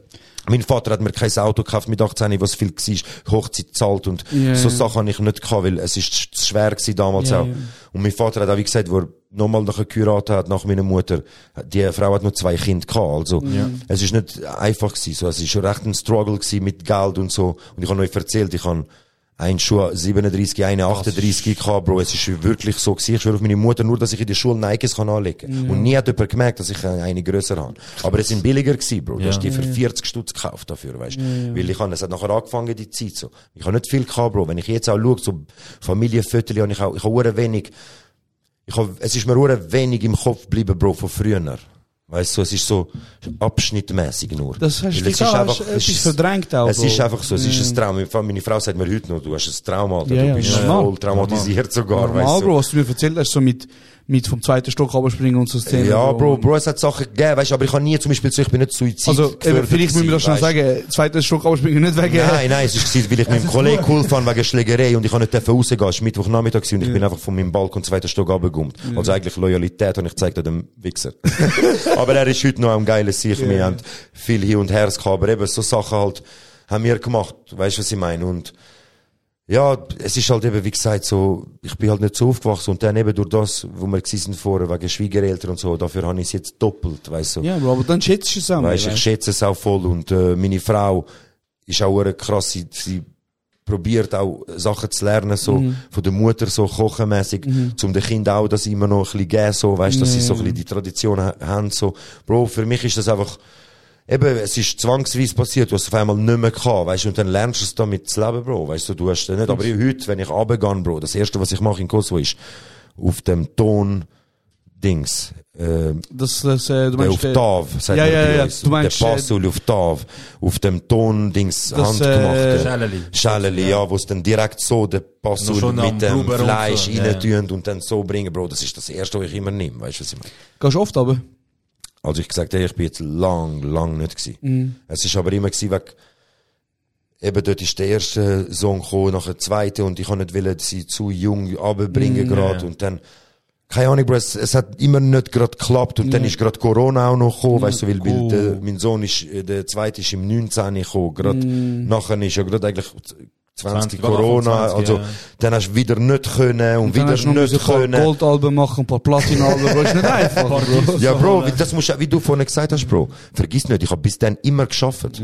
Mein Vater hat mir kein Auto gekauft mit 18, was viel war, Hochzeit zahlt und so Sachen habe ich nicht gehabt, weil es ist zu schwer gewesen damals auch. Und mein Vater hat auch, wie gesagt, wo er nochmal nachher geheiratet hat, nach meiner Mutter, die Frau hat nur 2 Kinder gehabt, also, es ist nicht einfach gewesen, so, es ist schon recht ein Struggle gewesen mit Geld und so. Und ich habe euch erzählt, ich habe ein Schuh 37, eine 38 gehabt, Bro. Es ist wirklich so gewesen. Ich schwöre auf meine Mutter, nur, dass ich in der Schule Nikes kann anlegen. Und nie hat jemand gemerkt, dass ich eine grösser habe. Aber es sind billiger gewesen, Bro. Du hast die für 40 Stutz gekauft dafür, weißt du. Weil es hat nachher angefangen, die Zeit so. Ich habe nicht viel gehabt, Bro. Wenn ich jetzt auch schaue, so Familienfotos, ich habe wenig, es ist mir wenig im Kopf geblieben, Bro, von früher. Weißt du, es ist so abschnittmäßig nur. Das hast du etwas verdrängt auch. Es ist einfach so, es ist ein Traum. Meine Frau sagt mir heute noch, du hast ein Trauma, Alter. Du bist voll traumatisiert sogar, normal, weißt du. Bro, was du mir erzählt hast, so mit vom 2. Stock runterspringen und so Szenen. Ja, Bro, es hat Sachen gegeben, weißt du, aber ich habe nie zum Beispiel so, ich bin nicht Suizid. Also, vielleicht müssen wir das schon sagen, 2. Stock runterspringen nicht wegen... Nein, es ist weil ich mit dem Kollegen cool fand, wegen Schlägerei und ich habe nicht rausgehen. Es war Mittwochnachmittag und ich bin einfach von meinem Balkon 2. Stock runtergekommen. Also eigentlich Loyalität habe ich gezeigt an dem Wichser. Aber er ist heute noch ein geiler Sieg. Wir haben viel hin und her gehabt, aber eben so Sachen halt haben wir gemacht. Weißt du, was ich meine? Und ja, es ist halt eben, wie gesagt, so, ich bin halt nicht so aufgewachsen und dann eben durch das, wo wir gewesen vorher, wegen Schwiegereltern und so, dafür habe ich es jetzt doppelt, weißt du. Ja, aber dann schätzt du es auch. Weißt du, ich schätze es auch voll und meine Frau ist auch krass, sie probiert auch Sachen zu lernen, so, von der Mutter, so kochenmässig, zum den Kind auch, dass sie immer noch ein bisschen geben, so, weißt du, dass sie so ein bisschen die Tradition haben, so. Bro, für mich ist das einfach, eben, es ist zwangsweise passiert, du hast auf einmal nicht mehr gehabt, weißt du, und dann lernst du es damit zu leben, Bro, weißt du hast nicht, aber heute, wenn ich runtergehe, Bro, das erste, was ich mache in Kosovo ist, auf dem Ton-Dings, du meinst, der Oktav, sagt man bei uns. Du meinst, der Passul Oktav, auf dem Ton-Dings, handgemachte. Schäleli, ja, wo es dann direkt so, der Passul mit dem Fleisch reintun und dann so bringen, Bro, das ist das erste, was ich immer nehme, weißt du, was ich meine? Gehst du oft aber? Also ich gesagt, ich bin jetzt lang nicht gewesen. Es ist aber immer gewesen, eben dort ist der erste Song gekommen, nachher der zweite und ich kann nicht wollen, sie zu jung runterbringen gerade und dann, keine Ahnung, Bro, es hat immer nicht gerade geklappt und dann ist gerade Corona auch noch gekommen, weißt du, weil mein Sohn ist, der zweite ist im 19 gekommen, gerade nachher ist ja gerade eigentlich 20 Corona, 20, also dann hast du wieder nicht können und wieder nicht können. Ein Goldalben machen, ein paar Platinalben, Bro, ist nicht einfach, Bro. Ja, Bro, das musst du, wie du vorhin gesagt hast, Bro, vergiss nicht, ich habe bis dann immer geschafft.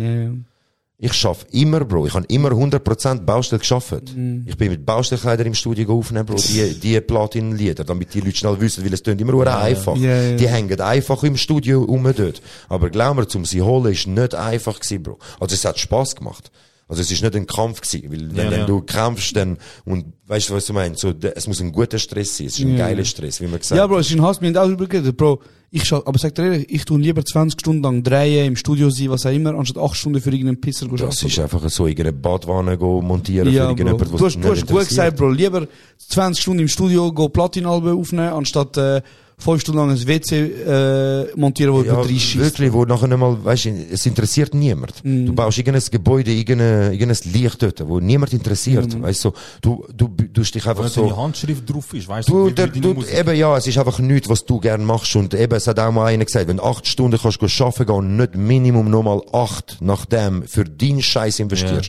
Ich schaff immer, Bro. Ich habe immer 100% Baustelle geschafft. Ich bin mit Baustellkleider im Studio aufnehmen, Bro, die Platin-Lieder, damit die Leute schnell wissen, weil es tönt immer einfach. Die hängen einfach im Studio rum dort. Aber glaub mir, zum sie holen ist nicht einfach gewesen, Bro. Also es hat Spass gemacht. Also es ist nicht ein Kampf gewesen, weil wenn du kämpfst, dann, und weißt du, was du meinst, so, es muss ein guter Stress sein, es ist ein geiler Stress, wie man gesagt hat. Ja, Bro, es ist ein Hass, wir haben auch drüber geredet, Bro, aber sag dir ehrlich, ich tue lieber 20 Stunden lang drehen, im Studio sein, was auch immer, anstatt 8 Stunden für irgendeinen Pisser zu Das ist einfach so, irgendeine Badwanne montieren für irgendjemanden, was du hast gut gesagt, Bro, lieber 20 Stunden im Studio, Platinalben aufnehmen, anstatt, 5 Stunden lang ein WC montieren, wo du reinschießt. Wirklich, wo nachher nicht mal, weißt du, es interessiert niemand. Du baust irgendein Gebäude, irgendein Licht dort, wo niemand interessiert. Weißt du, du dich einfach so. Wenn deine Handschrift drauf ist, weißt du, eben, ja, es ist einfach nichts, was du gern machst. Und eben, es hat auch mal einer gesagt, wenn du 8 Stunden kannst du arbeiten gehen und nicht Minimum nochmal 8 nachdem für deinen Scheiß investierst,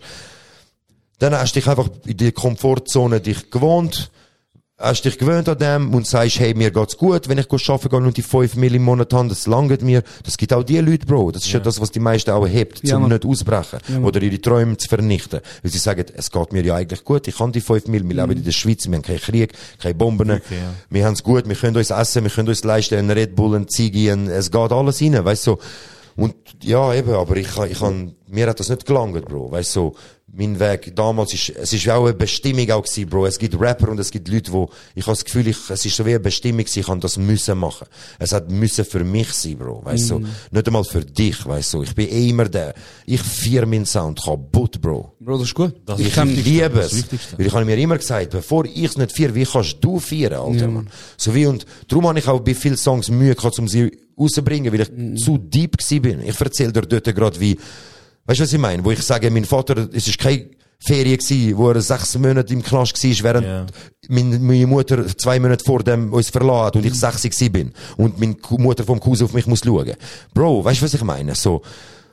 dann hast du dich einfach in die Komfortzone dich gewohnt, hast dich gewöhnt an dem und sagst, hey, mir geht's gut, wenn ich arbeiten gehe und die 5 Mille im Monat habe, das langt mir. Das gibt auch die Leute, Bro. Das ist ja das, was die meisten auch hebt, zum nicht ausbrechen oder ihre Träume zu vernichten. Weil sie sagen, es geht mir ja eigentlich gut, ich habe die 5 Mille, wir leben in der Schweiz, wir haben keinen Krieg, keine Bomben, wir haben's gut, wir können uns essen, wir können uns leisten, einen Red Bull, einen Ziggy, es geht alles rein, weißt du. Und ja, eben, aber mir hat das nicht gelangt, Bro. Weißt du, mein Weg damals es ist auch eine Bestimmung auch gewesen, Bro. Es gibt Rapper und es gibt Leute, ich habe das Gefühl, es ist so wie eine Bestimmung gewesen, ich kann das müssen machen. Es hat müssen für mich sein, Bro. Weißt du, nicht einmal für dich, weißt du. Ich bin immer der. Ich feiere meinen Sound kaputt, Bro. Bro, das ist gut. Ich liebe es. Weil ich habe mir immer gesagt, bevor ich es nicht feiere, wie kannst du feiern, Alter, Mann? So wie, und darum habe ich auch bei vielen Songs Mühe gehabt, um sie rauszubringen, weil ich zu deep gewesen bin. Ich erzähle dir dort gerade wie, weißt du, was ich meine? Wo ich sage, mein Vater, es ist keine Ferien gewesen, wo er 6 Monate im Knast war, während meine Mutter 2 Monate vor dem uns verlassen hat und ich 6 gewesen bin. Und meine Mutter vom Cousin auf mich muss schauen. Bro, weißt du, was ich meine? So,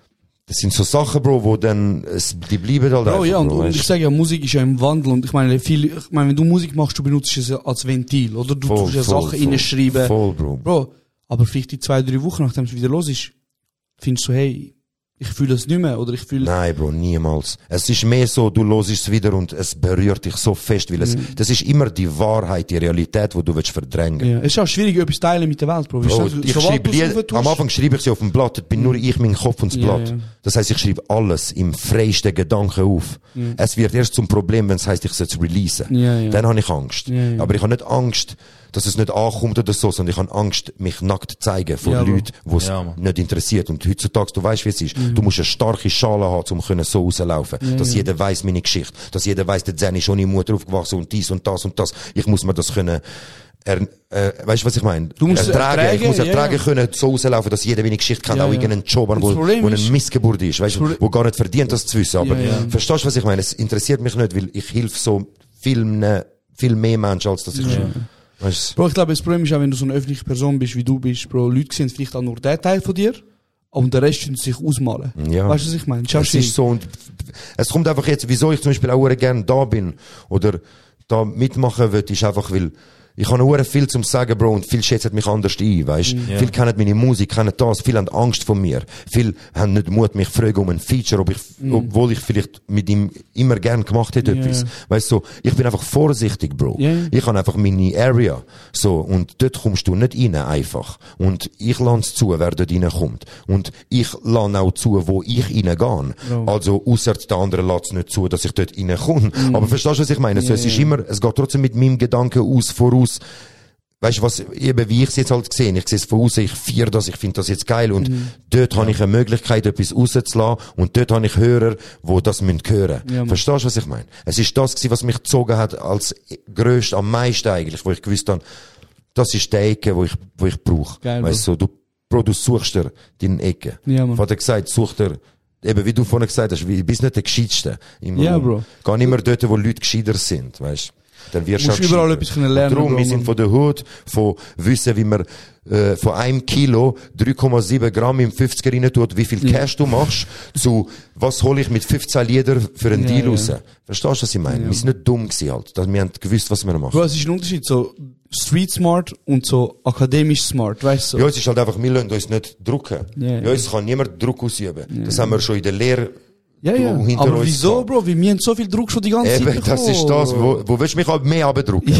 Das sind so Sachen, Bro, wo dann, die bleiben halt Bro, ja, Bro, und ich sage ja, Musik ist ja im Wandel und ich meine, wenn du Musik machst, du benutzt es ja als Ventil, oder? Du tust ja Sachen reinschreiben. Voll, Bro. Bro, aber vielleicht die 2-3 Wochen, nachdem es wieder los ist, findest du, hey, ich fühle es nicht mehr, oder ich fühle... Nein, Bro, niemals. Es ist mehr so, du hörst es wieder und es berührt dich so fest, weil das ist immer die Wahrheit, die Realität, die du willst verdrängen. Ja, es ist auch schwierig, etwas teilen mit der Welt, Bro. Bro, ich schreibe am Anfang schreibe ich sie auf dem Blatt, das bin nur ich, mein Kopf und das Blatt. Ja. Das heisst, ich schreibe alles im freiesten Gedanken auf. Es wird erst zum Problem, wenn es heisst, ich soll es releasen. Ja. Dann habe ich Angst. Ja. Aber ich habe nicht Angst, dass es nicht ankommt oder so, sondern ich habe Angst, mich nackt zu zeigen von Leuten, die es nicht interessiert. Und heutzutage, du weißt, wie es ist. Du musst eine starke Schale haben, um so rauslaufen. Dass jeder weiss meine Geschichte. Dass jeder weiss, der Zen ist ohne Mutter aufgewachsen und dies und das und das. Ich muss mir das können, weißt du, was ich meine? Du musst ertragen. Ich muss ertragen können, so rauslaufen, dass jeder meine Geschichte kennt, auch irgendeinen Job an, wo eine Missgeburt ist, weißt du, wo gar nicht verdient, das zu wissen. Aber verstehst du, was ich meine? Es interessiert mich nicht, weil ich helfe so viel mehr Menschen, als dass ich schon... Bro, ich glaube, das Problem ist auch, wenn du so eine öffentliche Person bist, wie du bist, Bro, Leute sehen vielleicht auch nur den Teil von dir, aber der Rest können sich ausmalen. Ja. Weißt du, was ich meine? Es ist so, und es kommt einfach jetzt, wieso ich zum Beispiel auch gerne da bin, oder da mitmachen will, ist einfach, weil ich habe noch viel zum sagen, Bro, und viele schätzen mich anders ein, weißt? Viele kennen meine Musik, kennen das, viele haben Angst vor mir. Viele haben nicht Mut, mich fragen um ein Feature, obwohl ich vielleicht mit ihm immer gern gemacht hätte, etwas. Weißt du, so, ich bin einfach vorsichtig, Bro. Ich habe einfach meine Area, so, und dort kommst du nicht rein, einfach. Und ich lasse zu, wer dort reinkommt. Und ich lasse auch zu, wo ich reingehe. Also, ausser der andere lässt es nicht zu, dass ich dort reinkomme. Aber verstehst du, was ich meine? So, es ist immer, es geht trotzdem mit meinem Gedanken voraus. Weißt du, was, eben wie ich es jetzt halt gesehen, ich sehe es von außen, ich feiere das, ich finde das jetzt geil und dort habe ich eine Möglichkeit, etwas rauszulassen und dort habe ich Hörer, die das hören müssen. Verstehst du, was ich meine? Es ist das gewesen, was mich gezogen hat als grösst, am meisten eigentlich, wo ich gewusst habe, das ist die Ecke, wo ich brauche. Weißt du, du suchst dir deine Ecke. Vater gesagt, such dir, eben wie du vorhin gesagt hast, du bist nicht der Gescheitste im Raum. Bro. Geh immer dort, wo Leute gescheiter sind, weißt du. Dann wirst du überall etwas lernen. Darum, wir sind von der Hut, von wissen, wie man von 1 Kilo 3,7 Gramm im 50er rein tut, wie viel Cash du machst, zu was hole ich mit 15 Lieder für einen Deal raus. Verstehst du, was ich meine? Wir sind nicht dumm gewesen halt. Wir haben gewusst, was wir machen. Bro, es ist ein Unterschied, so street smart und so akademisch smart, weißt du? Ja, es ist halt einfach, wir lassen uns nicht drucken. Ja, uns kann niemand Druck ausüben. Das haben wir schon in der Lehre. Aber wieso, Bro? Wir haben so viel Druck schon die ganze Zeit bekommen. Das ist das, wo willst du mich halt mehr abdrucken?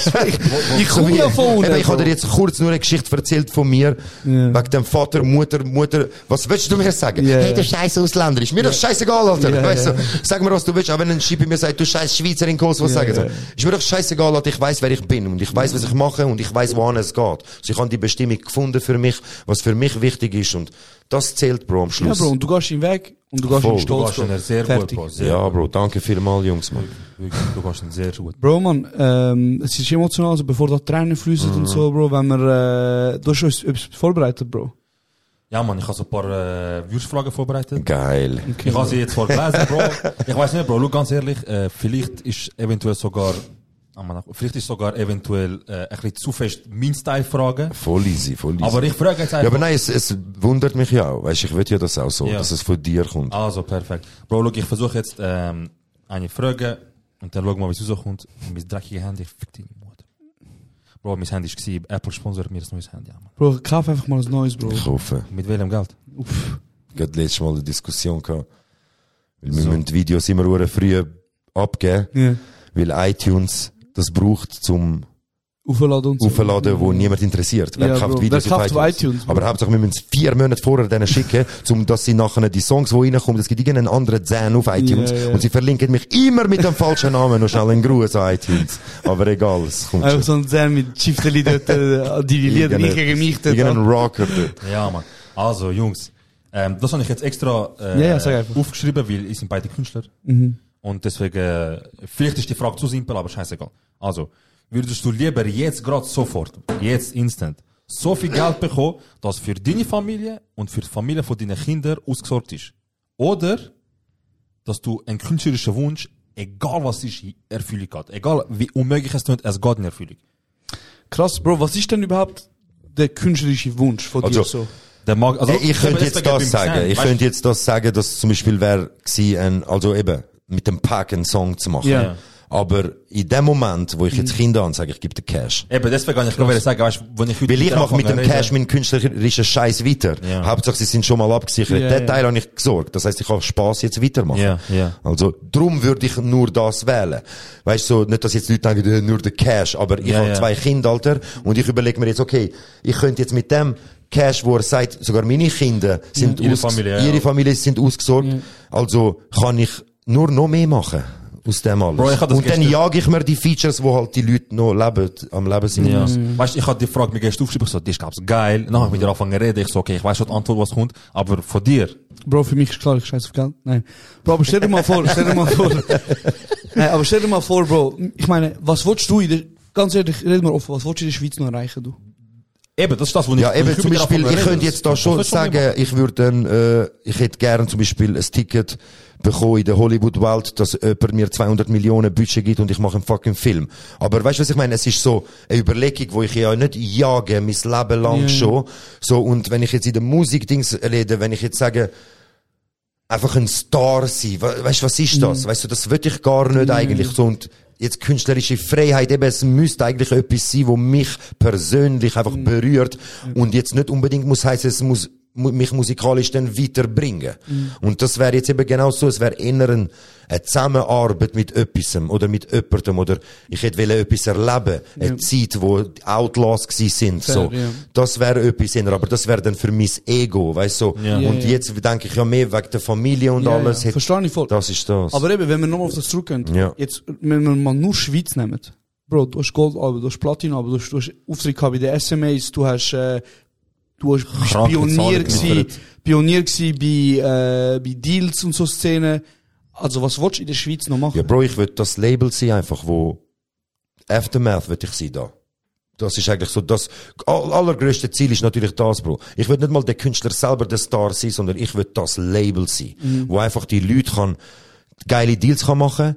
Ich komme ja von unten. Ich habe dir jetzt kurz nur eine Geschichte erzählt von mir, wegen dem Vater, Mutter. Was willst du mir sagen? Hey, der scheiß Ausländer, ist mir doch scheißegal, Alter. Weißt du, sag mir, was du willst, auch wenn ein Schippi mir sagt, du scheiß Schweizerin, was sagen soll. Ist mir doch scheißegal, Alter, ich weiss, wer ich bin und ich weiss, was ich mache und ich weiss, wohin es geht. Also ich habe die Bestimmung gefunden für mich, was für mich wichtig ist und das zählt, Bro, am Schluss. Ja, Bro, und du gehst den Weg und du gehst in Stolz. Du gehst sehr gut, Bro. Ja, Bro, danke vielmals, Jungs, man. Du gehst sehr gut. Bro, man, es ist emotional, also bevor da Tränen fließen und so, Bro, wenn wir, du hast uns etwas vorbereitet, Bro. Ja, man, ich habe so ein paar Würstfragen vorbereitet. Geil. Okay. Ich habe sie jetzt vorgelesen, Bro. Ich weiss nicht, Bro, schau ganz ehrlich, vielleicht ist eventuell sogar eventuell ein bisschen zu fest mein Style fragen. Voll easy. Aber ich frage jetzt einfach... Ja, aber nein, es wundert mich ja auch. Weißt, ich will ja das auch so, dass es von dir kommt. Also, perfekt. Bro, schau, ich versuche jetzt eine Frage und dann schauen wir mal, wie es rauskommt. Mein dreckiges Handy, fick deine Mutter. Bro, mein Handy war Apple sponsert mir ein neues Handy. Ja, Bro, kauf einfach mal ein neues, Bro. Ich hoffe. Mit welchem Geld? Gerade letztes Mal eine Diskussion gehabt. Weil wir müssen die Videos immer früh abgeben, weil iTunes das braucht zum Aufladen, wo niemand interessiert. Wer kauft Videos auf iTunes? Aber hauptsächlich, wir müssen 4 Monate vorher denen schicken, dass sie nachher die Songs, die reinkommen, es gibt irgendeinen anderen Zen auf iTunes und sie verlinken mich immer mit dem falschen Namen, noch schnell einen Gruß an iTunes. Aber egal, es kommt einfach so ein Zen mit Schifteli dort, die Lieder nicht gegen mich dort. Irgendeinen Rocker dort. Ja, man. Also, Jungs, das habe ich jetzt extra aufgeschrieben, weil ich sind beide Künstler. Und deswegen, vielleicht ist die Frage zu simpel, aber scheißegal. Also, würdest du lieber jetzt gerade sofort, jetzt instant, so viel Geld bekommen, dass für deine Familie und für die Familie von deinen Kindern ausgesorgt ist? Oder, dass du einen künstlerischen Wunsch, egal was ist, Erfüllung hat. Egal wie unmöglich es ist, es geht in Erfüllung. Krass, Bro, was ist denn überhaupt der künstlerische Wunsch von dir so? Der mag, also, ich könnte jetzt das sagen. Ich könnte jetzt das sagen, dass zum Beispiel wäre gewesen, also eben, mit dem Pack einen Song zu machen. Ja. Aber in dem Moment, wo ich jetzt Kinder ansage, ich gebe den Cash. Eben, deswegen kann ich gerade sagen, weißt du, wenn ich heute Weil ich mache mit dem anfange Cash meinen künstlerischen Scheiß weiter. Ja. Hauptsache, sie sind schon mal abgesichert. Ja, Den Teil habe ich gesorgt. Das heisst, ich kann Spass jetzt weitermachen. Ja, ja. Also, drum würde ich nur das wählen. Weißt du, so, nicht, dass jetzt Leute denken, nur der Cash, aber ich habe 2 Kinder, Alter, und ich überlege mir jetzt, okay, ich könnte jetzt mit dem Cash, wo er sagt, sogar meine Kinder sind ihre Familie, ihre Familie sind ausgesorgt. Also, kann ich nur noch mehr machen. Aus dem alles. Bro, ich hab das und dann jage ich mir die Features, wo halt die Leute noch am Leben sind. Ja. Weißt du, ich hatte die Frage mir gestern aufgeschrieben, so, das ist geil. Dann habe ich mit dir angefangen zu reden. Ich so, okay, ich weiß schon die Antwort, was kommt, aber von dir. Bro, für mich ist klar, ich scheiße auf Geld. Nein. Bro, aber stell dir mal vor. Nein, aber stell dir mal vor, Bro. Ich meine, was willst du ganz ehrlich, red mal offen, was willst du in der Schweiz noch erreichen, du? Eben, das ist das, was Ja, eben, zum Beispiel, ich könnte jetzt da schon sagen, ich hätte gern zum Beispiel ein Ticket bekommen in der Hollywood-Welt, dass jemand mir 200 Millionen Budget gibt und ich mache einen fucking Film. Aber weißt du, was ich meine? Es ist so eine Überlegung, wo ich ja nicht jage, mein Leben lang schon. So, und wenn ich jetzt in der Musik-Dings rede, wenn ich jetzt sage, einfach ein Star sein, weißt du, was ist das? Weißt du, das will ich gar nicht eigentlich so. Und jetzt künstlerische Freiheit, eben, es müsste eigentlich etwas sein, wo mich persönlich einfach berührt und jetzt nicht unbedingt muss heißen, es muss mich musikalisch dann weiterbringen. Und das wäre jetzt eben genau so, es wäre eher eine Zusammenarbeit mit etwas oder mit jemandem oder ich hätte etwas erleben, eine Zeit, wo Outlaws gsi sind, so. Ja. Das wäre etwas eher, aber das wäre dann für mein Ego, weißt du. So. Ja. Und jetzt denke ich ja mehr wegen der Familie und alles. Ja. Verstehe ich voll. Das ist das. Aber eben, wenn wir nochmal auf das zurückgehen, jetzt, wenn wir mal nur Schweiz nehmen, Bro, du hast Goldalben, du hast Platinum, du hast Auftritt gehabt bei den SMAs, du bist Pionier gsi bei Deals und so Szenen. Also was willst du in der Schweiz noch machen? Ja, Bro, ich will das Label sein einfach, wo Aftermath will ich sein da. Das ist eigentlich so das allergrößte Ziel ist natürlich das, Bro. Ich will nicht mal der Künstler selber der Star sein, sondern ich will das Label sein, wo einfach die Leute geile Deals machen.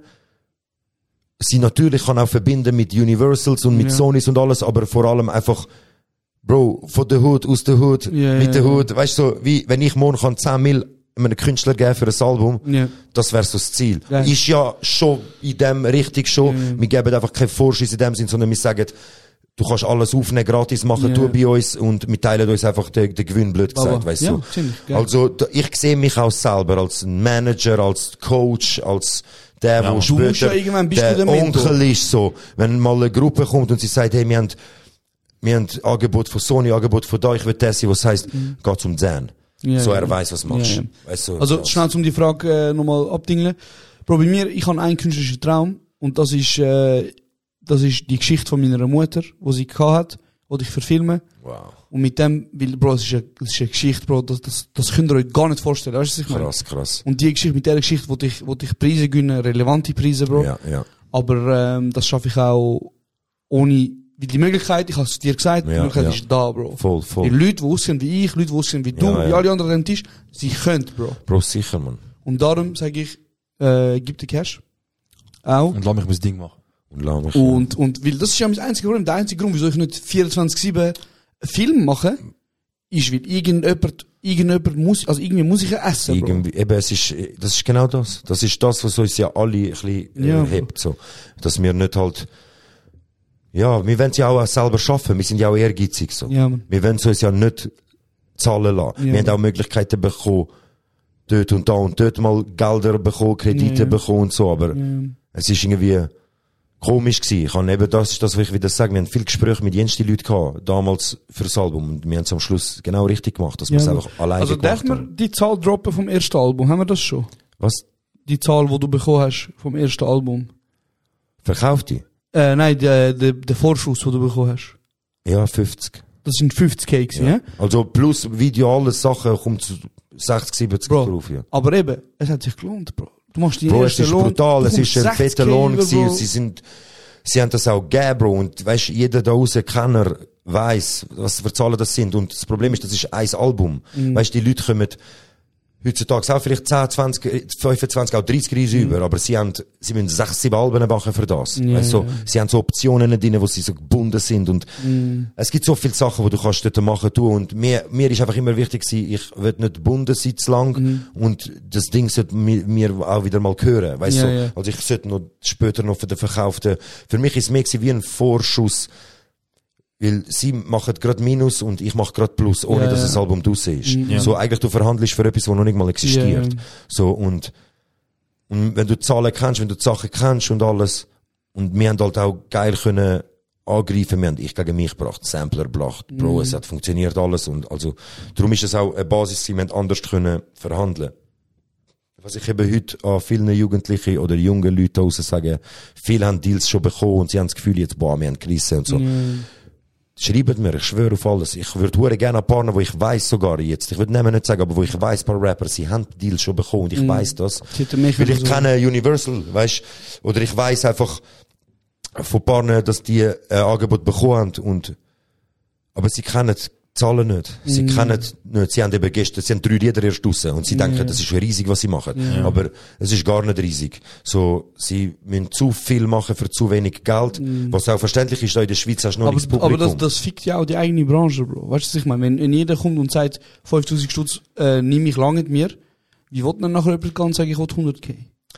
Sie natürlich kann auch verbinden mit Universals und mit Sonys und alles, aber vor allem einfach Bro, von der Hood, aus der Hood, mit der Hood, weißt du, so, wie, wenn ich morgen 10 Mil einem Künstler geben für ein Album, das wäre so das Ziel. Ist ja schon in dem richtig schon, wir geben einfach keinen Vorschuss in dem Sinn, sondern wir sagen, du kannst alles aufnehmen, gratis machen, du bei uns und wir teilen uns einfach den Gewinn, blöd gesagt, weißt du. Also, ich sehe mich auch selber als Manager, als Coach, als der, wo später der Onkel ist, so. Wenn mal eine Gruppe kommt und sie sagt, hey, wir haben Angebot von Sony, Angebot von da, ich will das sein, was heisst, geh zum Zahn. So er weiss, was machst. Weißt du, also, schnell um die Frage nochmal abdingeln. Bro, bei mir, ich habe einen künstlerischen Traum und das ist die Geschichte von meiner Mutter, die sie gehabt hat, die ich verfilme. Wow. Und mit dem, weil, Bro, das ist eine Geschichte, Bro, das könnt ihr euch gar nicht vorstellen, weißt du, was ich meine? Krass. Und die Geschichte, mit dieser Geschichte, wo ich Preise gewinne, relevante Preise, Bro. Ja. Aber, das schaffe ich auch ohne, weil die Möglichkeit, ich habe es dir gesagt, die Möglichkeit ist da, Bro. Voll. Die Leute, die aussehen wie ich, Leute, die aussehen wie du, wie alle anderen am Tisch, sie können, Bro. Bro, sicher, man. Und darum sage ich, gib den Cash. Auch. Und lass mich mein Ding machen. Und weil das ist ja mein einziger Problem. Der einzige Grund, wieso ich nicht 24/7 Film mache, ist, weil irgendjemand muss, also irgendwie muss ich ja essen, irgendwie, Bro. eben, das ist genau das. Das ist das, was uns ja alle ein bisschen hebt, so. Dass wir nicht halt, ja, wir wollen es ja auch selber schaffen. Wir sind ja auch ehrgeizig, so. Ja, man. Wir wollen es uns ja nicht zahlen lassen. Ja, wir haben auch Möglichkeiten bekommen, dort und da und dort mal Gelder bekommen, Kredite bekommen und so, aber es ist irgendwie komisch gewesen. Ich habe eben, das ist das, was ich wieder sage, wir haben viel Gespräche mit jensten Leuten gehabt, damals fürs Album, und wir haben es am Schluss genau richtig gemacht, dass wir es einfach alleine also gemacht haben. Also darf man die Zahl droppen vom ersten Album? Haben wir das schon? Was? Die Zahl, die du bekommen hast vom ersten Album? Verkauft die? Nein, der Vorschuss, den du bekommen hast. Ja, 50. Das sind 50k gewesen, ja? Also plus Video, alles Sachen, kommt zu 60, 70 drauf, ja. Aber eben, es hat sich gelohnt, Bro. Du machst die Bro, erste es ist Lohn, brutal, es ist ein fetter Lohn gewesen, und sie haben das auch gegeben, Bro, und weisst, jeder da draussen Kenner weiss, was für Zahlen das sind, und das Problem ist, das ist ein Album. Weisst, die Leute kommen heutzutage auch vielleicht 10, 20, 25, auch 30 Reisen über, aber sie müssen 6, 7 Alben machen für das. Ja, Weißt du, ja. sie haben so Optionen drin, wo sie so gebunden sind und es gibt so viele Sachen, wo du kannst dort machen tun und mir ist einfach immer wichtig gewesen, ich will nicht gebunden sein zu lang und das Ding sollte mir auch wieder mal hören, weißt du, Ja. also ich sollte noch später noch für den verkauften, für mich ist es mehr gewesen wie ein Vorschuss, weil sie machen gerade Minus und ich mache gerade Plus, ohne dass das Album draussen ist. Ja. So, eigentlich du verhandelst für etwas, was noch nicht mal existiert. Ja. So, und wenn du die Zahlen kennst, wenn du die Sachen kennst und alles, und wir haben halt auch geil können angreifen, wir haben ich gegen mich gebracht, Sampler gebracht, Bro, es hat funktioniert alles und also, darum ist es auch eine Basis, wir haben anders können verhandeln. Was ich eben heute an vielen Jugendlichen oder jungen Leuten draussen sage, viele haben Deals schon bekommen und sie haben das Gefühl jetzt, boah, wir haben gerissen und so. Schreibt mir, ich schwöre auf alles. Ich würde hure gerne ein paar, wo ich weiss sogar jetzt, ich würde nicht sagen, aber wo ich weiss, ein paar Rapper, sie haben Deals schon bekommen und ich weiss das. Weil ich kenne Universal, weißt, oder ich weiss einfach von Partnern, dass die ein Angebot bekommen haben aber sie kennen die Zahlen nicht. Sie kennen nicht, sie haben eben gestern, sie haben 3 Lieder erst draussen und sie denken, das ist riesig, was sie machen. Aber es ist gar nicht riesig. So, sie müssen zu viel machen für zu wenig Geld, was auch verständlich ist, da in der Schweiz hast du noch nichts Publikum. Aber das fickt ja auch die eigene Branche, Bro. Weißt du, was ich meine? Wenn jeder kommt und sagt, 5000 Stutz, nehme ich lange mit mir, wie will dann nachher jemand gehen und sagen, ich will 100k?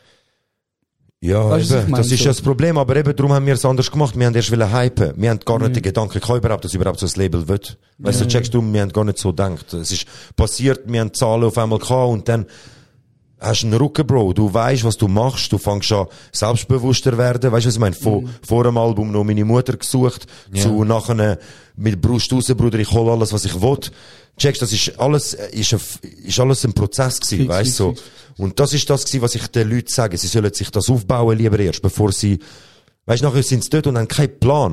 Ja, Weißt du, was ich eben, meine? das ist ja das Problem, aber eben, darum haben wir es anders gemacht. Wir haben erst hypen. Wir haben gar nicht den Gedanken gehabt, überhaupt, dass überhaupt so ein Label wird. Weißt du, checkst du, wir haben gar nicht so gedacht. Es ist passiert, wir haben Zahlen auf einmal gehabt und dann hast du einen Rücken, Bro. Du weißt, was du machst. Du fängst an, selbstbewusster werden. Weißt du, was ich meine? Vor dem Album noch meine Mutter gesucht, zu nachher mit Brust raus, Bruder, ich hol alles, was ich will. Checkst, das ist alles ein Prozess gewesen, weißt du? So. Und das ist das gewesen, was ich den Leuten sage. Sie sollen sich das aufbauen lieber erst, bevor sie, weißt du, nachher sind sie dort und haben keinen Der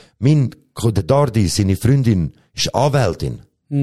Dardi, seine Freundin, ist Anwältin.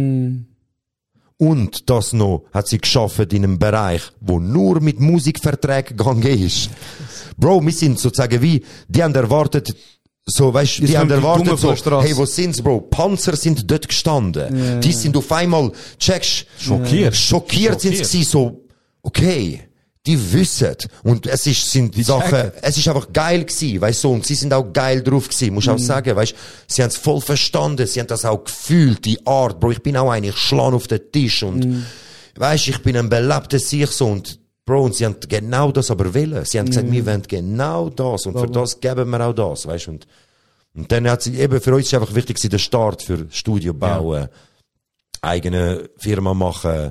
Und das noch hat sie geschaffen in einem Bereich, wo nur mit Musikverträgen gegangen ist. Bro, wir sind sozusagen wie, die haben erwartet, so, weißt du, die haben erwartet so, hey, wo sind's, Bro? Panzer sind dort gestanden. Die sind auf einmal, checkst, schockiert sind sie so, okay, die wissen. Und es sind Sachen, es ist einfach geil gewesen, weißt du, und sie sind auch geil drauf gewesen, musst auch sagen, weißt du, sie haben es voll verstanden, sie haben das auch gefühlt, die Art, Bro, ich bin auch ich schlage auf den Tisch und, weißt du, ich bin ein belebter Sieg so und, Bro, und sie haben genau das aber wollen. Sie haben gesagt, wir wollen genau das und für das geben wir auch das, weißt du, und dann hat sie, eben, für uns ist einfach wichtig, der Start für Studio bauen, eigene Firma machen,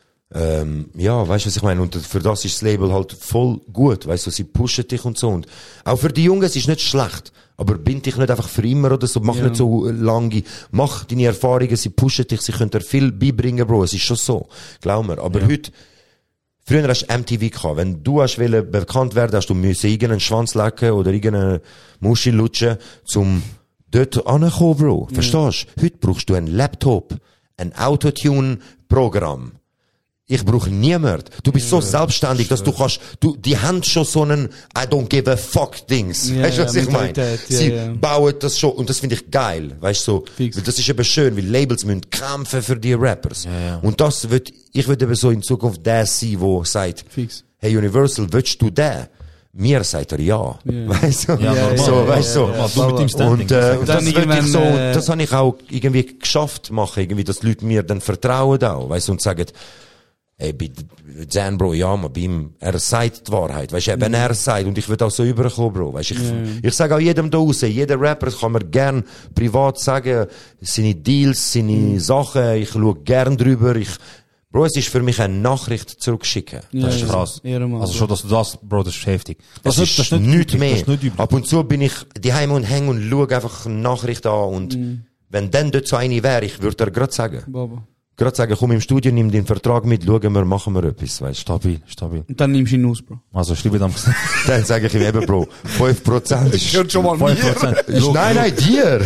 ja, weißt du, was ich meine? Und für das ist das Label halt voll gut, weißt du, sie pushen dich und so. Und auch für die Jungen, es ist nicht schlecht. Aber bind dich nicht einfach für immer oder so, mach nicht so lange, mach deine Erfahrungen, sie pushen dich, sie können dir viel beibringen, Bro, es ist schon so. Glaub mir. Aber heute, früher hast du MTV gehabt. Wenn du hast wollen bekannt werden, hast du müssen irgendeinen Schwanz lecken oder irgendeine Muschi lutschen, zum dort ankommen, Bro. Verstehst du? Heute brauchst du einen Laptop, ein Autotune-Programm. Ich brauche niemand. Du bist so selbstständig, dass du kannst, die haben schon so einen I don't give a fuck Dings. Weißt du, was ich meine? Sie bauen das schon, und das finde ich geil. Weißt du, so, weil das ist eben schön, weil Labels müssen kämpfen für die Rappers. Und das ich würde eben so in Zukunft der sein, wo sagt, hey Universal, willst du der? Mir sagt er ja. Weißt du? Weißt du? So mit dem Standing. Und das würde ich so, das habe ich auch irgendwie geschafft machen, irgendwie, dass die Leute mir dann vertrauen auch, weißt du, und sagen, ey, bei Zan, Bro, ja, man, bei ihm, er sagt die Wahrheit, weißt du, eben er sagt, und ich würde auch so überkommen, Bro, weißt du, ich sage auch jedem da draussen, jeder Rapper kann mir gern privat sagen, seine Deals, seine Sachen, ich schaue gern drüber, Bro, es ist für mich eine Nachricht zurückschicken. Das ist krass. Also schon, dass du das, Bro, das ist heftig. Das ist nichts mehr. Ab und zu bin ich daheim und hänge und schaue einfach eine Nachricht an und wenn dann dort so eine wäre, ich würde dir gerade sagen. Gerade sagen, komm im Studio, nimm den Vertrag mit, schauen wir, machen wir etwas, weißt du. Stabil. Und dann nimmst du ihn aus, Bro. Also, schreibe dann. Dann sage ich ihm eben, Bro, 5% ist schon mal 5%. Nein, dir.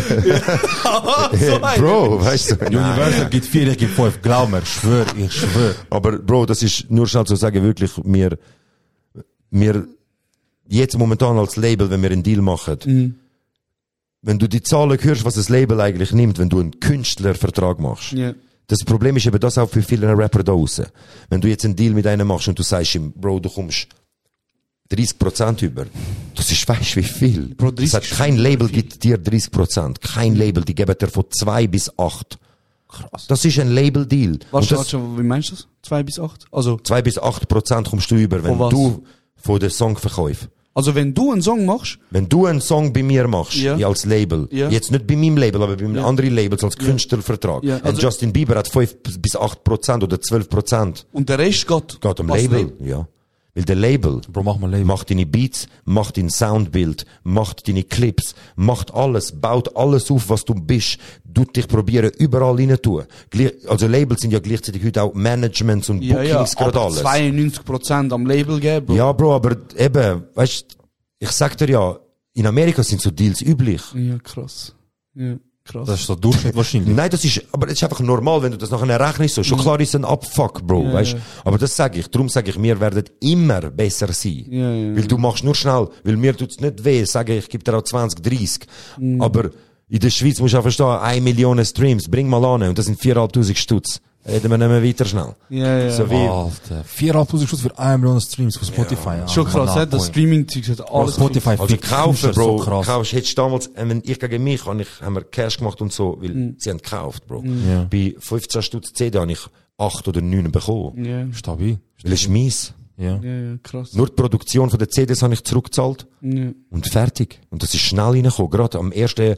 Bro, weißt du. Universal gibt 4, ich gebe 5. Glaub mir, ich schwör. Aber, Bro, das ist nur schnell zu sagen, wirklich, wir jetzt momentan als Label, wenn wir einen Deal machen, wenn du die Zahlen hörst, was das Label eigentlich nimmt, wenn du einen Künstlervertrag machst, Das Problem ist eben das auch für viele Rapper da draussen. Wenn du jetzt einen Deal mit einem machst und du sagst ihm, Bro, du kommst 30% über. Das ist, weißt wie viel? Bro, das hat kein Label gibt dir 30%. Kein Label, die geben dir von 2 bis 8. Krass. Das ist ein Label-Deal. Warte, wie meinst du das? 2 bis 8? Also 2 bis 8% kommst du über, wenn du von den Songverkäufen. Also wenn du einen Song machst? Wenn du einen Song bei mir machst, als Label, jetzt nicht bei meinem Label, aber bei anderen Labels als Künstlervertrag. Ja. Also Justin Bieber hat 5 bis 8% oder 12%. Und der Rest geht am Label, ja. Weil der Label, macht deine Beats, macht dein Soundbild, macht deine Clips, macht alles, baut alles auf, was du bist, tut dich probieren, überall rein tun. Also Labels sind ja gleichzeitig heute auch Managements und Bookings, gerade alles. 92% am Label geben, Bro. Ja, Bro, aber eben, weißt, ich sag dir ja, in Amerika sind so Deals üblich. Ja, krass. Ja. Krass. Das ist so Durchschnitt wahrscheinlich. Nein, das ist einfach normal, wenn du das nachher rechnest, so. Schon klar ist ein Abfuck, Bro, weißt? Aber das sage ich. Darum sage ich, wir werden immer besser sein. Weil du machst nur schnell, weil mir tut's nicht weh, sage ich gebe dir auch 20, 30. Aber in der Schweiz musst du auch verstehen, 1 Million Streams, bring mal an, und das sind 4'500 Stutz. Reden wir nicht mehr weiter schnell. Ja. So wie, Alter, 4'500 Stutz für 1 Million Streams von Spotify. Ja. Schon krass, das Streaming-Zeug hat alles. Spotify also kaufen, Bro. So kaufst, hättest damals, wenn ich gegen mich, haben wir Cash gemacht und so, weil sie haben gekauft, Bro. Ja. Bei 15 Stutz CD habe ich 8 oder 9 bekommen. Ja. Stabil. Weil es ist mies. Ja, krass. Nur die Produktion von der CDs habe ich zurückgezahlt. Und fertig. Und das ist schnell reingekommen. Gerade am ersten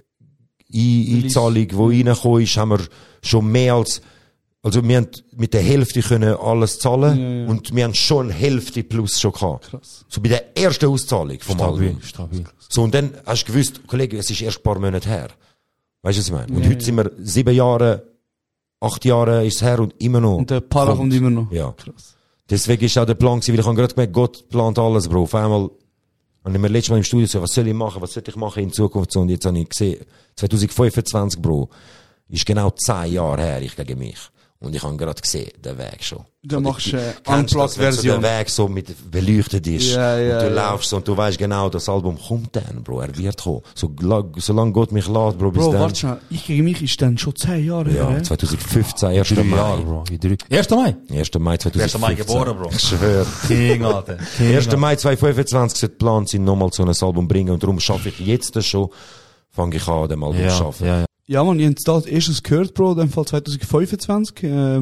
Einzahlung, die reingekommen ist, haben wir schon mehr als, also wir haben mit der Hälfte können alles zahlen und wir haben schon Hälfte plus schon gehabt. Krass. So bei der ersten Auszahlung vom Album. Stabil. So, und dann hast du gewusst, Kollege, es ist erst ein paar Monate her. Weißt du, was ich meine? Und heute sind wir 7 Jahre, 8 Jahre ist es her und immer noch. Und der Para kommt immer noch. Ja. Krass. Deswegen ist auch der Plan gewesen, weil ich habe gerade gemerkt, Gott plant alles, Bro. Auf einmal, und ich mir letztes Mal im Studio so, was soll ich machen, was sollte ich machen in Zukunft? So, und jetzt habe ich gesehen, 2025, Bro, ist genau 10 Jahre her, ich gegen mich. Und ich habe gerade gesehen, den Weg schon. Du machst eine Unplugged-Version. So der Weg so mit beleuchtet ist. Ja, und du laufst so und du weißt genau, das Album kommt dann, Bro. Er wird kommen. Solange Gott mich lässt, Bro, bis Bro, dann. warte schon. Ich gegen mich ist dann schon 10 Jahre her. Ja, 2015, 1. Mai. Jahre, Bro. 1. Mai? 1. Mai 2015. 1. Mai geboren, Bro. Ich schwöre. King, Alter. 1. Mai 2025 sollte geplant sein, nochmal so ein Album bringen. Und darum schaffe ich jetzt das schon, fange ich an, dem Album zu schaffen. Ja, man, ich habe das erstes gehört, Bro, in dem Fall 2025,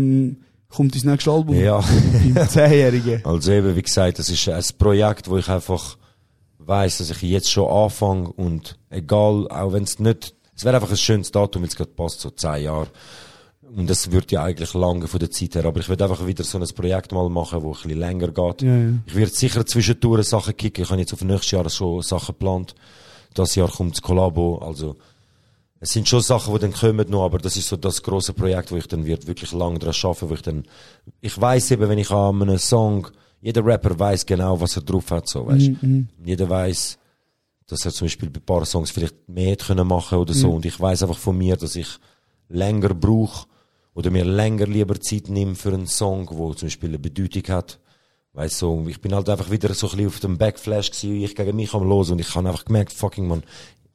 kommt das nächste Album. Ja. Im 10-Jährigen. Also eben, wie gesagt, das ist ein Projekt, wo ich einfach weiss, dass ich jetzt schon anfange und egal, auch wenn es nicht, es wäre einfach ein schönes Datum, jetzt gerade passt, so 10 Jahre. Und das wird ja eigentlich lange von der Zeit her, aber ich werde einfach wieder so ein Projekt mal machen, wo ein bisschen länger geht. Ja. Ich werde sicher zwischendurch Sachen kicken, ich habe jetzt auf nächstes Jahr schon Sachen geplant. Das Jahr kommt das Kollabo, also es sind schon Sachen, die dann kommen noch, aber das ist so das grosse Projekt, wo ich dann wirklich lang dran arbeiten, wo ich weiss eben, wenn ich an einem Song, jeder Rapper weiss genau, was er drauf hat, so, weißt. Jeder weiss, dass er zum Beispiel bei ein paar Songs vielleicht mehr hätte können machen oder so, und ich weiss einfach von mir, dass ich länger brauche, oder mir länger lieber Zeit nehme für einen Song, wo zum Beispiel eine Bedeutung hat. Weißt so, ich bin halt einfach wieder so ein bisschen auf dem Backflash gewesen, ich gegen mich am Los, und ich habe einfach gemerkt, fucking man,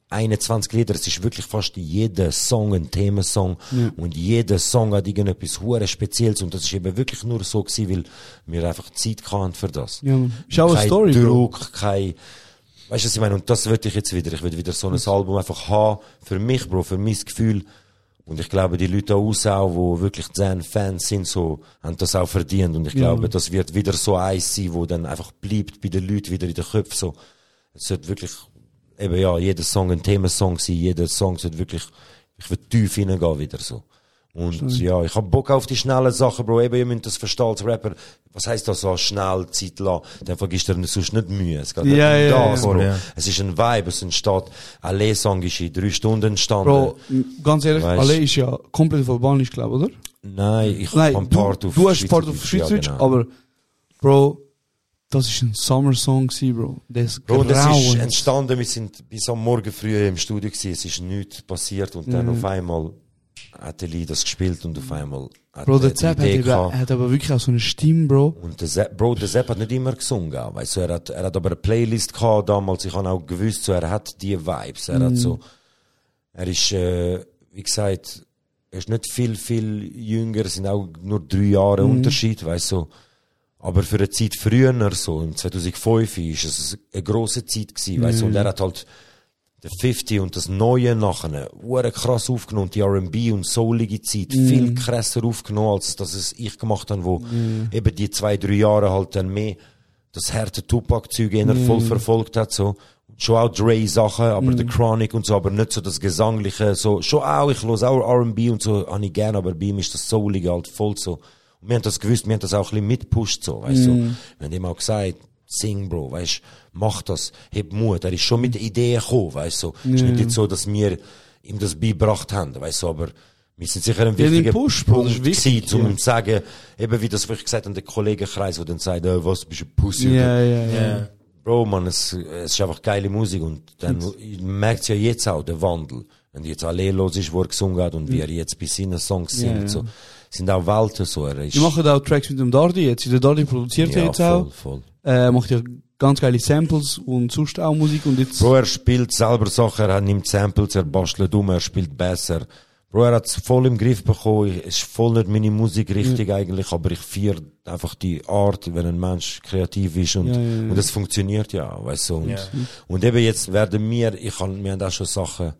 21 Lieder, es ist wirklich fast jeder Song ein Themensong, und jeder Song hat irgendetwas hure Spezielles, und das ist eben wirklich nur so gewesen, weil wir einfach Zeit hatten für das. Ja, man. Schau eine Story, Druck, kein, weißt du, was ich meine? Und das wollte ich jetzt wieder. Ich will wieder so ein Album einfach haben, für mich, Bro, für mein Gefühl. Und ich glaube, die Leute auch, die wirklich Zen-Fans sind, so, haben das auch verdient. Und ich glaube, das wird wieder so eins sein, wo dann einfach bleibt bei den Leuten wieder in den Köpfen, so. Es sollte wirklich, eben ja, jeder Song ein Themensong sein, jeder Song sollte wirklich, ich will tief hineingehen wieder so. Und ja, ich hab Bock auf die schnellen Sachen, Bro, eben, ihr müsst das verstehen als Rapper. Was heisst das so, schnell Zeit lassen? Dann vergisst er sonst nicht Mühe. Es geht Bro. Ja. Es ist ein Vibe, es entsteht, ein Song ist in 3 Stunden entstanden. Bro, ganz ehrlich, Ale ist ja komplett auf Albanisch, glaube ich, oder? Nein, ich habe Part auf Du hast Part auf Schweizerdeutsch, ja, genau. aber, Bro, das ist ein Summer-Song gewesen, Bro. Das ist entstanden, wir sind bis am Morgen früh im Studio gewesen, es ist nichts passiert, und dann auf einmal hat Eli das gespielt, und auf einmal hat Bro, der Sepp hat aber wirklich auch so eine Stimme, Bro. Und der Sepp hat nicht immer gesungen, weißt du, er hat aber eine Playlist gehabt damals, ich habe auch gewusst, so, er hat die Vibes, er hat so, er ist, wie gesagt, er ist nicht viel jünger, es sind auch nur 3 Jahre Unterschied, weißt du. Aber für eine Zeit früher, so, im 2005, ist es eine grosse Zeit gewesen, weißt du. Und er hat halt der 50 und das Neue nachher, krass aufgenommen, die R&B und soulige Zeit, viel krasser aufgenommen, als das ich gemacht habe, wo eben die 2-3 Jahre halt dann mehr das harte Tupac-Zeug voll verfolgt hat, so. Schon auch Dre-Sachen, aber der Chronic und so, aber nicht so das Gesangliche, so, schon auch, ich höre auch R&B und so, habe ich gern, aber bei ihm ist das Soulige halt voll so. Und wir haben das gewusst, wir haben das auch ein bisschen mitgepusht, so, weißt du. Wir haben ihm auch gesagt, sing, Bro, weißt, mach das, heb Mut. Er ist schon mit Ideen gekommen, weißt du. Es ist nicht so, dass wir ihm das beigebracht haben, weißt du, aber wir sind sicher ein wichtiger Punkt gewesen, um ihm zu sagen, eben wie das, was ich gesagt habe, der Kollegenkreis, der dann sagt, was, bist du ein Pussy? Ja. Bro, man, es ist einfach geile Musik und dann merkt ja jetzt auch der Wandel. Wenn jetzt alle los ist, wo er gesungen hat und wie er jetzt bei seinen Songs singt, so. Sind auch Welten so. Die machen auch Tracks mit dem Dardi jetzt. Der Dardi produziert ja jetzt auch. Voll. Macht ja ganz geile Samples und sonst auch Musik und jetzt. Bro, er spielt selber Sachen, er nimmt Samples, er bastelt er spielt besser. Bro, er hat's voll im Griff bekommen, ist voll nicht meine Musik richtig eigentlich, aber ich feiere einfach die Art, wenn ein Mensch kreativ ist und das funktioniert ja, weißt du. Und eben jetzt werden wir haben auch schon Sachen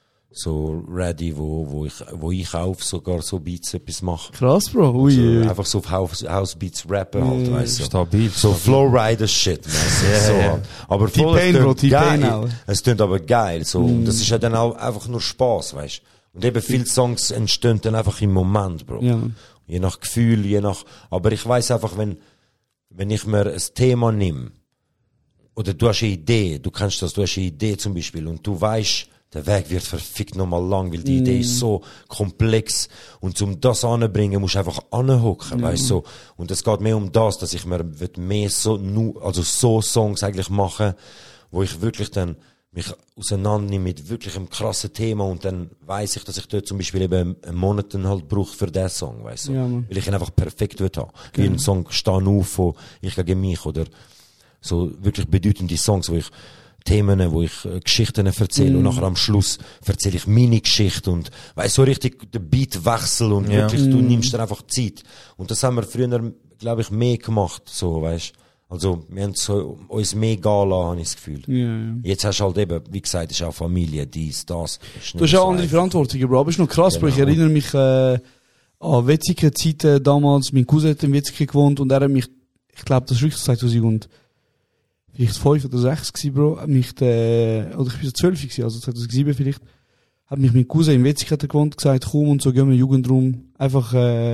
so ready, wo ich auf sogar so Beats etwas mache. Krass, Bro. Ui. So, einfach so auf House Beats rappen halt, weißt du. Stabil. So Flowrider Shit, weißt du. So halt. Aber voll, T-Pain, Bro, T-Pain auch. Es klingt aber geil, so. Und das ist ja dann auch einfach nur Spaß, weißt du. Und eben viele Songs entstehen dann einfach im Moment, Bro. Ja. Je nach Gefühl, aber ich weiss einfach, wenn ich mir ein Thema nehme, oder du hast eine Idee, du hast eine Idee zum Beispiel, und du weißt, der Weg wird verfickt nochmal lang, weil die Idee ist so komplex. Und um das anzubringen, musst du einfach anhocken, weißt du. Und es geht mehr um das, dass ich mir mehr so Songs eigentlich machen, wo ich wirklich dann mich auseinandernehme mit wirklich einem krassen Thema und dann weiss ich, dass ich dort zum Beispiel eben einen Monat halt brauche für diesen Song, weißt du. Ja, weil ich ihn einfach perfekt will haben. Wie ein Song «Steh auf» von «Ich gegen mich» oder so wirklich bedeutende Songs, wo ich Themen, wo ich Geschichten erzähle und nachher am Schluss erzähle ich meine Geschichte und weißt so richtig den Beatwechsel und wirklich du nimmst dir einfach Zeit und das haben wir früher, glaube ich, mehr gemacht, so weißt. Also wir haben so uns mehr gehen lassen, habe ich das Gefühl. Ja. Jetzt hast du halt eben, wie gesagt, ist auch Familie, dies, das. Du hast auch andere Verantwortungen, Bro, aber ist noch krass, Bro. Ich erinnere mich an Wetzikon Zeiten damals, mein Cousin hat in Wetzikon gewohnt und er hat mich, ich glaube, das ist wirklich 2000 vielleicht 5 oder 6 gewesen, Bro, oder ich bin so 12 gewesen, also 2007 vielleicht, hat mich mein Cousin in Wetzikon gewohnt, gesagt, komm und so, gehen wir in den Jugendraum, einfach,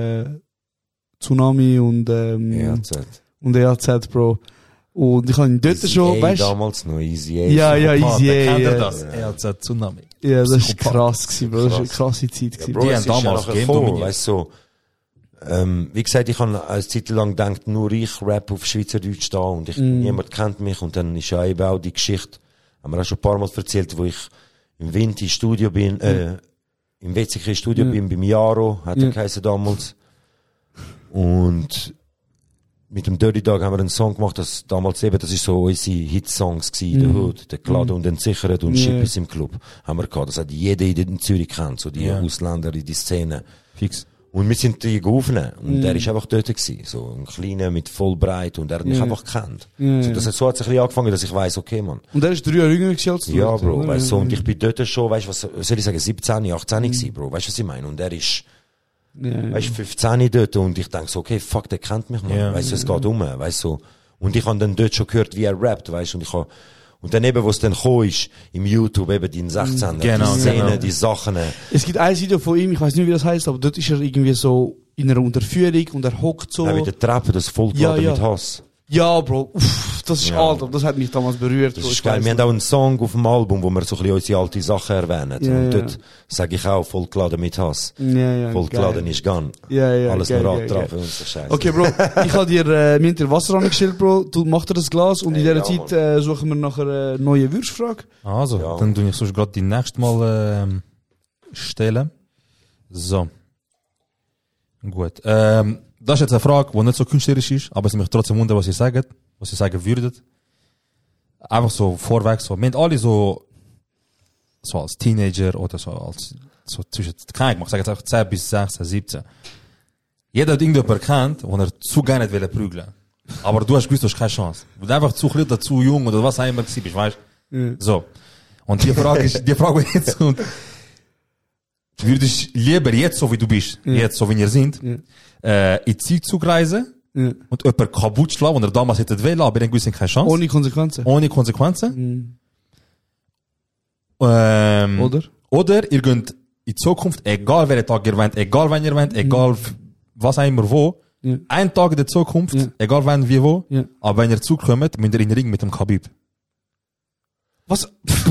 Tsunami und, und EAZ, Bro. Und ich habe ihn dort Easy schon, weißt du? damals noch, Easy A. Ja, Easy A. Kennt ihr das? EAZ Tsunami. Ja, das ist krass gewesen, Bro, das ist eine krasse Zeit gewesen. Bro, Die es haben ist damals ja Game gekommen, dominiert. weißt du, wie gesagt, ich habe eine Zeit lang gedacht, nur ich rap auf Schweizerdeutsch da und niemand kennt mich und dann ist ja eben auch die Geschichte, haben wir auch schon ein paar Mal erzählt, wo ich im Winter Studio bin, im Wetzikon Studio bin, beim Jaro, hat er geheißen damals. Und mit dem Dirty Dog haben wir einen Song gemacht, das damals eben, das ist so unsere Hitsongs gewesen, der Hood, der Geladen und Entsichert und Schippis im Club, haben wir gehabt. Das hat jeder in Zürich kennt, so die Ausländer in die Szene. Fix. Und wir sind die aufgenommen. Und der ist einfach dort gewesen. So ein kleiner mit Vollbreit und er hat mich einfach gekannt. So hat es ein bisschen angefangen, dass ich weiss, okay, Mann. Und er ist 3 Jahre jünger gewesen als du. Ja, Bro, weißt du, und ich bin dort schon, weißt du, was soll ich sagen, 17, 18 gewesen, Bro, weißt du, was ich meine? Und er ist, weißt du, 15 dort und ich denk so, okay, fuck, der kennt mich, Mann. Weißt du, es geht weißt du. Und ich habe dann dort schon gehört, wie er rappt, weißt du, und dann eben, wo es dann gekommen ist, im YouTube, eben die 16er, Genau, die Szenen, genau. die Sachen. Es gibt ein Video von ihm, ich weiß nicht, wie das heißt, aber dort ist er irgendwie so in einer Unterführung und er hockt so. Ja, mit der Treppe, das vollgeladen mit Hass. Ja, Bro, das ist Alter, das hat mich damals berührt. Das ist geil. Wir haben auch einen Song auf dem Album, wo wir so ein bisschen unsere alte Sachen erwähnen. Und dort sage ich auch, vollgeladen mit Hass. Vollgeladen ist gone. Alles geil, nur geil, antrafen und so Scheiße. Okay, Bro, ich habe dir, mir hat dir Wasser angestellt, Bro. Du machst dir das Glas und in dieser Zeit suchen wir nach einer neuen Würzfrage. Also, dann tue ich sonst gerade die nächste Mal stellen. So. Gut. Das ist jetzt eine Frage, die nicht so künstlerisch ist, aber es mich trotzdem wundert, was ihr sagt, was ihr sagen würdet. Einfach so vorweg, so. Wir haben alle so als Teenager oder so als so zwischen, keine Ahnung, ich sage jetzt auch 10 bis 16, 17. Jeder hat irgendjemanden erkannt, wo er zu gerne nicht prügeln. Aber du hast gewusst, du hast keine Chance. Weil du einfach zu klein oder zu jung oder was auch immer gewesen bist, weißt du? So. Und die Frage, die jetzt kommt, würdest du lieber jetzt, so wie du bist, jetzt, so wie ihr sind, in die Zeit zugreisen und jemanden kaputt schlagen, und er damals hätte wählen, aber dann gewusst, keine Chance. Ohne Konsequenzen. Ohne Konsequenzen. Oder ihr geht in die Zukunft, egal welchen Tag ihr wollt, egal wann ihr wollt, egal was auch immer wo, ein Tag in der Zukunft, egal wann, wie, wo, aber wenn ihr zurückkommt, müsst ihr in den Ring mit dem Khabib. Was?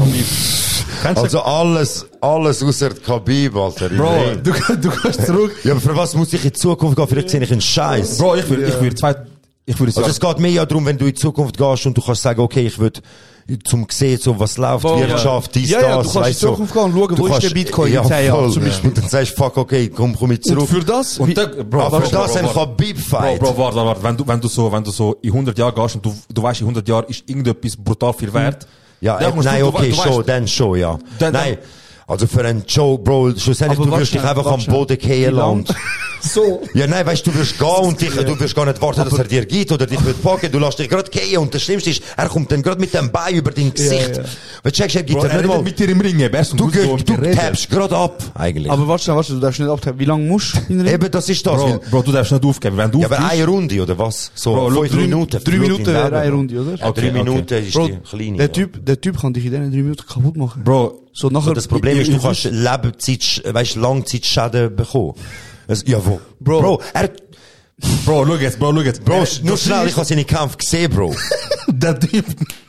Also alles ausser Khabib, Alter. Bro, du kannst zurück. Ja, aber für was muss ich in Zukunft gehen? Vielleicht sehe ich einen Scheiß. Bro, ich würde Also es geht mehr ja darum, wenn du in die Zukunft gehst und du kannst sagen, okay, ich würde zum sehen, so was läuft, Wirtschaft, dies, das, du kannst in die Zukunft gehen und schauen, wo ist der Bitcoin in 10 Jahren zum Beispiel. Und dann sagst du, fuck, okay, komm ich zurück. Und für das? Aber für das ein Khabib-Fight. Bro, warte, wenn du so in 100 Jahren gehst und du weißt, in 100 Jahren ist irgendetwas brutal viel wert. Ja, nein, okay, dann schon, ja. Nein. Also für einen Joe, Bro, schlussendlich, du wirst dich einfach am Boden gehen und... So. Ja, nein, weißt du, wirst gehen und du wirst gar nicht warten, dass er dir geht oder dich wird packen. Du lässt dich gerade gehen und das Schlimmste ist, er kommt dann gerade mit dem Bein über dein Gesicht. Weil checkst, er gibt dir nicht mal... mit dir im Ring, du tappst gerade ab, eigentlich. Aber warte, du darfst nicht abtappen. Wie lange musst du in den Ring? Eben, das ist das. Bro, du darfst nicht aufgeben. Wenn du ja, aber eine Runde, oder was? So, 5 Minuten. 3 Minuten wäre eine Runde, oder? Ja, 3 Minuten ist die kleine. Der Typ kann dich in diesen 3 Minuten kaputt machen. Bro, so nachher... Das Problem ist, du kannst Langzeitschäden bekommen. Ja, wo? Bro, schau jetzt. Bro, nur schnell, ich habe seine Kampf gesehen, Bro. Der Typ.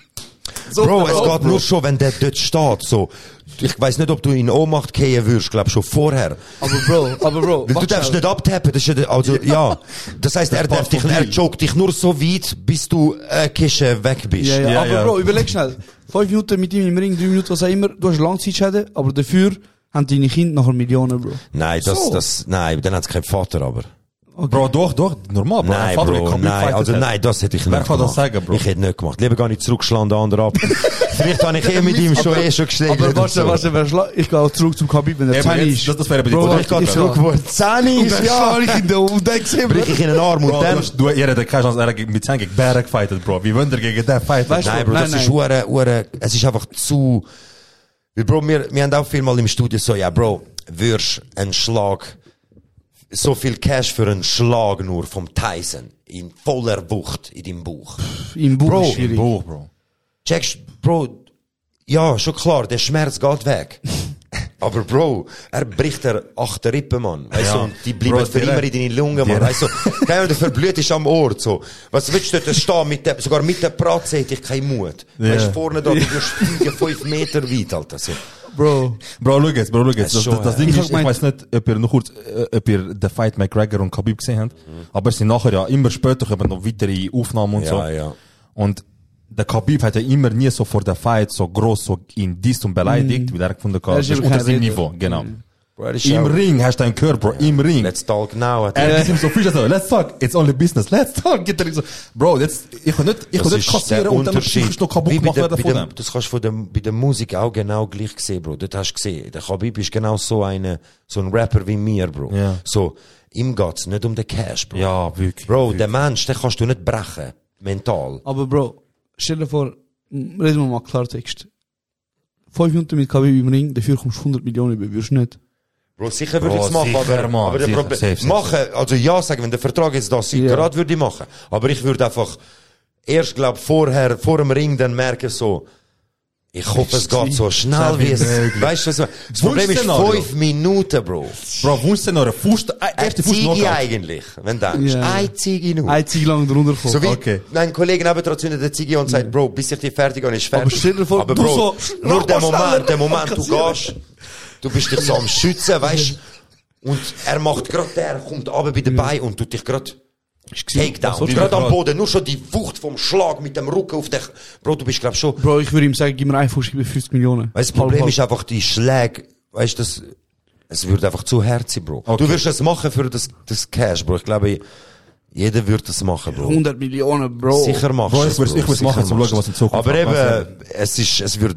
Bro, es geht nur schon, wenn der dort steht, so. Ich weiss nicht, ob du in Ohnmacht gehen würdest, glaub schon vorher. Aber Bro. Du darfst nicht abtappen, das ist ja, Das heisst, er jogt dich nur so weit, bis du, Kische weg bist. Ja. Aber Bro, überleg schnell. 5 Minuten mit ihm im Ring, 3 Minuten, was auch immer. Du hast Langzeitschäden, aber dafür haben deine Kinder nachher Millionen, Bro. Nein, nein, dann hat's keinen Vater, aber. Okay. Bro, doch, normal, Bro. Nein, Bro, nein, das hätte ich nicht gemacht. Wer kann das sagen, Bro? Ich hätte nicht gemacht. Lieber gar nicht zurückschlagen, der andere ab. Vielleicht habe ich mit ihm schon geschrieben. Aber warte, ich gehe auch zurück zum Khabib, wenn er 10 ist. Das wäre bei dir. Bro, ich gehe zurück, wo er 10 ist, ja. Ich in den Umdeck sehen, Brich ich in den Arm und dann... Ihr hättet keine Chance, er mit 10 gegen Bären gefightet, Bro. Wie wollt ihr gegen den fighten? Nein, Bro, das ist es ist einfach zu... Bro, wir haben auch viel mal im Studio so, ja, Bro, würdest einen Schlag... So viel Cash für einen Schlag nur vom Tyson. In voller Wucht in deinem Bauch. Im Bauch, Bro. Checkst, Bro, ja, schon klar, der Schmerz geht weg. Aber Bro, er bricht der 8. Rippe, Mann. Weißt du, und die bleiben Bro, für immer in deine Lungen, Mann. Weißt du, der verblüht ist am Ort, so. Was willst du dort stehen sogar mit der Pratze hätte ich keinen Mut. Weißt du, vorne da, du wirst 5 Meter weit, Alter, so. Bro, schau jetzt. Das Ding ist, ich weiss nicht, ob ihr den Fight McGregor und Khabib gesehen habt, aber es sind nachher ja immer später noch weitere Aufnahmen und so. Ja. Und der Khabib hat ja immer nie so vor der Fight so gross so in dies und beleidigt, wie er gefunden hat. Das ist unter seinem Niveau, genau. Bro, im Ring hast du einen Körper, Bro, im Ring. Let's talk now. Er ist so viel so, let's talk, it's only business, let's talk. Geht er so, Bro, jetzt, ich kann nicht kassieren und dann psychisch noch kaputt gemacht werden von dem. Das kannst du bei der Musik auch genau gleich sehen, Bro. Dort hast du gesehen, der Khabib ist genau so ein Rapper wie mir, Bro. Ja. So, ihm geht's nicht um den Cash, Bro. Ja, wirklich. Bro, der Mensch, den kannst du nicht brechen. Mental. Aber Bro, stell dir vor, reden wir mal Klartext. 5 Minuten mit Khabib im Ring, dafür kommst du 100 Millionen über, würdest du nicht? Bro, sicher würde ich es machen, aber der Problem, machen, also ja sagen, wenn der Vertrag jetzt da ist, gerade würde ich machen. Aber ich würde einfach erst, glaub, vor dem Ring dann merken so, ich hoffe, es geht so schnell wie es, weißt du, was das Problem ist 5 Minuten, Bro. Bro, wusste noch erste Ziege eigentlich, wenn du denkst. Ein Ziege nur. Ein Ziege lang drunter kommen. So wie, ein Kollege nebendran zündet der Ziege und sagt, Bro, bis ich die fertig habe, ist fertig. Aber stell dir vor, aber Bro, nur der Moment, du gehst, du bist dich so am Schützen, weißt und er macht gerade, der kommt runter bei den Beinen und tut dich gerade Takedown. Gerade am Boden, nur schon die Wucht vom Schlag mit dem Rücken auf dich. Bro, du bist glaub schon... Bro, ich würde ihm sagen, gib mir einen Fuß, ich gebe 50 Millionen. Weißt, das Problem ist einfach die Schläge, weißt du, es würde einfach zu herzig, Bro. Okay. Du wirst es machen für das Cash, Bro. Ich glaube, jeder würde das machen, Bro. 100 Millionen, Bro. Sicher machen. Bro, ich würde es machen, zum schauen, was in Zukunft aber eben, es wird nicht,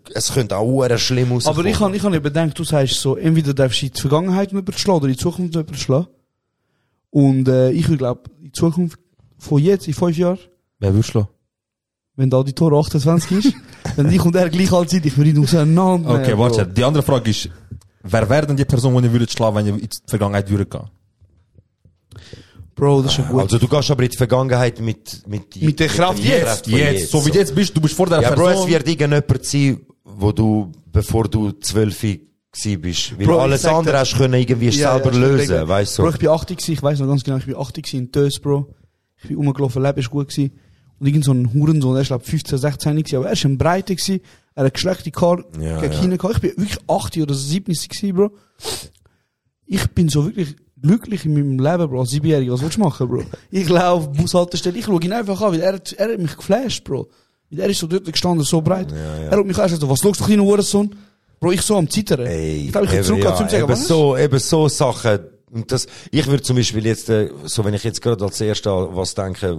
es könnte auch schlimm aussehen. Aber ich habe überdenkt, du sagst so, entweder darfst du in die Vergangenheit mit jemandem schlagen oder in die Zukunft mit jemandem schlagen. Und ich will glaube in Zukunft von jetzt in 5 Jahren, Wer würdest du? wenn der Auditor 28 ist, wenn ich und er gleich alt sind, ich würde ihn auseinander. Okay, warte. Die andere Frage ist, wer wäre denn die Person, die ihr würdet schlagen, wenn ihr in die Vergangenheit würdet gehen? Bro, das ist schon gut. Also du gehst aber in die Vergangenheit mit der Kraft Jetzt, so wie du jetzt bist, du bist vor der Ja, Bro, Person. es wird irgendjemand sein, wo du, bevor du 12 gsi bist. Weil Bro, ich alles sag andere dir- hast du können irgendwie selber lösen, weißt du. Bro, ich bin 80 gewesen, ich weiss noch ganz genau, ich bin 80 gewesen in Tös, Bro. Ich bin rumgelaufen, Leben ist gut gewesen. Und irgend so ein Hurensohn, er ist glaub 15, 16 gewesen, aber er ist ein Breite gewesen, er hat geschlechte Haar Ja, gegen ja. China gehabt. Ich bin wirklich 80 oder 70 gewesen, Bro. Ich bin so wirklich glücklich in meinem Leben, Bro, als 7-Jähriger. Was willst du machen, Bro? Ich laufe, Bushaltestelle, ich schaue ihn einfach an, weil er hat mich geflasht, Bro. Weil er ist so dort gestanden, so breit. Er hat mich angeschaut, was schaust du, kleiner Hurensohn? Bro, ich so am Zittern. Ey, Ich glaube, ich hätte zurückgehen zu ihm sagen, was? eben so Sachen. Und das, ich würde zum Beispiel jetzt, so wenn ich jetzt gerade als Erstes an was denke,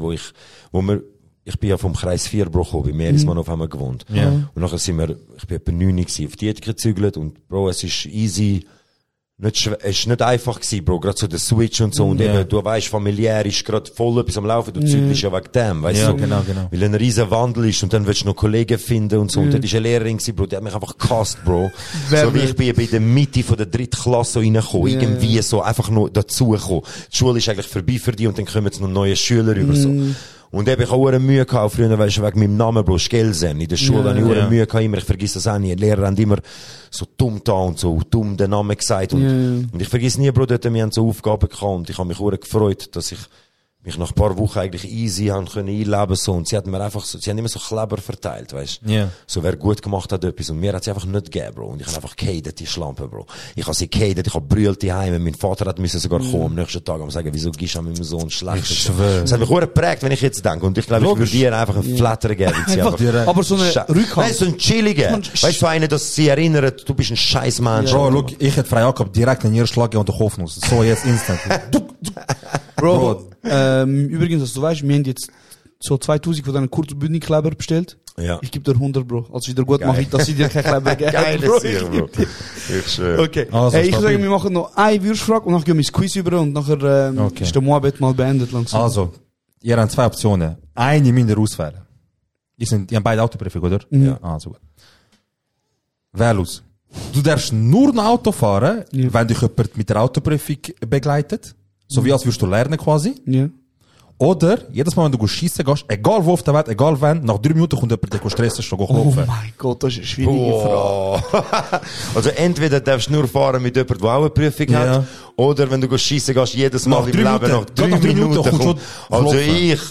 ich bin ja vom Kreis 4 Bro gekommen, bei Meeresmannhof haben wir gewohnt. Ja. Und nachher ich bin etwa 9 gewesen, auf die Ethik gezügelt und Bro, es ist easy, es ist nicht einfach gewesen, Bro, gerade so der Switch und so, und Ja. eben, du weißt, familiär ist gerade voll etwas am Laufen, du zügelst ja wegen dem, weißt Ja, du? genau. Weil ein riesen Wandel ist und dann willst du noch Kollegen finden und so, und dort ist eine Lehrerin gewesen, Bro, die hat mich einfach gehasst, Bro. Wer So wie nicht? ich bin in der Mitte von der 3. Klasse so reingekommen, irgendwie so einfach nur dazugekommen. Die Schule ist eigentlich vorbei für die und dann kommen jetzt noch neue Schüler über so. Und eben, ich habe auch Mühe gehabt, früher, weißt du, wegen meinem Namen, Bro, Skelsen. In der Schule habe ich auch Mühe gehabt, immer, ich vergesse das auch nie. Die Lehrer haben immer so dumm da und so dumm den Namen gesagt. Und ich vergesse nie, Bro, dort, wir haben so Aufgaben gehabt und ich habe mich auch gefreut, dass ich mich nach ein paar Wochen eigentlich easy haben können einleben, so. Und sie hat mir einfach so, sie haben immer so Kleber verteilt, weißt du. Ja. So, wer gut gemacht hat etwas. Und mir hat sie einfach nicht gegeben, Bro. Und ich habe einfach gehatet, die Schlampe, Bro. Ich habe sie gehatet, ich habe brüllt die Heime. Mein Vater hat müssen sogar kommen am nächsten Tag und sagen, wieso gibst du an meinem Sohn schlecht? Ich schwöre. Das hat mich auch geprägt, wenn ich jetzt denke. Und ich glaube, ich würde ihr einfach einen Flatter geben. weil sie einfach Aber so eine Rückhand. Weißt du, so ein chilliger. Weißt du, so einer, dass sie erinnert, du bist ein scheiß Mensch. Bro, look, ich hätte Frau Jakob direkt in ihr schlagen und den Kopfnuss. So jetzt instant. Bro, übrigens, dass du weißt, wir haben jetzt so 2000 von deinen Kurzbündnikleber bestellt. Ja. Ich gebe dir 100, Bro. Als Wiedergutmachung, Geil. dass sie dir kein Kleber geben. Geile Bro. Sier, Bro. Ich schwöre. Okay. Also, Hey, ich stabil. sage, wir machen noch eine Würstfrage und dann gehen wir ins Quiz über und nachher Okay. ist der Moabit mal beendet langsam. Also, ihr habt 2 Optionen. Eine minder auswählen. Ihr habt beide Autoprüfung, oder? Ja. Ah, so gut. Wähl aus. Du darfst nur ein Auto fahren, wenn dich jemand mit der Autoprüfung begleitet. So wie als würdest du lernen quasi. Ja. Oder, jedes Mal, wenn du schiessen gehst, egal wo auf der Welt, egal wann, nach 3 Minuten kommt jemand, der stressen, schon Oh klopfen. mein Gott, das ist eine schwierige Frage. Oh. Also entweder darfst du nur fahren mit jemandem, der auch eine Prüfung Ja. hat, oder wenn du schiessen gehst, jedes Mal Nach im 3 Leben Minuten. nach 3 Nach 3 Minuten Minuten kommt kommt. schon Also klopfen. ich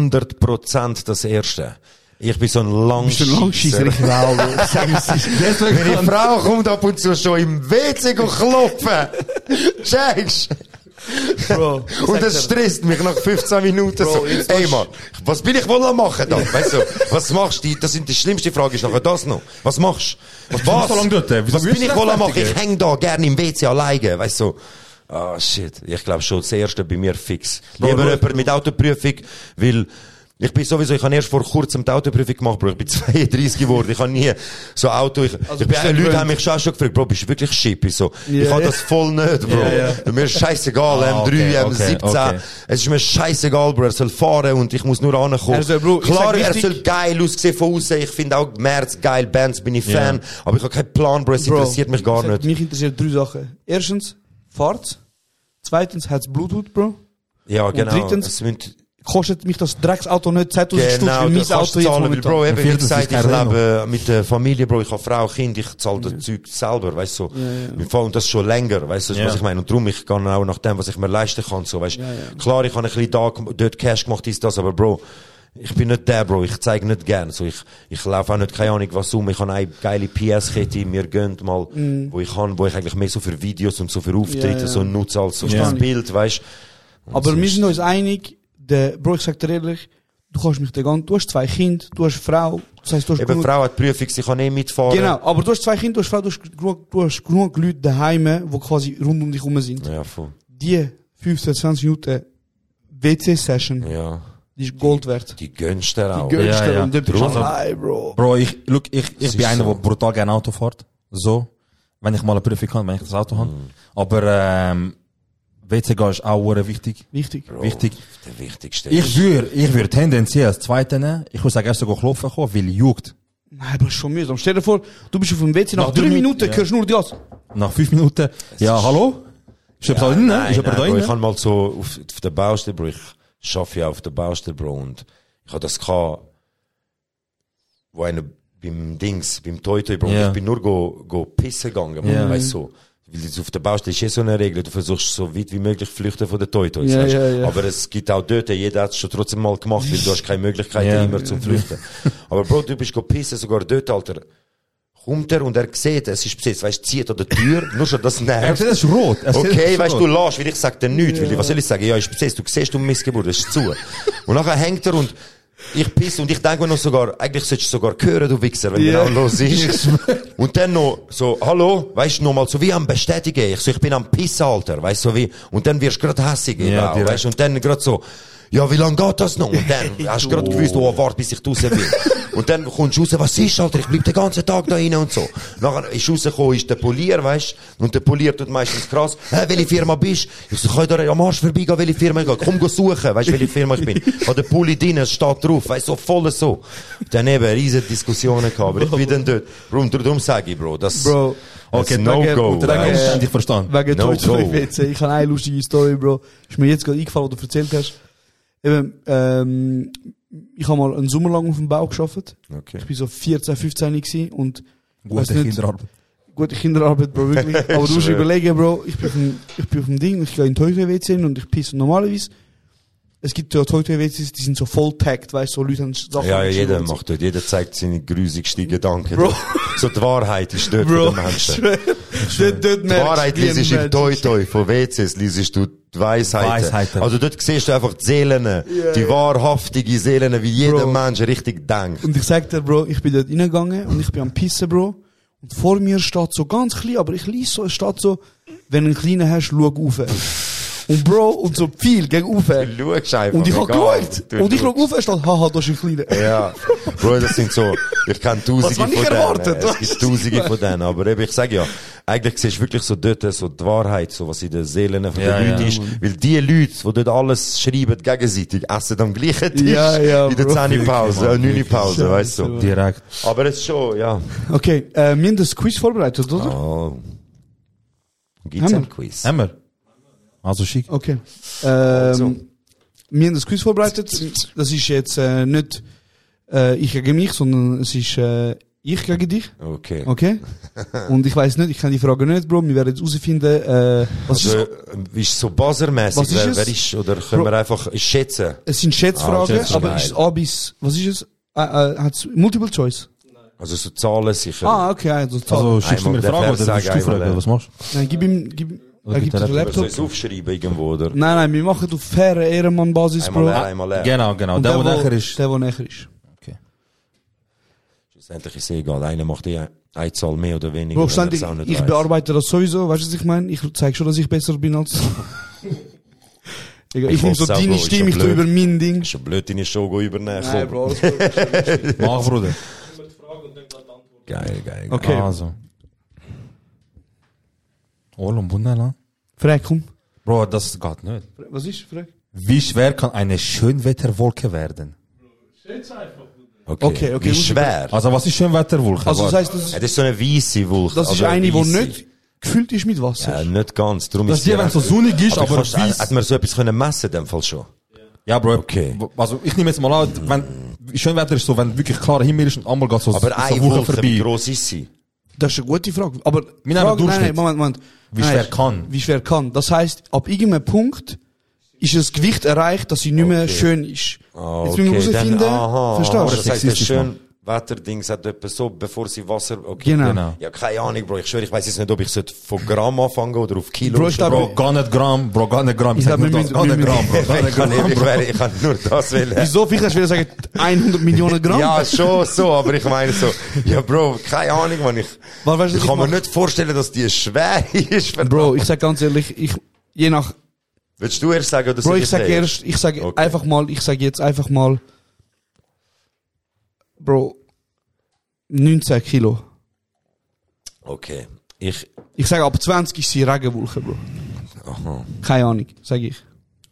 100% das Erste. Ich bin so ein Bist du ein Langscheisser. Langscheisser? Ich will, Bro. Sag es ist. Wenn die Frau kommt ab und zu schon im WC klopfen. Checkst? Bro. Und das stresst mich nach 15 Minuten Bro, so. jetzt Ey hast- Mann, was bin ich wohl am machen da? Weißt du, was machst du? Das sind die schlimmste Frage ist nachher das noch. Was machst du? Was? so lange dort? Wieso Was willst bin du ich wohl am machen? rechtfertigen? Ich häng da gerne im WC alleine, weißt du. Ah, shit. Ich glaube schon, das Erste bei mir fix. Lieber jemand mit Autoprüfung, weil ich bin sowieso, ich habe erst vor kurzem die Autoprüfung gemacht, Bro. Ich bin 32 geworden. Ich habe nie so Auto, ich bin, bist du Leute gewöhnt? haben mich schon gefragt, Bro, bist du wirklich shit? Ich so, Ja, ich habe ja. das voll nicht, Bro. Ja, ja. Mir ist scheißegal, Ah, M3, okay, M17. okay. Es ist mir scheißegal, Bro. Er soll fahren und ich muss nur ankommen. Also, Bro, ich Klar, sag er wichtig- soll geil aussehen von außen. Ich finde auch März geil, Bands bin ich Fan. Aber ich habe keinen Plan, Bro. Es Bro, interessiert mich gar ich sag, nicht. Mich interessiert 3 Sachen. Erstens, Fahrt. Zweitens, hat es Bluetooth, Bro. Ja, genau. drittens- Es münd- Kostet mich das Drecksauto nicht 2000 Stutz, Genau, wie du mein kannst Auto jetzt zahlen, weil, momentan. Bro, eben, wie viertens gesagt, ist ich kein Renault. lebe mit der Familie, Bro, ich habe Frau, Kind, ich zahle das Zeug selber, weißt du, so. Im Fall, und das schon länger, weißt du, was ich meine, und darum, ich gehe auch nach dem, was ich mir leisten kann, so, weißt du. Klar, ich habe ein bisschen dort Cash gemacht, das, aber Bro, ich bin nicht der, Bro, ich zeige nicht gern, so, ich laufe auch nicht, keine Ahnung, was ich habe eine geile PS-Kette, mir gönnt mal, wo ich eigentlich mehr so für Videos und so für Auftritte, so nutze als so das Bild, weißt du. Aber wir sind uns einig, Bro, ich sag dir ehrlich, du kannst mich du hast 2 Kinder, du hast eine Frau, das heisst, du hast Eben, genug, Frau hat Prüfung, sie kann mitfahren. genau, aber du hast 2 Kinder, du hast Frau, du hast genug Leute daheim, die quasi rund um dich herum sind. Ja, voll. Die 15, 20 Minuten WC-Session, Ja. Die ist Gold wert. Die gönnst du auch. Die gönnst Ja, du ja. und dort bist du Also- allein, Bro. Bro, ich ist bin einer, so. der brutal gerne Auto fährt. So. Wenn ich mal eine Prüfung habe, wenn ich das Auto habe. Aber, WC gehen ist auch sehr wichtig. Wichtig. Bro, Wichtig. Der wichtigste. Ich würde tendenziell als Zweite nehmen. Ich würde sagen, erst sogar klopfen kommen, weil juckt. Nein, aber ist schon mühsam. Stell dir vor, du bist auf dem WC, nach Nach 3 3 Minuten ja. hörst du nur die Gas. Nach 5 Minuten. Ja, hallo? Ist jemand da drin? Ist jemand da Bro, ich drin? kann mal so auf der Baustelle, Bro, ich arbeite ja auf der Baustelle, Bro, und ich habe das gehabt, wo einer beim Toi-Toi, Bro, Ja. ich bin nur go pissen gegangen, Ja. weißt du, so. Weil jetzt auf der Baustelle ist so eine Regel, du versuchst so weit wie möglich flüchten von den Toi-Toys, Ja, weißt? ja, ja. Aber es gibt auch dort, jeder hat es schon trotzdem mal gemacht, weil du hast keine Möglichkeit Ja. immer zum Flüchten. Aber Bro, du bist go pissen, sogar dort, Alter. Kommt er und er sieht, es ist besetzt, weißt, zieht an der Tür, nur schon das nervt. Es ist rot. Okay, weißt du, lässt, weil ich sag dir nichts, weil was soll ich sagen? Ja, ist besetzt, du siehst, du Missgeburt, das ist zu. Und nachher hängt er und ich pisse und ich denke mir noch sogar, eigentlich solltest du sogar hören, du Wichser, wenn Ja. genau los ist. Und dann noch so, hallo, weißt du, nochmal so wie am Bestätigen, ich bin am Pissen, Alter, weißt du, so wie, und dann wirst du grad hässig, Ja, auch, direkt. weißt du, und dann grad so, ja, wie lange geht das noch? Und dann hast du grad gewusst, oh, warte, bis ich draussen bin. Und dann kommst du raus, was ist, Alter, ich bleib den ganzen Tag da rein und so. Nachher ist rausgekommen, ist der Polier, weißt du, und der Polier tut meistens krass, welche Firma bist du? Ich so, kann ich da am Arsch vorbeigehen, welche Firma ich gehe? Komm, go suchen, weißt du, welche Firma ich bin? Ich habe den Pulli drin, es steht drauf, weißt du, so voll so. Dann eben riesen Diskussionen gehabt, aber ich bin dann dort. Darum sage ich, Bro, das, Bro. Okay, das No-Go. Unter den weißt du. Umständen, ich verstanden. Wegen No Toi-Toi go. WC. Ich habe eine lustige Story, Bro. Ist mir jetzt gerade eingefallen, was du erzählt hast. Eben, ich habe mal einen Sommer lang auf dem Bau gearbeitet. Okay. Ich bin so 14, 15 gewesen und weiss Gute nicht- Kinderarbeit. gute Kinderarbeit, Bro, wirklich. Aber du musst Schwör. überlegen, Bro, ich bin auf dem Ding, ich gehe in Toi-Toi-WC und ich pisse normalerweise. Es gibt ja Toi-Toi-WCs, die sind so voll tagged, weißt du, so Leute haben Sachen. Ja, geschrieben jeder und so. macht dort, jeder zeigt seine grusigsten Gedanken. Bro. So die Wahrheit ist dort Bro, von den Menschen. dort Die Wahrheit merkst du, liest wie im ein Toi-Toi, von WCs liest du die Weisheiten. Weisheiten. Also dort siehst du einfach die Seelen, die wahrhaftige Seelen, wie jeder Bro. Mensch richtig denkt. Und ich sag dir, Bro, ich bin dort reingegangen und ich bin am Pissen, Bro. Und vor mir steht so ganz klein, aber ich lese so, es steht so, wenn du einen kleinen hast, schau rauf. Und Bro, und so viel gegen rauf. Du schaust einfach. Und ich hab egal. geschaut. Du Und ich schau schaust. rauf, es steht, haha, da ist ein kleiner. Ja. Bro, das sind so, ich kenne Tausende Was hab von ich denen. erwartet? Es gibt Tausende von denen. Aber eben, ich sage ja, eigentlich siehst du wirklich so dort so die Wahrheit, so was in den Seelen von Ja, den Leuten ja, ist. Weil die Leute, die dort alles schreiben, gegenseitig, essen am gleichen Tisch. Ja, ja, in der Bro. 10-Pause, 9-Pause, weißt du. Direkt. Aber es ist schon, ja. Okay, wir haben das Quiz vorbereitet, oder? Oh. Gibt's Haben ein wir? Quiz? Haben wir? Also schick. Okay. Also. Wir haben das Quiz vorbereitet. Das ist jetzt nicht ich gegen mich, sondern es ist ich gegen dich. Okay. Okay? Und ich weiß nicht, ich kann die Frage nicht, Bro. Wir werden jetzt herausfinden, was Also, ist ist so buzzermäßig, Was ist es? wer ist, oder können Bro. wir einfach schätzen? es sind Schätzfragen, Schätze, aber geil. ist es A bis, was ist es? Hat's Multiple Choice? Also so Zahlen sicher. Ah, okay, also Zahl. Also schickst du mir eine Einmal Frage der oder willst du Vers sagen, fragen? Was machst du? Nein, gib ihm, Oder er gibt gibt dir den er Oder soll Laptop. ich es aufschreiben irgendwo, oder? Nein, wir machen auf faire Ehrenmann-Basis, Einmal Bro. leer, einmal leer. Genau. Und Der, der nachher ist. Der näher ist. Okay. Schlussendlich ist es egal. Einer macht eine Zahl mehr oder weniger. Bro, wenn er ständig, es auch nicht ich weiss. bearbeite das sowieso, weißt du, was ich meine? Ich zeig schon, dass ich besser bin als Egal, ich nehme so hoffe es auch, deine Bro, ist Stimme, ich schon tu blöd. über mein Ding. Ist schon blöd, deine Show übernehmen. Nein, Komm. Bro, alles gut. Mach, Bruder. Geil. Okay. Also. Olam Bundela. Frag, komm. Bro, das geht nicht. Was ist? Frag. Wie schwer kann eine Schönwetterwolke werden? Okay, Wie muss ich- schwer? Also, was ist Schönwetterwolke? Also das Warte. heisst, Ja, das ist so eine weisse Wolke. das ist also eine, die weisse. nicht gefüllt ist mit Wasser. Ja, nicht ganz. Darum Das ist ist die, wenn es so sonnig ist, aber kannst, weiss. hat man so etwas können messen, in dem Fall schon. Ja, Bro. Okay. Also, ich nehme jetzt mal an, wenn, Schönwetter ist so, wenn wirklich klarer Himmel ist und einmal geht so, Aber so eine Woche Wolke, wie vorbei. gross ist sie? Das ist eine gute Frage. Aber Wir nehmen Durchschnitt. Moment. Wie schwer kann? Wie schwer kann. Das heisst, ab irgendeinem Punkt ist das Gewicht erreicht, dass sie nicht mehr schön ist. Ah, Jetzt müssen wir herausfinden, verstehst du? Das heißt, das sexistisch, schön Wetterdings hat etwas so, bevor sie Wasser, okay. Genau. Ja, keine Ahnung, Bro. Ich schwöre, ich weiß jetzt nicht, ob ich sollte von Gramm anfangen oder auf Kilo. Bro, ich glaube- Bro, gar nicht Gramm, Bro, gar nicht Gramm. Ich Ich sag glaub, nur wir das, müssen- gar nicht wir Gramm, Bro, gar nicht Gramm. ich kann nur das wählen. Wieso? Vielleicht hast du wieder sagen, 100 Millionen Gramm? Ja, schon so, aber ich meine so, ja, Bro, keine Ahnung, man, Weißt du, was ich kann mir mache? nicht vorstellen, dass die schwer ist. Bro, ich sag ganz ehrlich, je nach Willst du erst sagen, oder Bro, soll ich sag sagen? erst, ich sag Okay. einfach mal, ich sag jetzt einfach mal, Bro, 19 Kilo. Okay. Ich sage, ab 20 ist sie Regenwolke, Bro. Aha. Keine Ahnung, sag ich.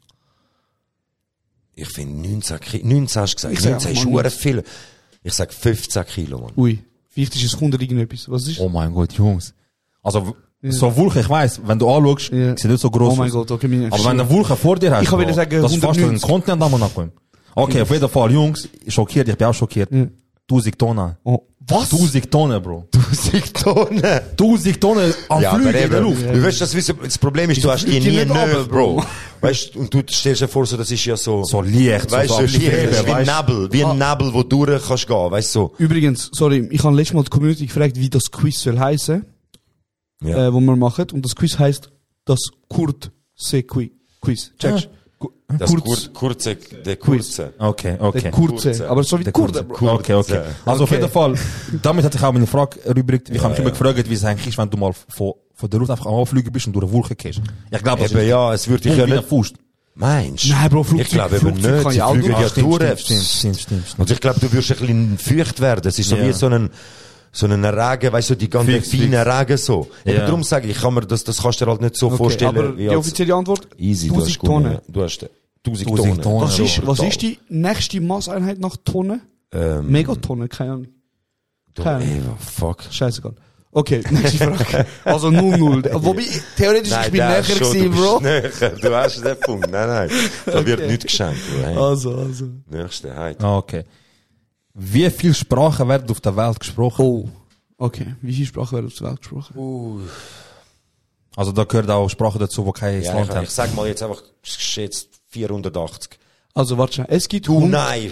Ich finde 19 Kilo. 19 hast du gesagt. Ich sag 19 ist mal schon 19. viel. Ich sag 15 Kilo, Mann. Ui, vielleicht ist es 100 irgendetwas. Was ist? Oh mein Gott, Jungs. Also, so Wolke, ich weiss, wenn du anschaust, Ja. sieht nicht so groß Oh mein aus. Gott, okay, mir Aber wenn du eine Wolke vor dir hast, Ich wollte Bro, sagen, das ist fast 190. ein Kontinent am Monaco. Okay, auf jeden Fall, Jungs, schockiert, ich bin auch schockiert. Ja. 1000 Tonnen. Oh, was? 1000 Tonnen, Bro. 1000 Tonnen. 1000 Tonnen am Ja, Flügel aber in der eben, Luft. du weißt, das Problem ist, du hast die fliegt die nie nicht runter, nahe, Bro. Weißt, und du stellst dir vor, so, das ist ja so, So leicht, weißt so du, am Licht, Schweben, das ist wie ein weißt? Nebel, wie ein Nebel, wo du durch kannst gehen, weißt du, so. Übrigens, sorry, ich habe letztes Mal die Community gefragt, wie das Quiz soll heißen, Ja. wo wir machen. Und das Quiz heisst das Kurt-Se-Quiz. Checkst? Das kurze, der kurze. Okay, Der okay. Kurze. Kurze. Aber so wie Der Kurde, Kurze. Bro. Okay, okay. Also auf Okay. jeden Fall, damit hat sich auch meine Frage erübrigt. Ich habe mich immer gefragt, wie es eigentlich ist, wenn du mal von der Luft einfach anfliegen bist und durch eine Wolke gehst. Ich glaube, das Eben, ist ja, es würde dich ja wie ein nicht, Fuß. meinst du? Nein, Bro, Ich glaube eben Flugzeug nicht, kann sie ja auch fliegen durch. ja durch. Stimmt. Und ich glaube, du wirst ein bisschen feucht werden. Es ist so Ja. wie so einen Regen, weißt du, die ganzen Fix, feinen Regen so. Ja. Eben darum sage ich, kann mir das kannst du dir halt nicht so Okay, vorstellen. aber wie die als offizielle Antwort? easy, du 1000 hast gut, Tonnen. Du hast 1000 1000 Tonnen. Tonnen. Was ist die nächste Maßeinheit nach Tonne? Megatonne, keine Ahnung. Keine Ahnung. Ey, fuck. Scheißegal. Okay, nächste Frage. Also 0-0. Wobei, theoretisch, ich bin der näher ist schon, gewesen, du bist Bro. näher. Du hast den Punkt. Nein. Da wird nichts geschenkt, Bro. Hey. Also. Nächste, hey. Okay. Wie viele Sprachen werden auf der Welt gesprochen? Oh. Okay, wie viele Sprachen werden auf der Welt gesprochen? Also da gehört auch Sprachen dazu, die kein Ja, Land ich haben. sag mal jetzt einfach, geschätzt 480. Also, warte schon. Es gibt Nein.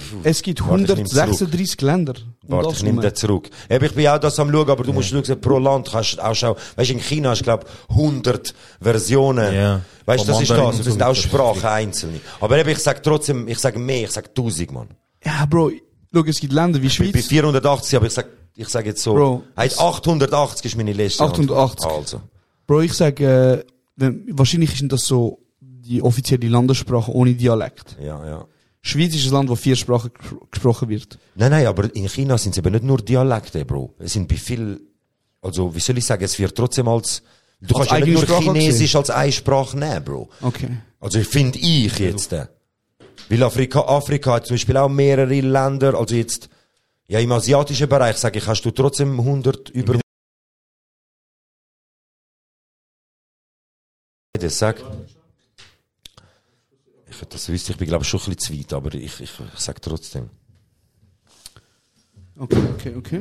136 Länder. Und Warte, das ich nehme nur. den zurück. Eben, ich bin auch das am schauen, aber du musst schauen, pro Land kannst du auch schauen. Weißt du, in China hast du, glaub 100 Versionen. Ja. Weißt du, das Vom ist Mandarin das. Und und das sind so. auch Sprachen einzelne. Aber eben, ich sag trotzdem, ich sage mehr, ich sag 1000, Mann. Ja, Bro, schau, es gibt Länder wie Ich bin bei Schweiz. 480, aber ich sag jetzt so. Bro, Hey, 880 ist meine letzte 880. Antwort. Also. Bro, ich sage, wahrscheinlich ist das so die offizielle Landessprache ohne Dialekt. Ja. Schweiz ist ein Land, wo 4 Sprachen gesprochen wird. Nein, aber in China sind es eben nicht nur Dialekte, Bro. Es sind bei viel, also, wie soll ich sagen, es wird trotzdem als, du Als kannst ja nicht eigene nur Sprache Chinesisch als eine Sprache nehmen, Bro. Okay. Also, finde ich jetzt. Weil Afrika hat zum Beispiel auch mehrere Länder, also jetzt, ja, im asiatischen Bereich, sage ich, hast du trotzdem 100 über, das sag. Das wüsste ich, bin glaube ich schon ein bisschen zu weit, aber ich sag trotzdem. Okay.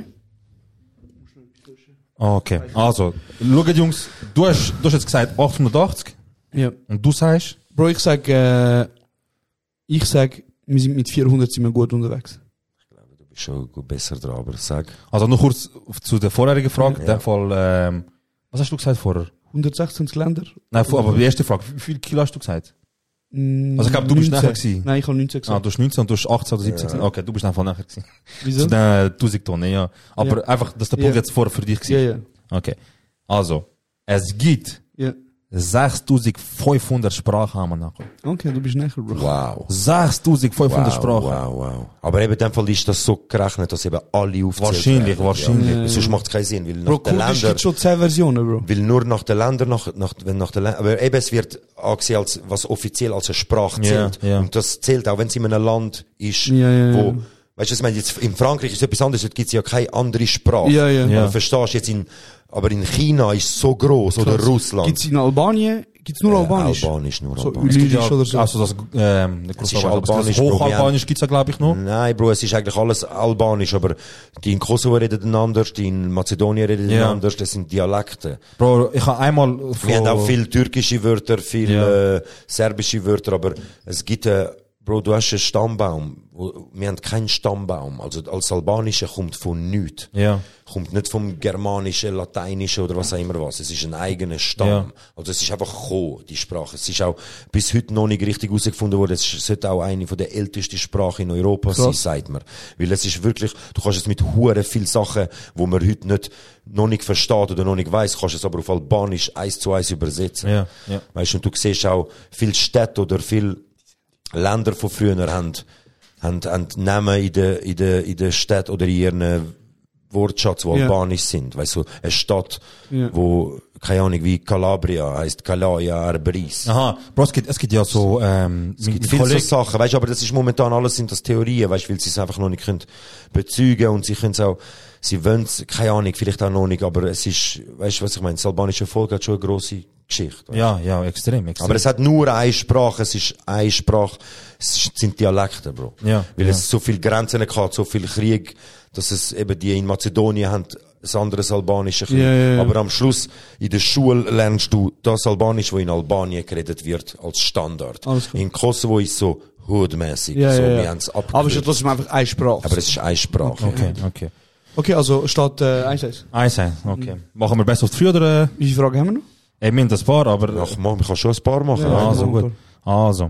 Okay, also, schaut Jungs, du hast jetzt gesagt 880 Ja. und du sagst, Bro, ich sag, wir sind mit 400 sind wir gut unterwegs. Du bist schon gut besser dran, aber sag. also noch kurz zu der vorherigen Frage, in Ja. dem Fall, was hast du gesagt vorher? 126 Länder? Nein, aber die erste Frage, wie viel Kilo hast du gesagt? Also ich glaube, du bist 19. nachher gewesen. Nein, ich habe 19 Ah, gesagt. du hast 19 und du hast 18 oder 17 gesagt. Okay, du bist einfach nachher gewesen. Wieso? Zu den 1000 Tonnen, ja. Aber Ja. einfach, dass der Punkt Ja. jetzt vorher für dich Ja, war. ja. Okay. Also, es gibt Ja. 6500 Sprachen am Monaco. Okay, du bist näher, Bro. Wow. 6500 Sprachen. Wow. Aber eben in dem Fall ist das so gerechnet, dass eben alle aufzählen. Wahrscheinlich. Ja. Sonst macht es keinen Sinn, weil Bro, nach den Kurdisch Ländern, gibt schon 10 Versionen, Bro. weil nur nach den Ländern, aber eben es wird angesehen als, was offiziell als eine Sprache Ja, zählt. ja. Und das zählt auch, wenn es in einem Land ist, Ja. wo, weißt du, ich meine, jetzt in Frankreich ist es etwas anderes, dort gibt es ja keine andere Sprache. Ja. Ja. Verstehst du jetzt aber in China ist es so gross, oder Russland. Gibt's in Albanien? Gibt's nur Albanisch? Albanisch, nur So Albanisch. Ulyrisch oder so? Also das, nicht Es ist groß Albanisch, das Bro, Hochalbanisch gibt's ja, glaube ich, noch. Nein, Bro, es ist eigentlich alles Albanisch, aber die in Kosovo reden anders, die in Mazedonien reden Ja. anders, das sind Dialekte. Bro, ich habe einmal Wir haben auch viel türkische Wörter, viel serbische Wörter, aber es gibt Bro, du hast einen Stammbaum. Wir haben keinen Stammbaum. Also als Albanische kommt von nichts. Ja. Kommt nicht vom Germanischen, Lateinischen oder was auch immer was. Es ist ein eigener Stamm. Ja. Also es ist einfach gekommen, die Sprache. Es ist auch bis heute noch nicht richtig herausgefunden worden. Es sollte auch eine von der ältesten Sprachen in Europa sein, sagt man. Weil es ist wirklich, du kannst es mit hure viel Sachen, wo man heute noch nicht versteht oder noch nicht weiss, kannst es aber auf Albanisch 1:1 übersetzen. Ja, ja. Weißt du, und du siehst auch viele Städte oder viele Länder von früher haben Namen in der Stadt oder in ihren Wortschatz, die albanisch sind. Weißt du, eine Stadt, wo, keine Ahnung, wie Calabria heisst Calaya Arbris. Aha, Bro, es gibt ja so, es gibt viele so Sachen, weißt du, aber das ist momentan alles sind das Theorien, weißt du, weil sie es einfach noch nicht können bezeugen und sie können es auch, sie wollen es, keine Ahnung, vielleicht auch noch nicht, aber es ist, weißt du, was ich meine, das albanische Volk hat schon eine grosse Geschichte. Ja, extrem. Aber es hat nur eine Sprache, es ist eine Sprache, es sind Dialekte, Bro. Ja, weil es so viele Grenzen gehabt, so viel Krieg, dass es eben die in Mazedonien haben, ein anderes Albanische. Ja. Aber am Schluss, in der Schule lernst du das Albanisch, wo in Albanien geredet wird, als Standard. In Kosovo ist so hoodmäßig. Ja, so, ja. wir haben es abgekürzt. Aber es ist trotzdem einfach eine Sprache. Aber es ist eine Sprache. Okay. Okay, also statt 1-1. 1-1, okay. Machen wir Best of 3 oder? Wie viele Fragen haben wir noch? Wir haben ein paar, aber... Ach, man kann schon ein paar machen. Ja, Also, gut. Also.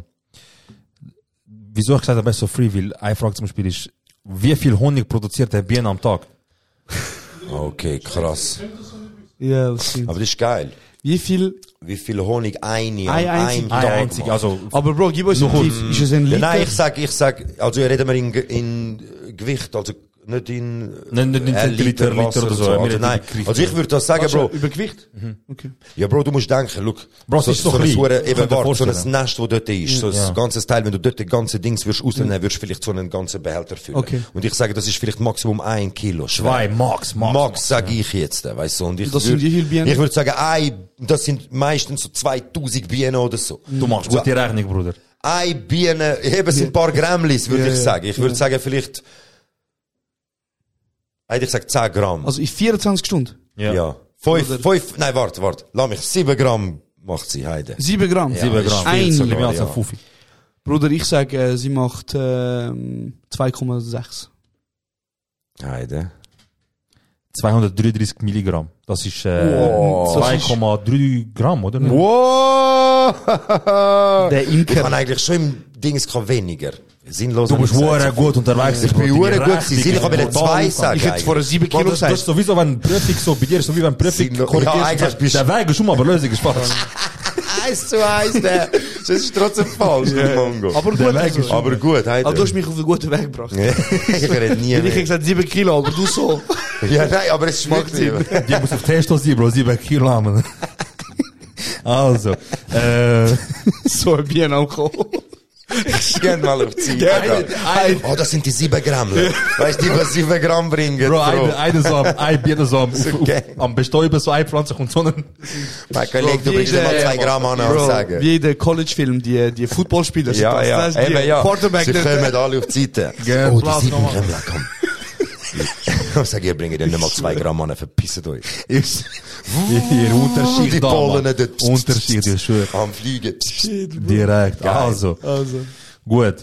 Wieso ich gesagt habe Best of 3? Weil eine Frage zum Beispiel ist, wie viel Honig produziert der Bienen am Tag? Okay, krass. Ja, das stimmt. Aber das ist geil. Wie viel? Wie viel Honig eine Ein an einzig- einem Tag einzig, macht. also... Aber Bro, gib uns einen Tipp. Ist es ein Ja, Liter? nein, ich sag, also reden wir in Gewicht, also nicht in Nicht in Liter oder so. Also, nein, also ich würde das sagen, Bro. Über Gewicht? Okay. Ja, Bro, du musst denken, look, Bro, es ist so ein klein. Hure- Ich eben kann dir warte, so ein vorstellen. Nest, wo dort ist, so Ja. ein ganzes Teil, wenn du dort die ganze Dings würdest rausnehmen, würdest du vielleicht so einen ganzen Behälter füllen. Okay. Und ich sage, das ist vielleicht Maximum 1 Kilo schwer. 2, Max. Sag ich jetzt, weißt du. Und ich Das sind wie viele Bienen? Ich würde sagen, das sind meistens so 2000 Bienen oder so. Du machst gute Rechnung, Bruder. Eine Biene, eben sind ein paar Grämmlis, würde ich sagen. Ich würde sagen, vielleicht, ich sag 10 Gramm. Also in 24 Stunden? ja. 5, nein, warte. Lass mich, 7 Gramm macht sie, Heide. 7 Gramm? 7 das ist Gramm. viel Ein- sogar, Mehr als ein ja. Fuffi. Bruder, ich sage, sie macht 2,6. Heide. 233 Milligramm. Das ist Wow. 2,3 Gramm, oder? Wow! Der Ich Imker. kann eigentlich schon im Dings weniger. Sinnlos. Du bist hure gut unterwegs. Ich bin hure gut gewesen. Ich wollte 2 sagen. Ich hätte vorher 7 Kilo Das ist gesagt. sowieso, wenn Prüfung so bei dir ist, so wie wenn Prüfung Sinnlos. korrigierst. Ja, eigentlich und bist sagst, der Weg ist aber Lösung ist falsch. 1:1, der. Das ist trotzdem falsch, du Mongo. Aber gut, also. Aber gut, Heide. Aber du hast mich auf den guten Weg gebracht. Ich rede nie Ich hätte mehr. gesagt 7 Kilo, aber du so. Ja, nein, aber es schmeckt nicht. Die muss auf Testo sein, Bro. 7 Kilo haben. Also, So ein Bier am Kommen. Ich geh mal auf die Gerne. Oh, das sind die 7 Gramm. Weißt du, die 7 Gramm bringen? Bro, ein Bier so okay. am Bestäuben, so ein Pflanze kommt so ein... Mein Kollege, du bringst dir mal 2 Gramm an und Bro, sagen. wie in den College-Film, die Footballspieler sind Ja, ja, das ist die eben, ja. Quarterback. Sie kommen alle auf die Seite. Gell, Oh, die Platz 7 nochmal. Gramm, komm. Ich sag, ihr bringt dir nicht mal 2 Gramm an, verpisst euch. Hier, Unterschicht Die da, Pollen Mann. dort. Unterschicht, ich schwöre. Am Fliegen. Direkt. Geil. Also, Also. gut.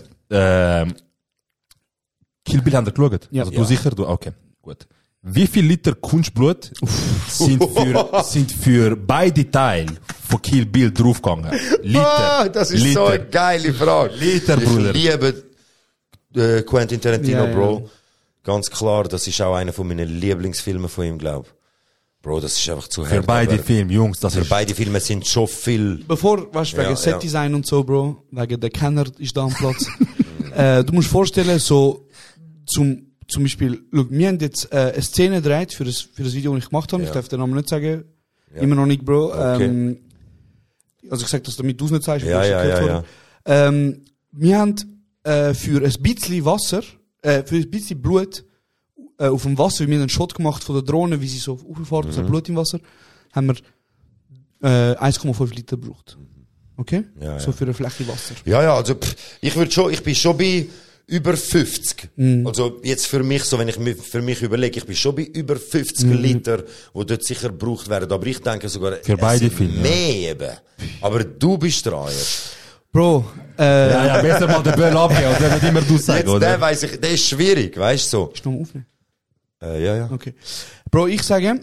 Kill Bill haben wir geschaut? Ja. Also du Ja. sicher? Du, okay, gut. Wie viel Liter Kunstblut sind für beide Teile von Kill Bill draufgegangen? Liter. Das ist so eine geile Frage. Liter, Bruder. Ich liebe Quentin Tarantino, Ja, ja. Bro. Ganz klar, das ist auch einer von meinen Lieblingsfilmen von ihm, glaub. Bro, das ist einfach zu Für hart. beide aber Filme, Jungs, das Für ist... beide Filme sind schon viel. Bevor, weißt du, wegen Ja, Setdesign und so, Bro, wegen der Kenner ist da am Platz. Du musst vorstellen, so, zum Beispiel, look, wir haben jetzt, eine Szene gedreht für das Video, das ich gemacht habe. Ja. Ich darf den Namen nicht sagen. Ja. Immer noch nicht, Bro. Okay. Also gesagt, dass damit du es nicht sagst. Ja, weil ja, es ja, gehört wurde. Wir haben, für ein bisschen Wasser, für ein bisschen Blut, auf dem Wasser, wie wir einen Shot gemacht von der Drohne, wie sie so aufgefahren ist, Blut im Wasser, haben wir 1,5 Liter gebraucht. Okay? Ja, So ja. für eine Fläche Wasser. Ja, also, ich bin schon bei über 50. Also, jetzt für mich, so, wenn ich für mich überlege, ich bin schon bei über 50 Liter, wo dort sicher gebraucht werden. Aber ich denke sogar, Für es beide sind Filme, ja. mehr eben. Aber du bist dran jetzt. Bro, Ja, besser mal den Böll abgeben, oder wird immer du sagen, Jetzt, oder? der weiss ich, der ist schwierig, weißt du so. Ist noch mal aufnehmen? Ja. Okay. Bro, ich sage,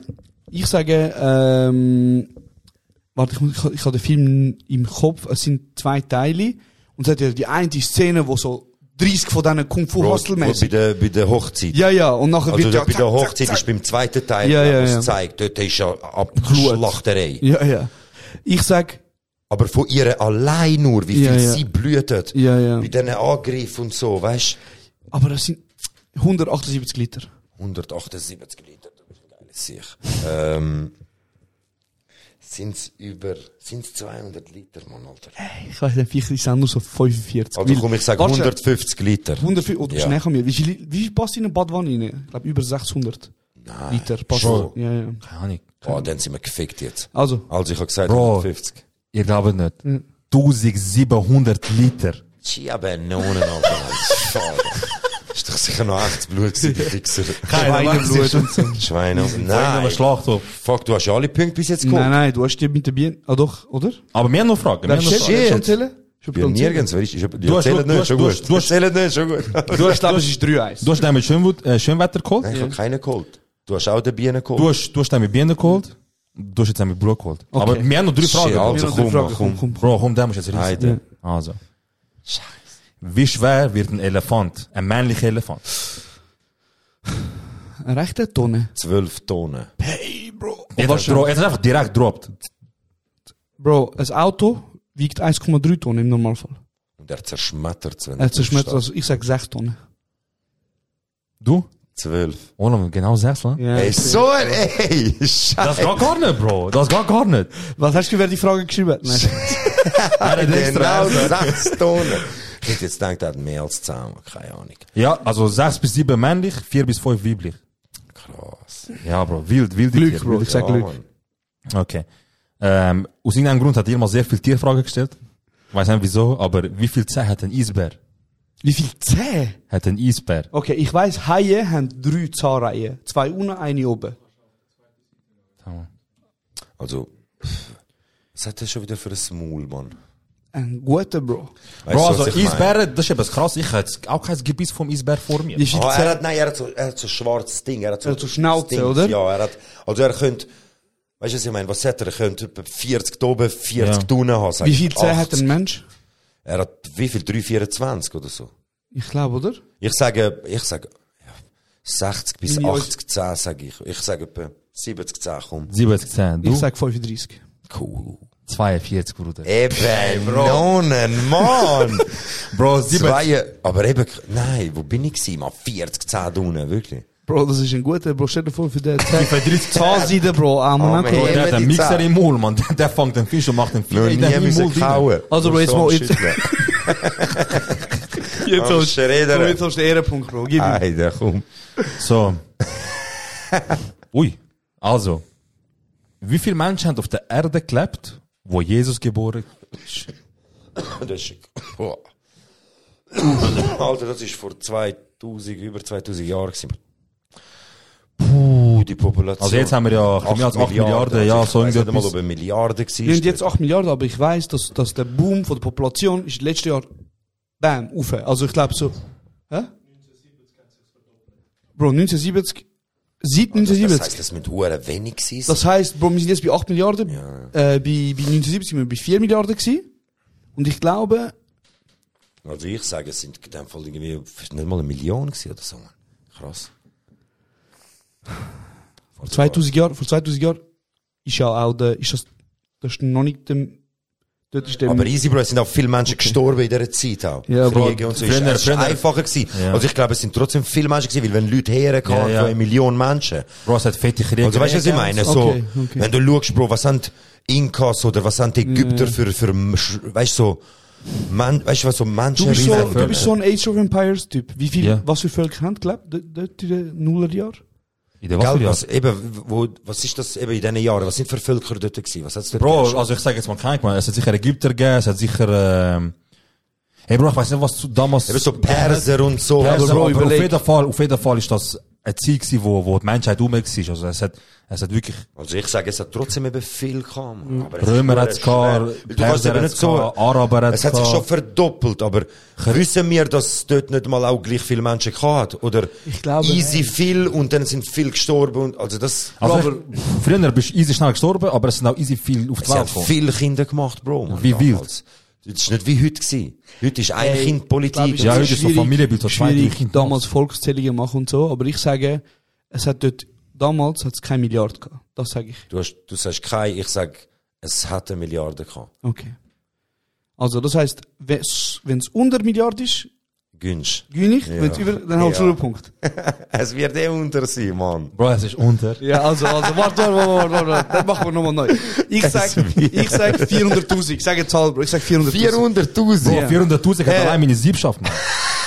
warte, ich habe den Film im Kopf, es sind 2 Teile, und es hat ja die eine Szene, wo so 30 von diesen Kung-Fu-Hustle-mäßig. Bei der Hochzeit. Ja, und nachher Also wird ja... bei der Hochzeit ist beim zweiten Teil, Ja. was zeigt, dort ist ja Abschlachterei. Ja. Ich sag, Aber von ihr allein nur, wie viel sie blühtet. Ja. Bei diesen Angriffen und so, weißt du? aber das sind 178 Liter. 178 Liter, du bist ein geiles Sieg. Sind's 200 Liter, Mann, Alter. Ich weiß nicht, vielleicht sind nur so 45. Also komm, ich sag 150 Liter. 150, oder Ja. näher an mir. Wie viel passt in eine Badwanne rein? Ich glaube, über 600 Liter passt. schon. Ja. Keine Ahnung. Boah, dann sind wir gefickt jetzt. Also, Also ich habe gesagt Bro. 150. Ihr glaubt nicht. 1700 Liter. Chia Benonen, Alter. Schade. Ist doch sicher noch echtes Blut gewesen, die Wichser. Schweineblut und so. Schweine. Nein. Nein. Schlachthof. Fuck, du hast ja alle Punkte bis jetzt geholt. Nein, du hast die mit der Biene. Ah doch, oder? Aber wir haben noch Fragen. Wir haben noch Shit. Fragen. Schon zählen? Schon Ja, nirgends, weißt du? Du hast- Erzählt du nicht, hast- schon du gut. hast- du hast- Erzählt nicht, schon gut. Ich glaube, es ist 3-1. Du hast den mit Schönwetter geholt. Nein, ich habe keinen geholt. Du hast auch den Bienen geholt. Du hast den mit Bienen geholt. Du hast jetzt den mit Blut geholt. Okay. Aber wir haben noch 3 Shit, Fragen. also Wir haben noch drei komm. Fragen. Bro, komm, der muss jetzt riesen. Heide. Also. Wie schwer wird ein Elefant? Ein männlicher Elefant? Eine rechte Tonne. 12 Tonnen. Hey, Bro. Jetzt hast du einfach direkt gedroppt. Bro, ein Auto wiegt 1,3 Tonnen im Normalfall. Und er zerschmettert es, wenn Er zerschmettert, also ich sag 6 Tonnen. Du? 12. Oh, genau 6, wa? Ja. Ey, so ein, ey, Scheiße. Das geht gar nicht, Bro. Das geht gar nicht. Was hast du, wer die Frage geschrieben hat? Nein. Er hat extra Genau 6 Tonnen. Ich hätte jetzt gedacht, er hat mehr als 10, keine Ahnung. Ja, also 6 bis 7 männlich, 4 bis 5 weiblich. Krass. Ja, Bro. Wild Glück, Tier. Bro. Ich sag Glück. Mann. Okay. Aus irgendeinem Grund hat jemand sehr viele Tierfragen gestellt. Ich weiß nicht wieso, aber wie viel Zähne hat ein Eisbär? Wie viel Zähne? Hat ein Eisbär? Okay, ich weiss, Haie haben 3 Zahnreihen. 2 unten, eine oben. Also, was hat er schon wieder für ein Maul, Mann? Ein guter, Bro. Weißt Bro, du, also was ich meine? Eisbären, das ist eben krass. Ich hätte auch kein Gebiss vom Eisbär vor mir. Wie viel Ah, Zähne? er hat so ein schwarzes Ding. Er hat so Schnauze, Ding. oder? Ja, also er könnte, weißt du, was ich meine? Was hat er? Er könnte etwa 40 Toben, 40 Ja. Tonnen haben. sag Wie ich. viel Zähne hat 80. ein Mensch? Er hat, wie viel? 324 oder so? Ich glaube, oder? Ich sage, ja, 60 bis Meine 80 Zähne, sage ich. Ich sage etwa 70 Zähne, komm. 70 Zähne. Du? Ich sag 35. Cool. 42, Bruder. Eben, Nonen, Mann! Bro, 70. Aber eben, nein, wo bin ich gewesen? Mal 40 Zähne unten, wirklich. Bro, das ist ein guter, Bro. Stell dir vor, für den Zahnseide, Bro. Ah, man, Oh, Bro. man. Der hat einen die Mixer Zähne. im Maul, man. Der fängt den Fisch und macht den Fisch Noch in nie den müssen Maul drin. kauen. Also, Bro, jetzt So mal- am jetzt- Schütteln. Jetzt Am hast Schreddern. du den Ehrenpunkt, Bro. Gib ihm. Heide, komm. So. Ui. Also. Wie viele Menschen haben auf der Erde gelebt, wo Jesus geboren ist? Das ist, boah. Alter, das ist vor über 2000 Jahren gewesen. Puh, die Population. Also jetzt haben wir ja mehr als 8 Milliarden, ja, so ich weiss nicht mal, irgendetwas. ob eine Milliarde gewesen Wir ist. haben jetzt 8 Milliarden, aber ich weiss, dass der Boom von der Population ist letztes Jahr, bam, auf. Also ich glaube so, hä? Bro, 1970, seit Das 1970. heisst, das mit Huren wenig gewesen. Das heisst, Bro, wir sind jetzt bei 8 Milliarden, Ja. bei 1970 sind wir bei 4 Milliarden gewesen. Und ich glaube, Also ich sage, es sind in dem Fall irgendwie nicht mal 1 Million gewesen oder so. Krass. vor 2000 Jahren ist ja auch das ist noch nicht dem, dort ist dem, Aber easy, Bro, es sind auch viele Menschen gestorben in dieser Zeit auch. Ja, Bro, Kriege und so. früher- Es ist einfacher gewesen. Ja. Also ich glaube, es sind trotzdem viele Menschen gewesen, weil wenn Leute herkamen Ja, ja. von 1 Million Menschen. Bro, es hat fette Kriege. Also weißt du, was ich meine? So, Okay, okay. wenn du schaust, Bro, was sind Inkas oder was sind die Ägypter für weißt du, so, weißt du, was so Menschen du bist riesen- so ein Age of Empires Typ. Wie viel, Ja. was für Völker haben gelebt, dort in den Nullerjahren? In der was für Gell, Jahr? was, eben, was ist das eben in diesen Jahren? Was sind für Völker dort gewesen? Was hat's dort Bro, gegeben? also ich sage jetzt mal kein, es hat sicher Ägypter gegeben, es hat sicher, hey Bro, ich weiß nicht, was du damals... Eben so Perser und so. Perser, Aber Bro, aber überleg. auf jeden Fall ist das eine Zeit gewesen, wo die Menschheit rum war. Also es hat wirklich... Also ich sage, es hat trotzdem eben viel gehabt. Aber Römer hat's gehabt, Perser hat's gehabt, Araber hat's gehabt. Es hat sich gehabt. schon verdoppelt, aber wissen wir, dass es dort nicht mal auch gleich viele Menschen gehabt hat? Oder Ich glaube, easy viel und dann sind viele gestorben und, also das... Also früher bist du easy schnell gestorben, aber es sind auch easy viel auf die Sie Welt haben gekommen. viele Kinder gemacht, Bro. Man, Wie wild. damals. Das ist nicht wie heute gewesen. Heute ist ein Kind Politik. Ja, heute ist so Familienbild, so zwei, drei schwierig, Kinder. damals Volkszählungen machen und so, aber ich sage, es hat dort, damals hat es keine Milliarde gehabt. Das sage ich. Du sagst kein, ich sag, es hat 1 Milliarde gehabt. Okay. Also, das heisst, wenn es unter Milliarde ist, Günsch. gewinne ich, Ja. wenn es über, dann halt Ja. schon einen Punkt. Es wird unter sein, Mann. Bro, es ist unter. Ja, also, warte, dann machen wir nochmal neu. Ich sag 400.000. Ich sage eine Zahl, Bro. Ich sag 400.000. 400.000. Bro, Ja. 400.000 hat allein meine Siebschaft, man.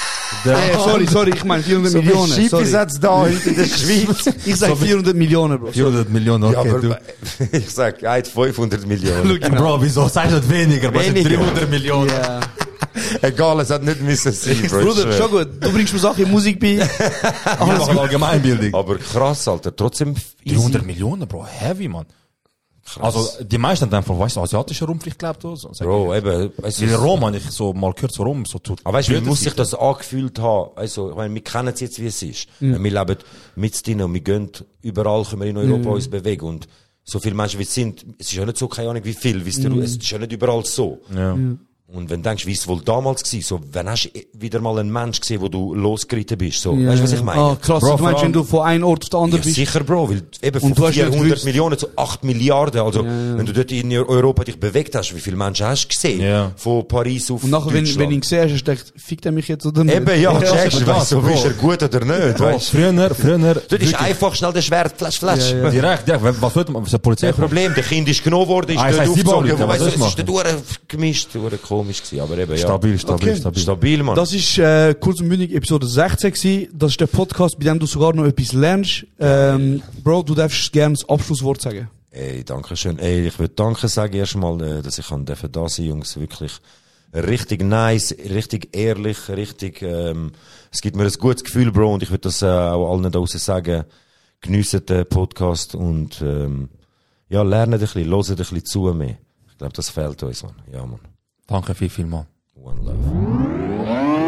Sorry, ich meine 400 So Millionen. viele Sorry. Schiffes hat's da heute in der Schweiz. Ich sag 400 Millionen, Bro. 400 Millionen, Ja, okay, aber du. ich sag, er hat 500 Millionen. Bro, wieso sagst du nicht weniger? Bro, es sind Weniger. 300 Millionen. Ja. Egal, es hat nicht müssen sein, Bro. Bruder, ich schwör. schon gut. Du bringst mir Sachen in Musik bei. Wir machen Allgemeinbildung. Aber krass, Alter. Trotzdem 300 Millionen, Bro, heavy, man. Krass. Also, die meisten haben einfach, weißt du, asiatische Rum vielleicht gelebt oder so. Bro, eben. Weißt Weil du, Rom, habe ich so mal gehört, so Rom, so zu. aber weißt du, wie muss sich Blödsinn. das angefühlt haben? Also, ich meine, wir kennen es jetzt, wie es ist. Wir leben mit drin und wir gehen überall, können wir in Europa uns bewegen. Und so viele Menschen wie es sind, es ist ja nicht so, keine Ahnung wie viel, wisst ihr, es ist ja nicht überall so. Ja. Und wenn du denkst, wie es wohl damals war, so, wenn hast du wieder mal einen Mensch gesehen, wo du losgeritten bist, so, weißt du, was ich meine? Ah, krass. Bro, du meinst, vor wenn du von einem Ort auf den anderen Ja, bist. sicher, Bro, weil eben Und du von hast nicht 400 gewusst. Millionen zu 8 Milliarden, also, wenn du dort in Europa dich bewegt hast, wie viele Menschen hast du gesehen? Ja. Von Paris auf Und nachher, wenn Deutschland. du ihn gesehen hast, hast du gedacht, fickt er mich jetzt oder nicht? Eben, ja, checkst du, das, weißt du, Bro. ist er gut oder nicht, Bro, weißt du? früher. Dort ist einfach schnell der Schwert, Flash. Direkt, was wird man, was der Polizei Kein Problem, der Kind ist genommen worden, ist Ah, dort das heisst, aufgezogen, Sieben weißt du, Leute, es was ist dort gemischt, komisch gewesen, aber eben, ja. Stabil. Stabil, Mann. Das ist kurz und bündig Episode 16 gewesen. Das ist der Podcast, bei dem du sogar noch etwas lernst. Bro, du darfst gerne das Abschlusswort sagen. Ey, danke schön. Ey, ich würde danke sagen erstmal, dass ich da sein, Jungs, wirklich richtig nice, richtig ehrlich, richtig, es gibt mir ein gutes Gefühl, Bro, und ich würde das auch allen da draussen sagen, geniessen den Podcast und ja, lernen ein bisschen, hören ein bisschen zu mehr. Ich glaube, das fehlt uns, Mann. Ja, Mann. Danke viel, Mann. One love.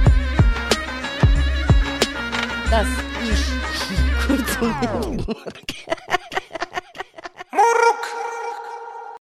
Das ist kurz und bündig.